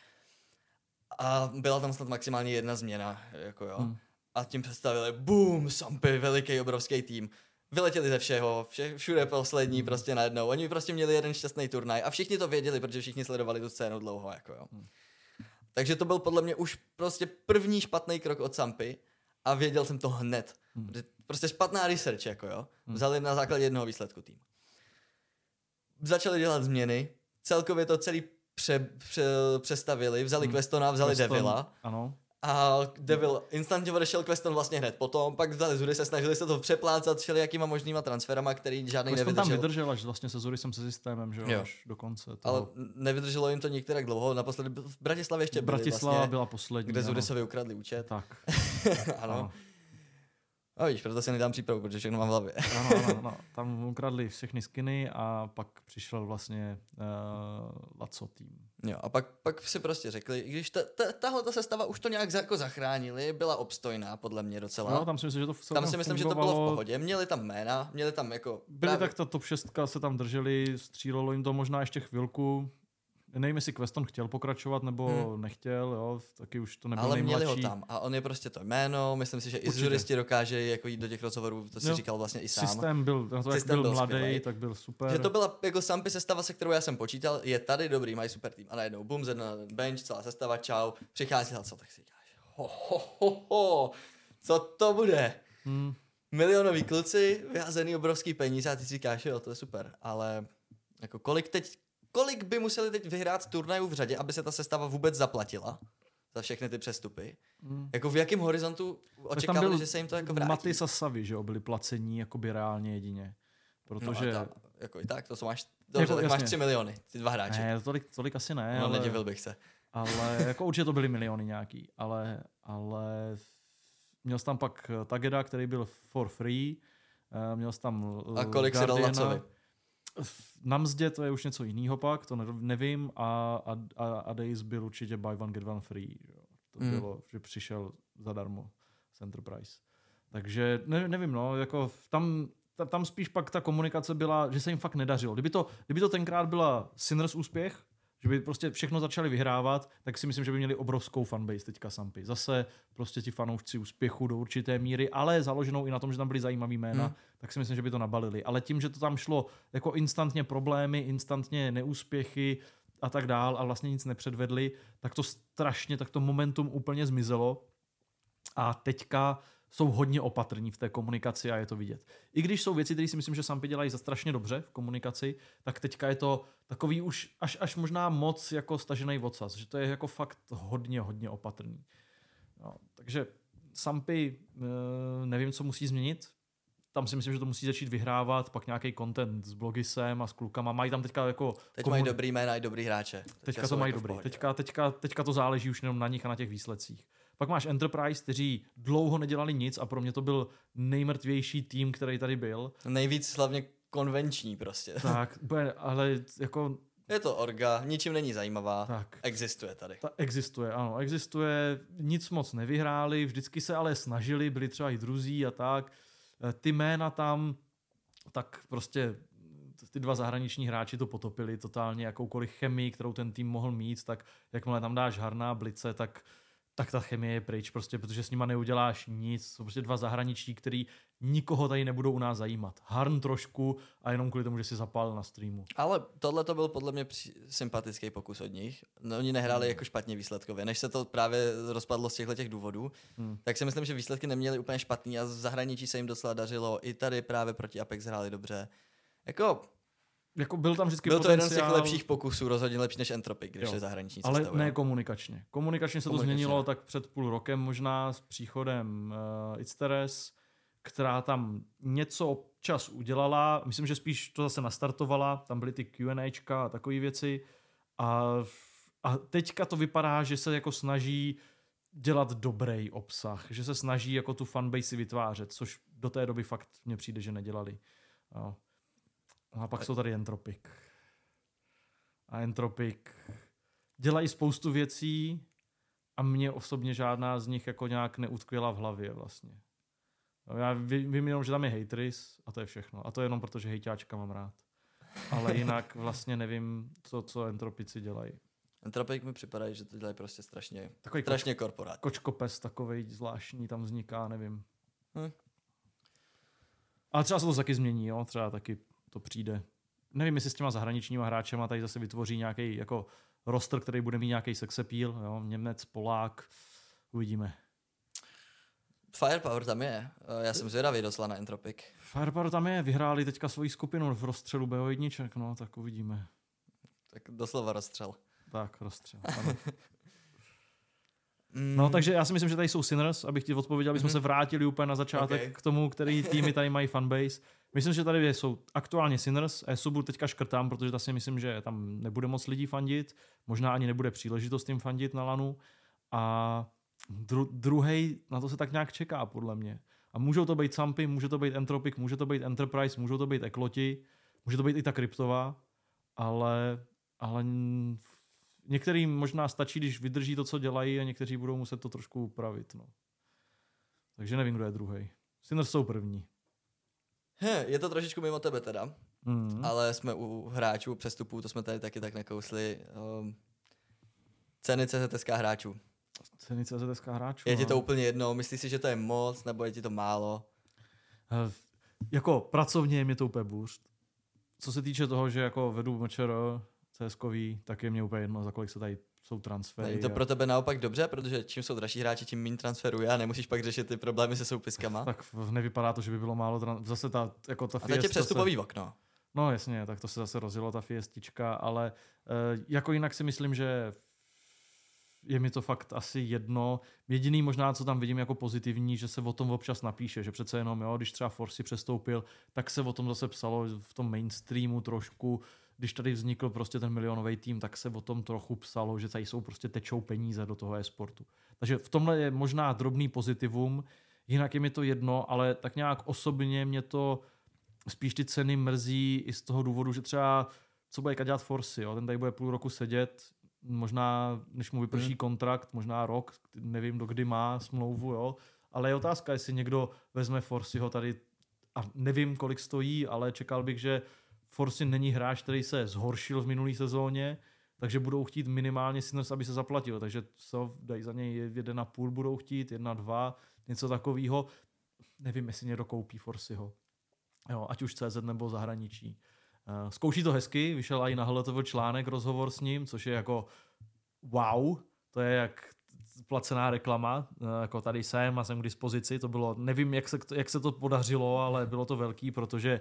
A byla tam snad maximálně jedna změna, jako jo. A tím představili, boom, Sampy, veliký, obrovský tým. Vyletěli ze všeho, všude poslední prostě najednou. Oni prostě měli jeden šťastný turnaj a všichni to věděli, protože všichni sledovali tu scénu dlouho, jako jo. Takže to byl podle mě už prostě první špatný krok od Sampy a věděl jsem to hned. Prostě špatná research, jako jo. Vzali na základě jednoho výsledku tým. Začali dělat změny, celkově to celý přestavili, vzali Questona, vzali Devila. Ano. A Devil instantně odešel, Queston vlastně hned potom, pak vzali Zury, se snažili se to přeplácat všelijakýma možnýma transferama, který žádný Queston nevydržel. tam vydržel až vlastně se Zurysem se systémem, že jo, až do konce. Toho. Ale nevydrželo jim to některak dlouho, naposledy v Bratislavě ještě byli Bratislava vlastně, byla poslední. kde Zurysovi ukradli účet. Tak. Ano. A víš, proto si nedám přípravu, protože všechno mám v hlavě. Ano. Tam ukradli všechny skiny a pak přišel vlastně Laco tým. Jo, a pak si prostě řekli, i když tahle sestava už to nějak jako zachránili, byla obstojná podle mě docela. No, tam si myslím, že to tam si myslím, že to bylo v pohodě. Měli tam jména, měli tam jako... Byli tak ta top 6 se tam drželi, střílelo jim to možná ještě chvilku. Nevím, jestli Queston chtěl pokračovat nebo nechtěl, jo, taky už to nebyl nejmladší. Ale měli ho tam a on je prostě to jméno, myslím si, že i juristi dokáže jako jít do těch rozhovorů, to si říkal vlastně i sám. Systém byl mladý, skvělej. Tak byl super. Že to byla jako Sampy sestava, se kterou já jsem počítal, je tady dobrý, mají super tým a najednou bum, zedna bench, celá sestava, čau, přichází co, tak si říkáš, co to bude? Milionoví kluci, vyházený obrovský peníze a ty si říkáš, jo, to je super, ale jako kolik by museli teď vyhrát turnajů v řadě, aby se ta sestava vůbec zaplatila za všechny ty přestupy? Jako v jakém horizontu očekávali, že se jim to jako vrátí? Matis a Savy, že byli placení jakoby reálně jedině. Protože... No jako i tak, to máš, dobře, tak máš 3 miliony, ty dva hráči. Ne, tolik asi ne. No, ale nedivil bych se. Ale jako určitě to byly miliony nějaký, ale měl jsi tam pak Tageda, který byl for free, měl jsi tam a kolik si dal Lacovi? Na mzdě to je už něco jiného pak, to nevím, a Days byl určitě buy one get one free. Jo. To bylo, že přišel zadarmo z Enterprise. Takže nevím, no, jako tam spíš pak ta komunikace byla, že se jim fakt nedařilo. Kdyby to tenkrát byla Sinners úspěch, že by prostě všechno začali vyhrávat, tak si myslím, že by měli obrovskou fanbase teďka Sampy. Zase prostě ti fanoušci úspěchu do určité míry, ale založenou i na tom, že tam byly zajímavý jména, tak si myslím, že by to nabalili. Ale tím, že to tam šlo jako instantně problémy, instantně neúspěchy a tak dál a vlastně nic nepředvedli, tak to momentum úplně zmizelo a teďka jsou hodně opatrní v té komunikaci a je to vidět. I když jsou věci, které si myslím, že Sampy dělají za strašně dobře v komunikaci, tak teďka je to takový už až možná moc jako stažený odsaz, že to je jako fakt hodně opatrný. No, takže Sampy nevím, co musí změnit. Tam si myslím, že to musí začít vyhrávat, pak nějaký content s Blogisem a s klukama. Mají tam teďka jako... Teď mají dobrý jména i dobrý hráče. Teďka to mají dobrý. Teďka to záleží už jenom na nich a na těch výsledcích. Pak máš Enterprise, kteří dlouho nedělali nic a pro mě to byl nejmrtvější tým, který tady byl. Nejvíc hlavně konvenční prostě. Tak, ale jako... Je to orga, ničím není zajímavá, tak. Existuje tady. Existuje, nic moc nevyhráli, vždycky se ale snažili, byli třeba i druzí a tak. Ty jména tam, tak prostě ty dva zahraniční hráči to potopili totálně, jakoukoliv chemii, kterou ten tým mohl mít, tak jakmile tam dáš Harna, Blice, tak ta chemie je pryč, prostě, protože s nima neuděláš nic. Jsou prostě dva zahraničí, který nikoho tady nebudou u nás zajímat. Harn trošku a jenom kvůli tomu, že si zapálil na streamu. Ale tohle to byl podle mě sympatický pokus od nich. No, oni nehráli jako špatně výsledkově. Než se to právě rozpadlo z těchto důvodů, tak si myslím, že výsledky neměli úplně špatný a v zahraničí se jim docela dařilo. I tady právě proti Apex hráli dobře. Jako byl tam vždycky byl to potenciál, jeden z těch lepších pokusů, rozhodně lepší než Entropic, když je zahraniční ale cestou. ne komunikačně. Komunikačně se to změnilo tak před půl rokem možná s příchodem Itsteres, která tam něco občas udělala. Myslím, že spíš to zase nastartovala. Tam byly ty Q&Ačka a takové věci. A teďka to vypadá, že se jako snaží dělat dobrý obsah. Že se snaží jako tu fanbase vytvářet, což do té doby fakt mně přijde, že nedělali. A pak jsou tady Entropic. A Entropic dělají spoustu věcí a mě osobně žádná z nich jako nějak neutkvěla v hlavě vlastně. Já vím jenom, že tam je Hatris a to je všechno. A to je jenom proto, že hejťáčka mám rád. Ale jinak vlastně nevím, co Entropici dělají. Entropic mi připadá, že to dělají prostě strašně korporát. Kočkopes takovej zvláštní tam vzniká, nevím. Ale třeba se to taky změní, jo? Třeba taky to přijde. Nevím, jestli s těma zahraničníma hráčema tady zase vytvoří nějaký jako roster, který bude mít nějaký sex appeal, jo? Němec, Polák, uvidíme. Firepower tam je. Já jsem zvědavý docela na Entropic. Firepower tam je, vyhráli teďka svoji skupinu v rozstřelu BO1, no, tak uvidíme. Tak doslova rozstřel. Tak, rozstřel, ano. No, takže já si myslím, že tady jsou Sinners, abych ti odpověděl, abychom se vrátili úplně na začátek k tomu, který týmy tady mají fanbase. Myslím, že tady jsou aktuálně Sinners, Esubu teďka škrtám, protože ta si myslím, že tam nebude moc lidí fandit, možná ani nebude příležitost jim fandit na LANu a druhej, na to se tak nějak čeká, podle mě. A můžou to být Sampy, může to být Entropic, může to být Enterprise, můžou to být Ekloti, může to být i ta kryptová, ale některým možná stačí, když vydrží to, co dělají a někteří budou muset to trošku upravit. No. Takže nevím, kdo je druhý. Sinners jsou první. Je to trošičku mimo tebe teda, ale jsme u hráčů, přestupů, to jsme tady taky tak nakousli. Ceny CZSK hráčů. Ceny CZSK hráčů? Je ti to úplně jedno? Myslíš si, že to je moc, nebo je ti to málo? Jako pracovně je mě to úplně bůřt. Co se týče toho, že jako vedu MČR CSkový, tak je mě úplně jedno, za kolik se tady jsou transfery. Není to pro tebe naopak dobře, protože čím jsou dražší hráči, tím méně transferuje a nemusíš pak řešit ty problémy se soupiskama. Tak nevypadá to, že by bylo málo zase ta a teď je přestupový okno. No jasně, tak to se zase rozjelo ta fiestička, ale jako jinak si myslím, že je mi to fakt asi jedno. Jediný možná, co tam vidím jako pozitivní, že se o tom občas napíše, že přece jenom, jo, když třeba Forsi přestoupil, tak se o tom zase psalo v tom mainstreamu trošku. Když tady vznikl prostě ten milionový tým, tak se o tom trochu psalo, že tady jsou prostě tečou peníze do toho e-sportu. Takže v tomhle je možná drobný pozitivum, jinak je mi to jedno, ale tak nějak osobně mě to spíš ty ceny mrzí i z toho důvodu, že třeba co bude dělat Forsi, jo? Ten tady bude půl roku sedět, možná než mu vyprší kontrakt, možná rok, nevím dokdy má smlouvu, jo? Ale je otázka, jestli někdo vezme Forsiho tady a nevím kolik stojí, ale čekal bych, že Forsi není hráč, který se zhoršil v minulé sezóně, takže budou chtít minimálně Sinners, aby se zaplatil. Takže co dají za něj 1,5 budou chtít, 1,2, něco takového. Nevím, jestli někdo koupí Forsiho. Jo, ať už CZ nebo zahraničí. Zkouší to hezky, vyšel i na HLTV článek, rozhovor s ním, což je jako wow, to je jak placená reklama, jako tady jsem a jsem k dispozici. To bylo, nevím, jak se to podařilo, ale bylo to velký, protože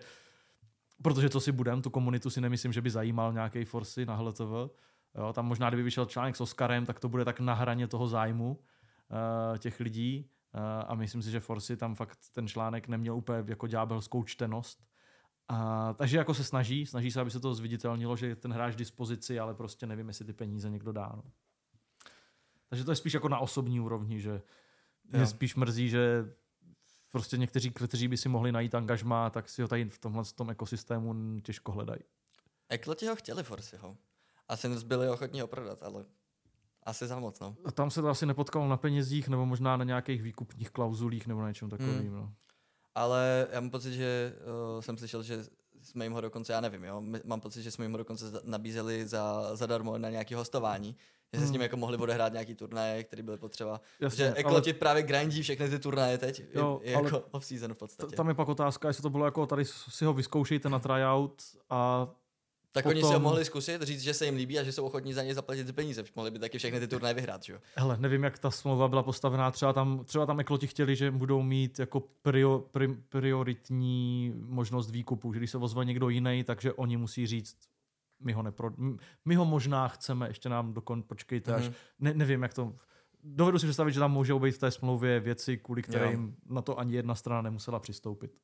co si budem, tu komunitu si nemyslím, že by zajímal nějaký Forsi na HLTV. Jo, tam možná, kdyby vyšel článek s Oskarem, tak to bude tak na hraně toho zájmu těch lidí. A myslím si, že Forsi tam fakt ten článek neměl úplně jako ďábelskou čtenost. Takže jako se snaží se, aby se to zviditelnilo, že je ten hráč k dispozici, ale prostě nevím, jestli ty peníze někdo dá. No. Takže to je spíš jako na osobní úrovni, že mě spíš mrzí, že prostě někteří, kteří by si mohli najít angažmá, tak si ho tady v tomhle tom ekosystému těžko hledají. Ekloti ho chtěli Forsiho. A Sinners byli ochotní ho prodat, ale asi za moc, no. A tam se to asi nepotkalo na penězích, nebo možná na nějakých výkupních klauzulích, nebo na něčem takovým, no. Ale já mám pocit, že jsem slyšel, že jsme jim ho dokonce, já nevím, jo, mám pocit, že jsme jim ho dokonce nabízeli zadarmo na nějaké hostování, že se s ním jako mohli odehrát nějaký turnaje, které byly potřeba. Jasně, že Ekloti právě grindí všechny ty turnaje teď, jo, je jako off-season v podstatě. Tam je pak otázka, jestli to bylo jako tady si ho vyzkoušejte na tryout a tak potom... oni si ho mohli zkusit, říct, že se jim líbí a že jsou ochotní za něj zaplatit ty peníze. Mohli by taky všechny ty turnaje vyhrát, že jo? Hele, nevím, jak ta smlouva byla postavená. Třeba tam Ekloti chtěli, že budou mít jako prioritní možnost výkupu, že když se ozve někdo jiný, takže oni musí říct, my ho možná chceme, ještě nám počkejte až. Nevím, jak to... Dovedu si představit, že tam můžou být v té smlouvě věci, kvůli kterým na to ani jedna strana nemusela přistoupit.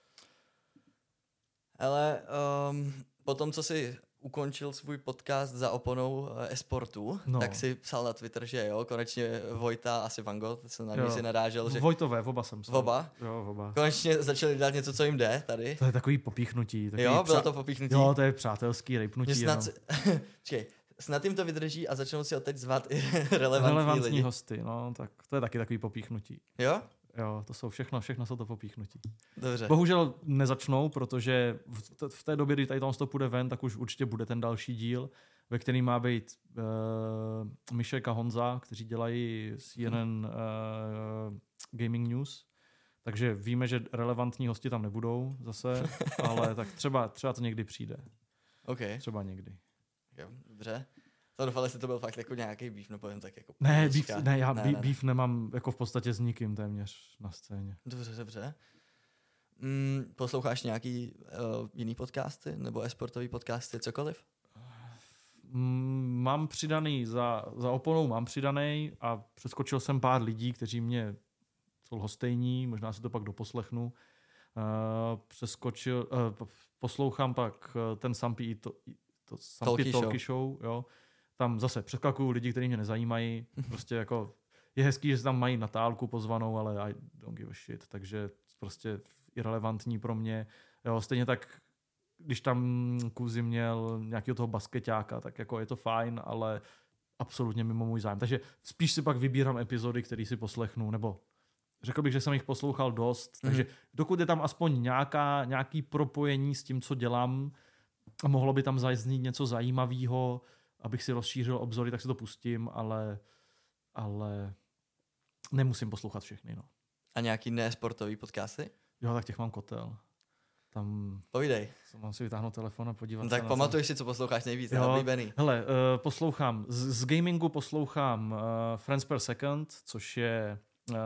Ale potom, co si ukončil svůj podcast za oponou esportu, tak si psal na Twitter, že jo, konečně Vojta, asi Vango, to jsem na něj si narážel. Že... Vojtové, oba jsem se. Oba? Jo, oba. Konečně začali dělat něco, co jim jde tady. To je takový popíchnutí. Jo, bylo to popíchnutí. Jo, to je přátelský rejpnutí. Snad jim to vydrží a začnou si odteď zvat i relevantní lidi. hosty, no, tak to je taky takový popíchnutí. Jo? Jo, to jsou všechno jsou to popíchnutí. Dobře. Bohužel nezačnou, protože v té době, kdy tady to půjde ven, tak už určitě bude ten další díl, ve kterým má být Mišek a Honza, kteří dělají CNN Gaming News. Takže víme, že relevantní hosti tam nebudou zase, ale tak třeba to někdy přijde. Okay. Třeba někdy. Jo, dobře. To doufal, jestli to byl fakt jako nějaký beef, no povím tak jako... Já beef nemám jako v podstatě s nikým téměř na scéně. Dobře. Posloucháš nějaký jiný podcasty nebo esportový podcasty, cokoliv? Mám přidaný, za oponou mám přidaný a přeskočil jsem pár lidí, kteří mě jsou lhostejní, možná si to pak doposlechnu. Poslouchám pak ten Sampy Talky Show, jo. Tam zase přeskakuju lidi, kteří mě nezajímají. Prostě jako je hezký, že se tam mají Natálku pozvanou, ale I don't give a shit, takže prostě irrelevantní pro mě. Jo, stejně tak, když tam Kuzi měl nějakého toho baskeťáka, tak jako je to fajn, ale absolutně mimo můj zájem. Takže spíš si pak vybírám epizody, které si poslechnu, nebo řekl bych, že jsem jich poslouchal dost, takže dokud je tam aspoň nějaký propojení s tím, co dělám, a mohlo by tam zaznít něco zajímavého, abych si rozšířil obzory, tak si to pustím, ale nemusím poslouchat všechny. No. A nějaký nesportový podcasty? Jo, tak těch mám kotel. Tam povídej. Mám si vytáhnout telefon a podívat no, tak se pamatuješ si, co posloucháš nejvíc, oblíbený. Hele, poslouchám, z gamingu poslouchám Friends Per Second, což je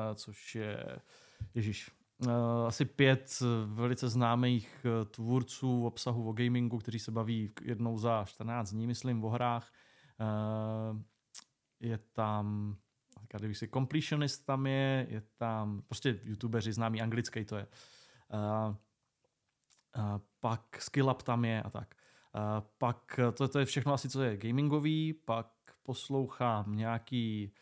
asi 5 velice známých tvůrců obsahu o gamingu, kteří se baví jednou za 14 dní, myslím, o hrách. Je tam, když si Completionist tam je tam, prostě youtubeři známí, anglický to je. Pak Skill Up tam je a tak. Pak to je všechno asi, co je gamingový, pak poslouchám nějaký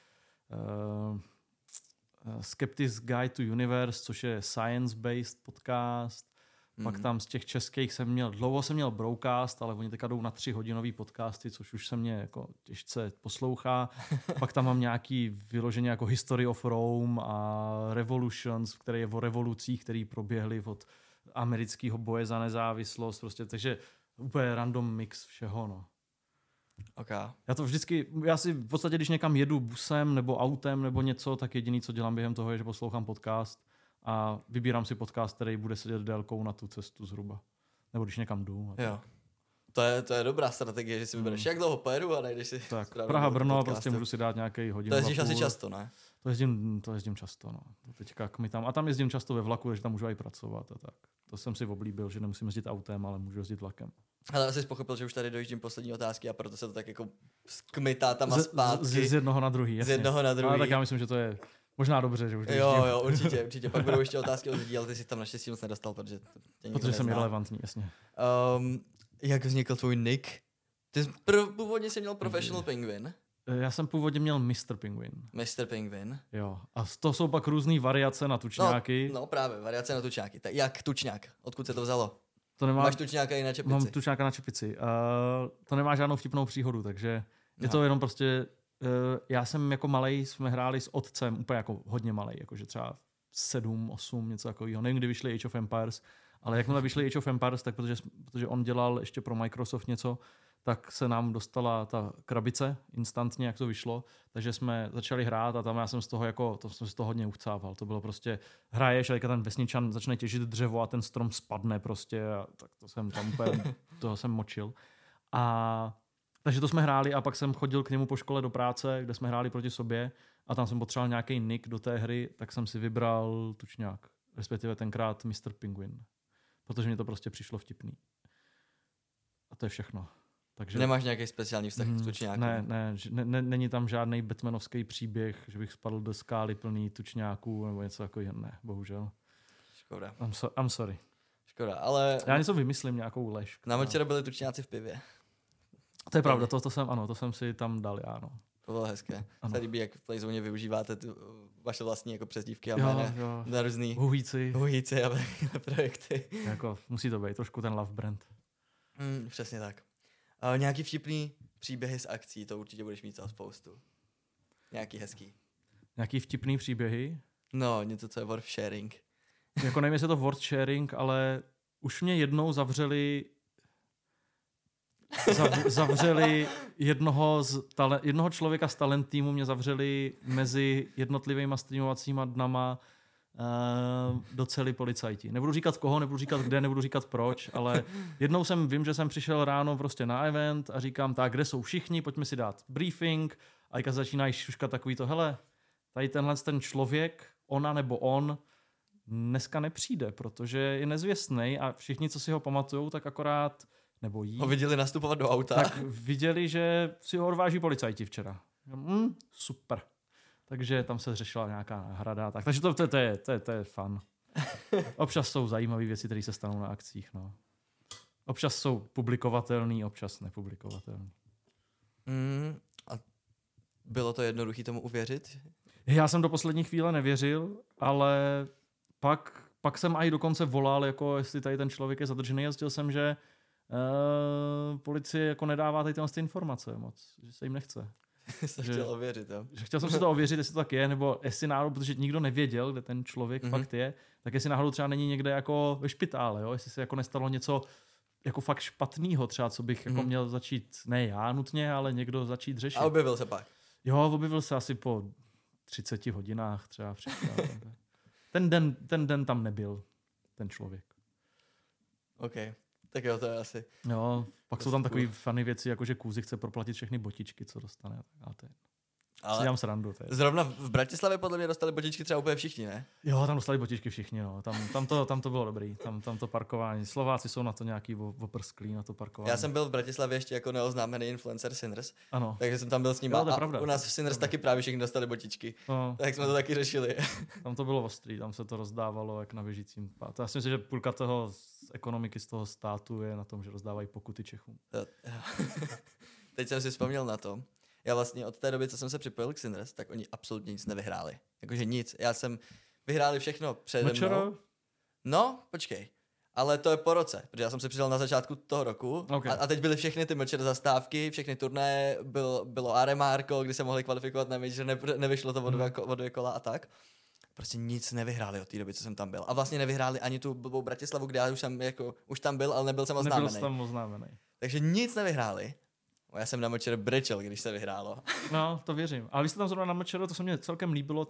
Skeptic's Guide to Universe, což je science-based podcast. Pak tam z těch českých dlouho jsem měl Brocast, ale oni teďka jdou na 3hodinový podcasty, což už se mě jako těžce poslouchá. Pak tam mám nějaký vyloženě jako History of Rome a Revolutions, který je o revolucích, které proběhly od amerického boje za nezávislost. Prostě, takže úplně random mix všeho. No. Okay. Já si v podstatě, když někam jedu busem nebo autem nebo něco, tak jediný, co dělám během toho, je, že poslouchám podcast a vybírám si podcast, který bude sedět délkou na tu cestu zhruba. Nebo když někam jdu. Jo. To je dobrá strategie, že si vybereš, jak dlouho pojedu a najdeš si... Tak, Praha-Brno, prostě můžu si dát nějaký hodinu. To jezdíš asi často, ne? To jezdím často, no. Teďka a tam jezdím často ve vlaku, takže tam můžu i pracovat a tak. To jsem si oblíbil, že nemusím jezdit autem, ale můžu jezdit vlakem. Ale asi jsi pochopil, že už tady dojíždím poslední otázky a proto se to tak jako skmitá tam a zpátky. Z jednoho na druhý, jasně. Z jednoho na druhý. Ale tak já myslím, že to je možná dobře, že už dojíždím. Jo, určitě. Pak budou ještě otázky od lidí, ale ty jsi tam naštěstí moc nedostal, protože jsem irrelevantní, jasně. Jak vznikl tvůj nick? Ty původně jsi měl Professional Penguin. Já jsem původně měl Mr. Penguin. Mr. Penguin. Jo. A to jsou pak různý variace na tučňáky. No právě, variace na tučňáky. Tak jak tučňák? Odkud se to vzalo? To máš tučňáka i na čepici? Mám tučňáka na čepici. To nemá žádnou vtipnou příhodu, takže je to jenom prostě... já jsem jako malej, jsme hráli s otcem, úplně jako hodně malej, jakože třeba 7, 8, něco takového. Nevím, kdy vyšly Age of Empires. Ale jakmile vyšly Age of Empires, tak protože on dělal ještě pro Microsoft něco, tak se nám dostala ta krabice instantně, jak to vyšlo, takže jsme začali hrát a tam já jsem z toho jsem z toho hodně uchcával. To bylo prostě, hraješ a jak ten vesničan začne těžit dřevo a ten strom spadne prostě a tak to jsem tam úplně, toho jsem močil. Takže to jsme hráli a pak jsem chodil k němu po škole do práce, kde jsme hráli proti sobě a tam jsem potřeboval nějaký nick do té hry, tak jsem si vybral tučňák, respektive tenkrát Mr. Penguin, protože mi to prostě přišlo vtipný. A to je všechno. Takže nemáš nějaký speciální vztah k tučňákům? Ne, není tam žádný batmanovský příběh, že bych spadl do skály plný tučňáků nebo něco takového. Ne, bohužel. Škoda. I'm sorry. Škoda, ale... Já něco vymyslím, nějakou lež. Na Močera byli tučňáci v pivě. To je pravda, to jsem si tam dal, já, no. To bylo hezké. Se líbí, jak v Playzone využíváte vaše vlastní jako přezdívky a jména na různý huhýci a projekty. Jako, musí to být trošku ten love brand. Přesně tak. Nějaký vtipný příběhy z akcí, to určitě budeš mít celou spoustu. Nějaký hezký. Nějaký vtipný příběhy? No, něco, co je worth sharing. Jako nevím, jestli je to worth sharing, ale už mě jednou zavřeli jednoho člověka z talent týmu mě zavřeli mezi jednotlivýma streamovacíma dnama do celý policajti. Nebudu říkat koho, nebudu říkat kde, nebudu říkat proč, ale jednou vím, že jsem přišel ráno prostě na event a říkám, tak kde jsou všichni, pojďme si dát briefing a jak začínají šuškat takový to, hele, tady ten člověk, ona nebo on, dneska nepřijde, protože je nezvěstnej a všichni, co si ho pamatujou, tak akorát nebo jí. Ho viděli nastupovat do auta. Tak viděli, že si ho odváží policajti včera. Super. Takže tam se řešila nějaká náhrada. Takže to je fun. Občas jsou zajímavé věci, které se stanou na akcích. No. Občas jsou publikovatelný, občas nepublikovatelný. A bylo to jednoduché tomu uvěřit? Já jsem do poslední chvíle nevěřil, ale pak jsem i dokonce volal, jako jestli tady ten člověk je zadržený a zjistil jsem, že policie jako nedává tady tyhle informace moc, že se jim nechce. Chtěl ověřit, jo? Chtěl jsem si to ověřit, jestli to tak je, nebo jestli náhodou, protože nikdo nevěděl, kde ten člověk fakt je, tak jestli náhodou třeba není někde jako ve špitále, jo? Jestli se jako nestalo něco jako fakt špatného třeba, co bych jako měl začít, ne já nutně, ale někdo začít řešit. A objevil se pak? Jo, objevil se asi po 30 hodinách třeba. Ten den tam nebyl, ten člověk. OK. Tak jo, to je asi... Jo, pak jsou tam takové funny věci, jako že Kůzi chce proplatit všechny botičky, co dostane. Ale to je... Si dělám srandu. Zrovna v Bratislavě podle mě dostali botičky třeba úplně všichni, ne? Jo, tam dostali botičky všichni, no. Tam to bylo dobrý, tam to parkování. Slováci jsou na to nějaký oprsklí, na to parkování. Já jsem byl v Bratislavě ještě jako neoznámený influencer Sinners, ano. Takže jsem tam byl s ním a u nás v Sinners taky právě všichni dostali botičky. No. Tak jsme to taky řešili. Tam to bylo ostrý, tam se to rozdávalo jak na běžícím pátu. Já si myslím, že půlka toho ekonomiky z toho státu je na tom, že rozdávají pokuty Čechům. Teď jsem si vzpomněl na to. Já vlastně od té doby, co jsem se připojil k Sinners, tak oni absolutně nic nevyhráli. Jakože nic. Vyhráli všechno přede mnou. No, počkej. Ale to je po roce, protože já jsem se přidal na začátku toho roku a teď byly všechny ty Mlčer zastávky, všechny turné, bylo Aremarko, kdy se mohli kvalifikovat na major, nevyšlo to o dvě kola a tak. Prostě nic nevyhráli od té doby, co jsem tam byl. A vlastně nevyhráli ani tu blbou Bratislavu, kde já už tam byl, ale nebyl jsem oznámený. Takže nic nevyhráli. Já jsem na Močer brečel, když se vyhrálo. No, to věřím. Ale když jste tam zrovna na Močer, to se mně celkem líbilo,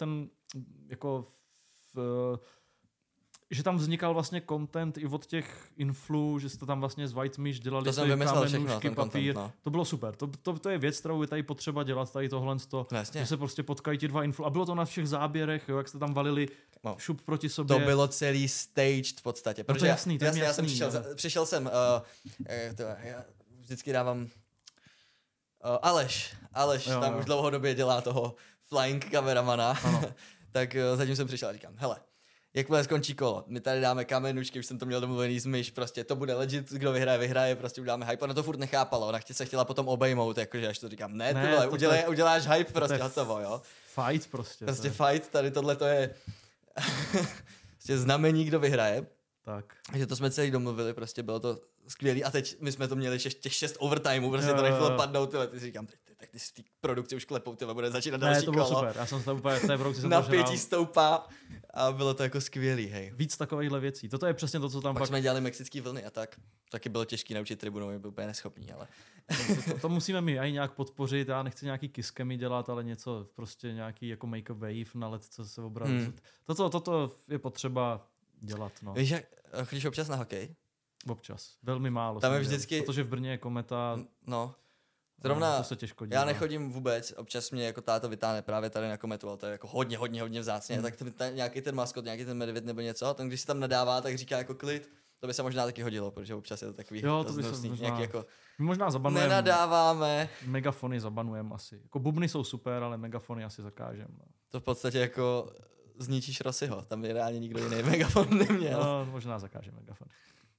že tam vznikal vlastně content i od těch influ, že jste tam vlastně z White Myš dělali to ty kamenůžky, papír. Content, no. To bylo super. To je věc, kterou je tady potřeba dělat, tady tohle, že se prostě potkají ti dva influ. A bylo to na všech záběrech, jo, jak jste tam valili šup proti sobě. To bylo celý staged v podstatě. Protože no to jasný, já jsem přišel jsem, já vždycky dávám Aleš tam už dlouhodobě dělá toho flying kameramana, tak zatím jsem přišel a říkám, hele, jakmile skončí kolo, my tady dáme kamenučky, už jsem to měl domluvený s Myš, prostě to bude legit, kdo vyhraje, prostě uděláme hype, ona to furt nechápala, ona se chtěla potom obejmout, jakože až to říkám, ne, ty vole, uděláš hype, prostě hotovo, jo. Fight prostě. Prostě fight, tady tohle to je prostě znamení, kdo vyhraje. Tak. Takže to jsme celý domluvili, prostě bylo to skvělý a teď my jsme to měli těch 6 overtimeů, prostě to nechtělo padnout, ty si říkám, tak ty z té produkce už klepou, bude začínat další kolo. Ne, to bylo super, já jsem se úplně v té produkci napětí stoupá A bylo to jako skvělý, hej. Víc takovýchhle věcí. Toto je přesně to, co tam Pak jsme dělali mexický vlny a tak. Taky bylo těžký naučit tribunou, byl úplně neschopný, ale... To musíme my i nějak podpořit. Já nechci nějaký kiskemi dělat, ale něco, prostě nějaký jako make a wave na let, co se obrazí. Toto je potřeba dělat, no. Víš, jak chodíš občas na hokej? Občas. Velmi málo. Tam je vždycky... Protože v Brně je Kometa... No. Zrovna, to se těžko dívá. já nechodím vůbec, občas mě jako táta vytáhne právě tady na Kometu, ale to je jako hodně vzácně, tak nějaký ten maskot, nějaký ten medvěd nebo něco, a ten když si tam nadává, tak říká jako klid, to by se možná taky hodilo, protože občas je to takový hnusný, nějaký jako možná zabanujeme. Nenadáváme. Megafony zabanujeme asi. Jako bubny jsou super, ale megafony asi zakážeme. No. To v podstatě jako zničíš Rossiho, tam je reálně nikdo jiný megafon neměl. No, možná zakážeme megafony.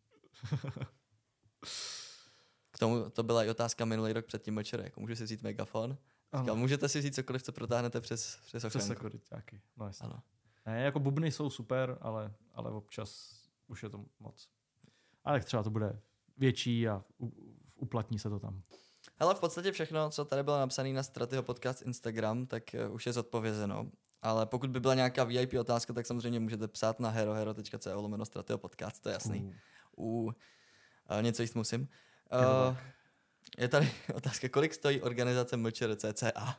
K tomu to byla i otázka minulý rok před tím večerem, jako můžu si vzít megafon? Říkal, můžete si vzít cokoliv, co protáhnete přes ochranku. Přes sekuriťáky, no jasně. Ano. Ne, jako bubny jsou super, ale občas už je to moc. Ale tak třeba to bude větší a uplatní se to tam. Hele, v podstatě všechno, co tady bylo napsané na Stratyho podcast Instagram, tak už je zodpovězeno. Ale pokud by byla nějaká VIP otázka, tak samozřejmě můžete psát na herohero.co/Stratyho podcast, to je jasný. Něco jíst musím. Je tady otázka, kolik stojí organizace MČR CCA?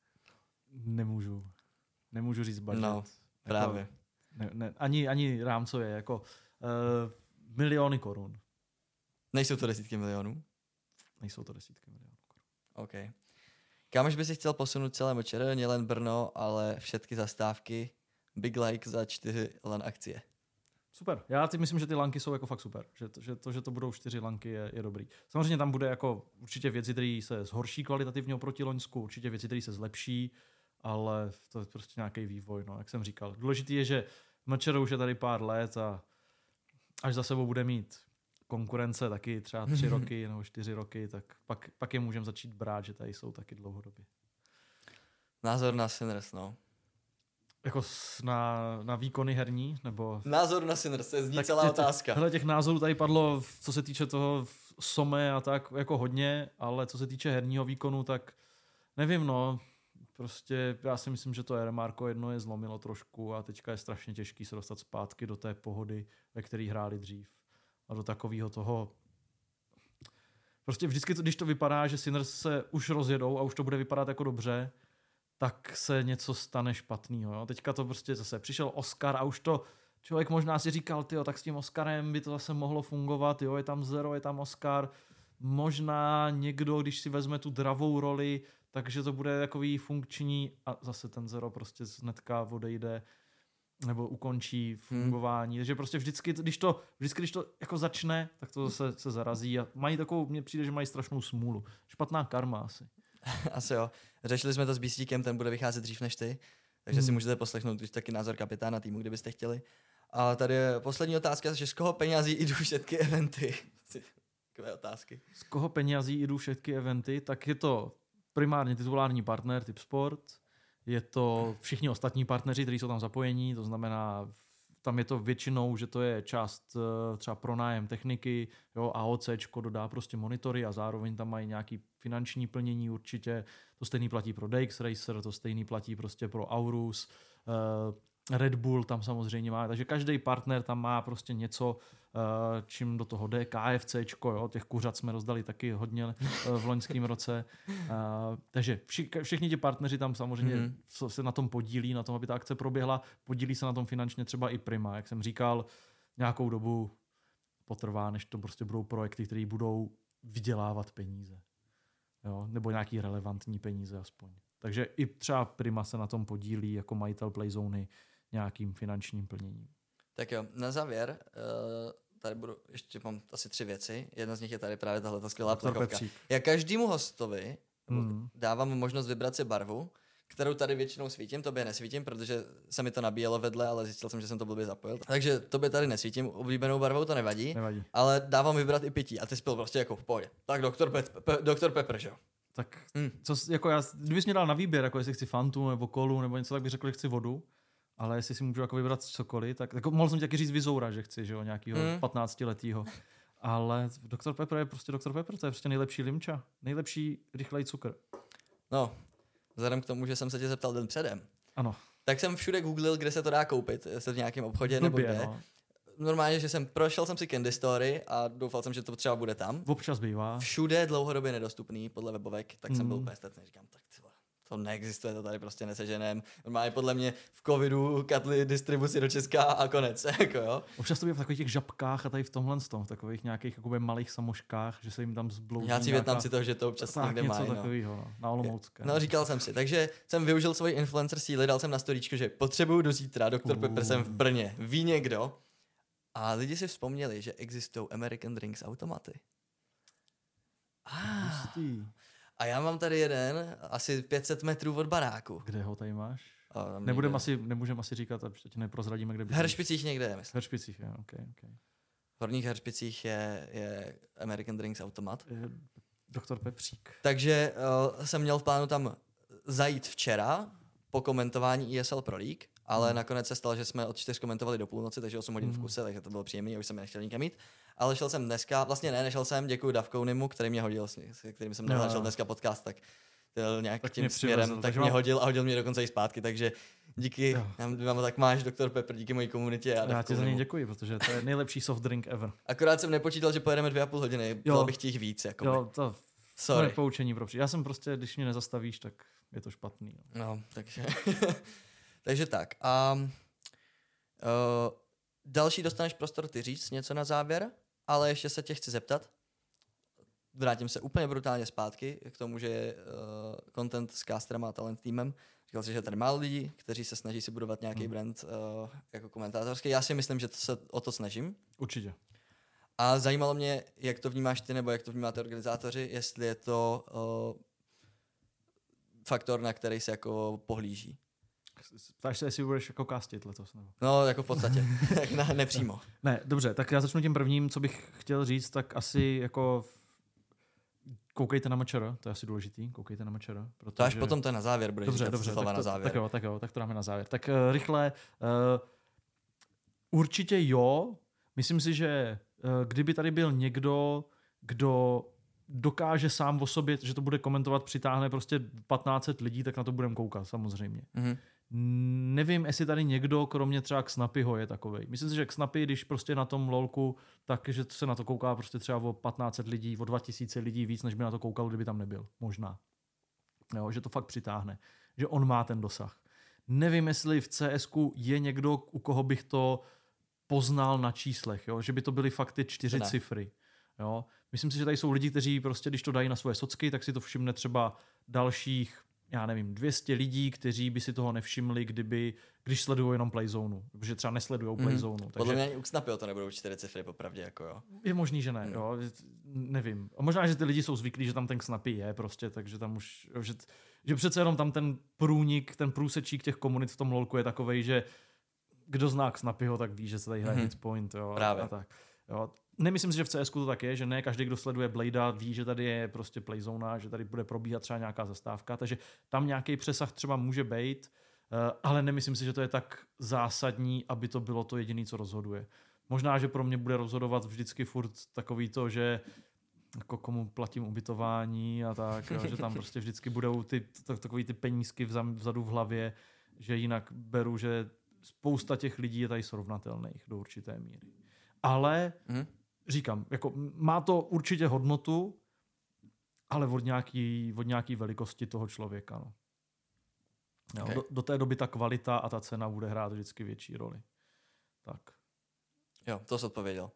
Nemůžu říct budget. No, právě. Ne, ani rámcově, jako miliony korun. Nejsou to desítky milionů? Nejsou to desítky milionů korun. OK. Kam by si chtěl posunout celé MČR, nejen Brno, ale všetky zastávky, big like za 4 LAN akcie. Super. Já si myslím, že ty lanky jsou jako fakt super. Že to budou 4 lanky je dobrý. Samozřejmě tam bude jako určitě věci, které se zhorší kvalitativně oproti loňsku, určitě věci, které se zlepší, ale to je prostě nějaký vývoj, no, jak jsem říkal. Důležitý je, že MČR už je tady pár let a až za sebou bude mít konkurence taky třeba 3 roky nebo 4 roky, tak pak je můžeme začít brát, že tady jsou taky dlouhodobě. Názor na Sinners, no. Jako na výkony herní? Nebo... Názor na Sinners, to je zní celá otázka. Hele, těch názorů tady padlo, co se týče toho Some a tak, jako hodně, ale co se týče herního výkonu, tak nevím, no. Prostě já si myslím, že to RMRko jedno je zlomilo trošku a teďka je strašně těžký se dostat zpátky do té pohody, ve které hráli dřív. A do takového toho... Prostě vždycky, když to vypadá, že Sinners se už rozjedou a už to bude vypadat jako dobře, tak se něco stane špatného. Jo? Teďka to prostě zase přišel Oscar a už to člověk možná si říkal, tyjo, tak s tím Oscarem by to zase mohlo fungovat, jo, je tam Zero, je tam Oscar, možná někdo, když si vezme tu dravou roli, takže to bude takový funkční a zase ten Zero prostě hnedka odejde nebo ukončí fungování. Takže prostě vždycky, když to jako začne, tak to zase se zarazí a mají takovou, mně přijde, že mají strašnou smůlu. Špatná karma asi. Asi jo. Řešili jsme to s Beastíkem, ten bude vycházet dřív než ty, takže si můžete poslechnout už taky názor kapitána týmu, kdybyste chtěli. A tady je poslední otázka, že z koho penězí jdou všetky eventy? Takové otázky. Z koho penězí jdou všetky eventy? Tak je to primárně titulární partner Tip Sport, je to všichni ostatní partneři, kteří jsou tam zapojení, to znamená, tam je to většinou, že to je část třeba pronájem techniky, jo, AOCčko dodá prostě monitory a zároveň tam mají nějaký finanční plnění určitě, to stejný platí pro DX Racer, to stejný platí prostě pro Aurus, Red Bull tam samozřejmě má, takže každý partner tam má prostě něco, čím do toho jde, KFCčko, jo, těch kuřat jsme rozdali taky hodně v loňském roce, takže všichni ti partneři tam samozřejmě se na tom podílí, na tom, aby ta akce proběhla, podílí se na tom finančně třeba i Prima, jak jsem říkal, nějakou dobu potrvá, než to prostě budou projekty, které budou vydělávat peníze, jo, nebo nějaký relevantní peníze aspoň. Takže i třeba Prima se na tom podílí jako majitel Playzony nějakým finančním plněním. Tak jo, na závěr, tady ještě mám asi 3 věci. Jedna z nich je tady právě tahle skvělá plechovka. Já každému hostovi dávám možnost vybrat si barvu, kterou tady většinou svítím, tobě nesvítím, protože se mi to nabíjelo vedle, ale zjistil jsem, že jsem to blbě zapojil. Takže tobě tady nesvítím, oblíbenou barvou to nevadí. Ale dávám vybrat i pití a ty jsi byl prostě jako v pohodě. Tak Dr. Pepper, že jo? Tak jako já, kdybys mě dal na výběr, jako jestli chci Fantu nebo kolu nebo něco, tak bych řekl, že chci vodu. Ale jestli si můžu jako vybrat cokoliv, tak jako mohl jsem ti taky říct Vizoura, že chci, že jo, nějakýho 15letýho. Ale Dr. Pepper je prostě Dr. Pepper, to je prostě nejlepší limča, nejlepší rychlej cukr. No, vzhledem k tomu, že jsem se tě zeptal den předem. Ano. tak jsem všude googlil, kde se to dá koupit, jestli v nějakém obchodě nebo kde. No. Normálně, že prošel jsem si Candy Story a doufal jsem, že to třeba bude tam. Občas bývá. Všude dlouhodobě nedostupný podle webovek, tak jsem byl úplně stacný. Říkám, tak to neexistuje, to tady prostě neseženem. Normálně podle mě v covidu katli distribuci do Česka a konec. Jako jo. Občas to bývá v takových těch žabkách a tady v tomhle v takových nějakých jakoby malých samoškách, že se jim tam zbloudí Nějací Vietnamci toho, že to občas někde mají. Něco takového, no, na Olomoucké. No, říkal jsem si. Takže jsem využil svoji influencer síly, dal jsem na storíčko, že potřebuju do zítra Dr. Pepper jsem v Brně. Ví někdo? A lidi si vzpomněli, že existují American Drinks automaty. A já mám tady jeden, asi 500 metrů od baráku. Kde ho tady máš? Nemůžeme asi říkat, aby tě neprozradíme, kde bydlíš. V Heršpicích někde je, myslím. V Heršpicích, jo, okay. V Horních Heršpicích je American Drinks automat. Doktor Pepřík. Takže jsem měl v plánu tam zajít včera po komentování ESL Pro League, ale nakonec se stalo, že jsme od 4 komentovali do půlnoci, takže 8 hodin v kuse, takže to bylo příjemné, už jsem nechtěl nikam jít. Ale šel jsem dneska, vlastně nešel jsem, děkuji Davkounimu, který mě hodil, s kterým jsem natáčel dneska podcast, tak to byl nějak tak tím směrem, tak mě hodil a hodil mě dokonce i zpátky, takže díky, mám tak máš Dr. Pepper, díky mojí komunitě. Já ti za něj děkuji, protože to je nejlepší soft drink ever. Akorát jsem nepočítal, že pojedeme 2,5 hodiny, dal bych ti jich víc. Jo, to je poučení pro příště. Já jsem prostě, když mě nezastavíš, tak je to špatný. No, takže... takže tak. Další dostaneš prostor ty říct něco na závěr, ale ještě se tě chci zeptat. Vrátím se úplně brutálně zpátky k tomu, že je content s casterem a talent týmem. Říkal jsi, že tady málo lidí, kteří se snaží si budovat nějaký brand jako komentátorský. Já si myslím, že se o to snažím. Určitě. A zajímalo mě, jak to vnímáš ty, nebo jak to vnímáte organizátoři, jestli je to faktor, na který se jako pohlíží. Ptáš se, jestli budeš jako castit letos? Nebo? No, jako v podstatě. Nepřímo. Ne, dobře, tak já začnu tím prvním, co bych chtěl říct, tak asi jako koukejte na MČR, to je asi důležitý, koukejte na MČR. Protože... To až potom to je na závěr, budeš dobře, slova na závěr. Tak to dáme na závěr. Tak rychle, určitě jo, myslím si, že kdyby tady byl někdo, kdo dokáže sám o sobě, že to bude komentovat, přitáhne prostě 1500 lidí, tak na to budeme koukat, samozřejmě. Mm-hmm. Nevím, jestli tady někdo, kromě třeba Xnapyho, je takovej. Myslím si, že Xnapy, když prostě na tom lolku, takže se na to kouká prostě třeba o 1500 lidí, o 2000 lidí víc, než by na to koukal, kdyby tam nebyl. Možná. Jo, že to fakt přitáhne. Že on má ten dosah. Nevím, jestli v CSku je někdo, u koho bych to poznal na číslech, jo? Že by to byly fakt ty 4 cifry. Jo? Myslím si, že tady jsou lidi, kteří prostě, když to dají na svoje socky, tak si to všimne třeba dalších, já nevím, 200 lidí, kteří by si toho nevšimli, když sledují jenom Playzone, protože třeba nesledujou Playzone. Takže... Podle mě ani u Xnapyho to nebudou 4 cifry, popravdě, jako jo. Je možný, že ne, jo. Nevím. A možná, že ty lidi jsou zvyklí, že tam ten Xnapy je prostě, takže tam už, že přece jenom tam ten průnik, ten průsečík těch komunit v tom lolku je takovej, že kdo zná Xnapyho, tak ví, že se tady hraje Hitpoint, jo. Právě. A tak. Jo. Nemyslím si, že v CSku to tak je, že ne každý, kdo sleduje Bladea, ví, že tady je prostě playzona, že tady bude probíhat třeba nějaká zastávka, takže tam nějaký přesah třeba může být, ale nemyslím si, že to je tak zásadní, aby to bylo to jediné, co rozhoduje. Možná, že pro mě bude rozhodovat vždycky furt takový to, že jako komu platím ubytování a tak, jo, že tam prostě vždycky budou takový ty penízky vzadu v hlavě, že jinak beru, že spousta těch lidí je tady srovnatelných do určité míry. Ale říkám, jako má to určitě hodnotu, ale od nějaký velikosti toho člověka. No. Jo, okay. Do té doby ta kvalita a ta cena bude hrát vždycky větší roli. Tak. Jo, to jsi odpověděl.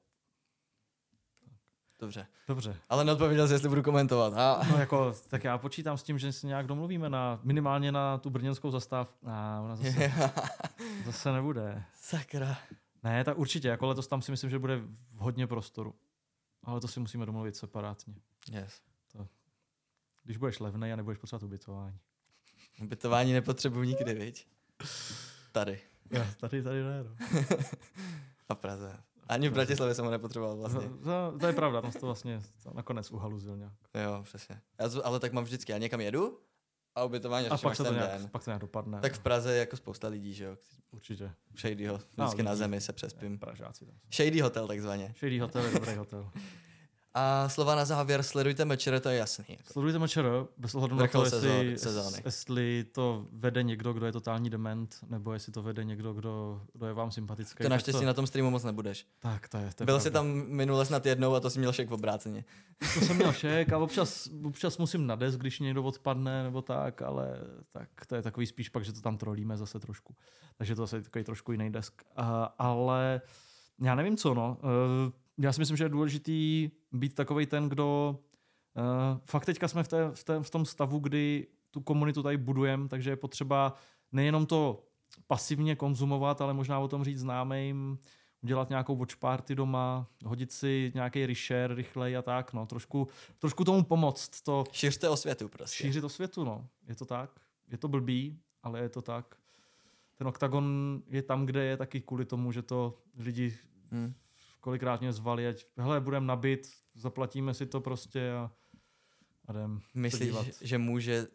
Dobře. Ale neodpověděl jsi, jestli budu komentovat. No jako, tak já počítám s tím, že se nějak domluvíme minimálně na tu brněnskou zastávku. Ona zase nebude. Sakra. Ne, tak určitě, jako letos tam si myslím, že bude hodně prostoru. Ale to si musíme domluvit separátně. Yes. Když budeš levnej a nebudeš potřebovat ubytování. Ubytování nepotřebuji nikdy, viď? Tady. Jo, tady ne. No. A v Praze. Ani v Bratislavě jsem ho nepotřeboval vlastně. To je pravda, tam to vlastně nakonec uhaluzil nějak. Jo, přesně. Ale tak mám vždycky, já někam jedu a ubytování a pak to nějak dopadne. Tak v Praze je jako spousta lidí, že jo? Určitě. Shadyho, vždycky na zemi se přespím. Pražáci tam. Shady hotel takzvaně. Shady hotel je dobrý hotel. A slova na závěr, sledujte Mečere, to je jasný. Sledujte Mečer, bez ohledu na Vrchol to, sezóny. jestli to vede někdo, kdo je totální dement, nebo jestli to vede někdo, kdo je vám sympatický. To naštěstí na tom streamu moc nebudeš. Tak, to je Byl jsi tam minule snad jednou a to jsi měl šek v obráceně. To jsem měl šek a občas musím na desk, když někdo odpadne nebo tak, ale tak to je takový spíš pak, že to tam trolíme zase trošku. Takže to je takový trošku jiný desk. Ale já nevím co, no. Já si myslím, že je důležitý být takovej ten, kdo... fakt teďka jsme v tom stavu, kdy tu komunitu tady budujeme, takže je potřeba nejenom to pasivně konzumovat, ale možná o tom říct známým, udělat nějakou watch party doma, hodit si nějaký reshare rychlej a tak, no. Trošku tomu pomoct. Šířte osvětu prostě. Šířit osvětu, no. Je to tak. Je to blbý, ale je to tak. Ten Octagon je tam, kde je, taky kvůli tomu, že to lidi kolikrát mě zvali, ať hele, budeme nabit, zaplatíme si to prostě a jdem. Myslíš, že může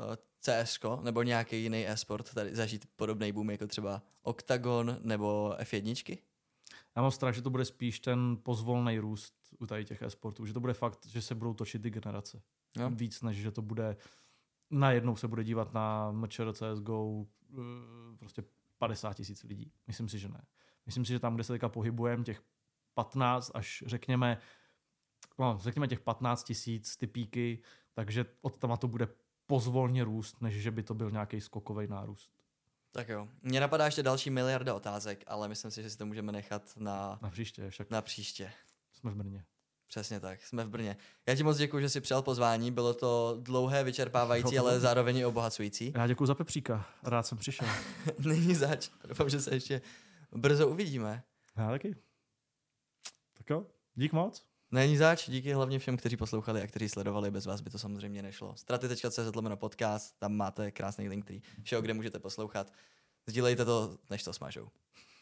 CSko nebo nějaký jiný e-sport tady zažít podobný boom jako třeba Octagon nebo F1? Já mám strach, že to bude spíš ten pozvolný růst u tady těch e-sportů, že to bude fakt, že se budou točit ty generace. No. Víc, než že to bude najednou se bude dívat na MČR, CSGO prostě 50 000 lidí. Myslím si, že ne. Myslím si, že tam, kde se teďka pohybujeme, těch 15 až řekněme těch 15 000 ty píky, takže od tam to bude pozvolně růst, než že by to byl nějaký skokový nárůst. Tak jo. Mně napadá ještě další miliarda otázek, ale myslím si, že si to můžeme nechat na příště. Na příště. Jsme v Brně. Přesně tak, jsme v Brně. Já ti moc děkuji, že jsi přijal pozvání, bylo to dlouhé, vyčerpávající, ale zároveň i obohacující. Já děkuji za pepříka, rád jsem přišel. Není zač, doufám, že se ještě brzo uvidíme. Já taky. Tak jo, dík moc. Není zač, díky hlavně všem, kteří poslouchali a kteří sledovali, bez vás by to samozřejmě nešlo. Straty.cz/podcast, tam máte krásný link, všeho, kde můžete poslouchat. Sdílejte to, než to smažou.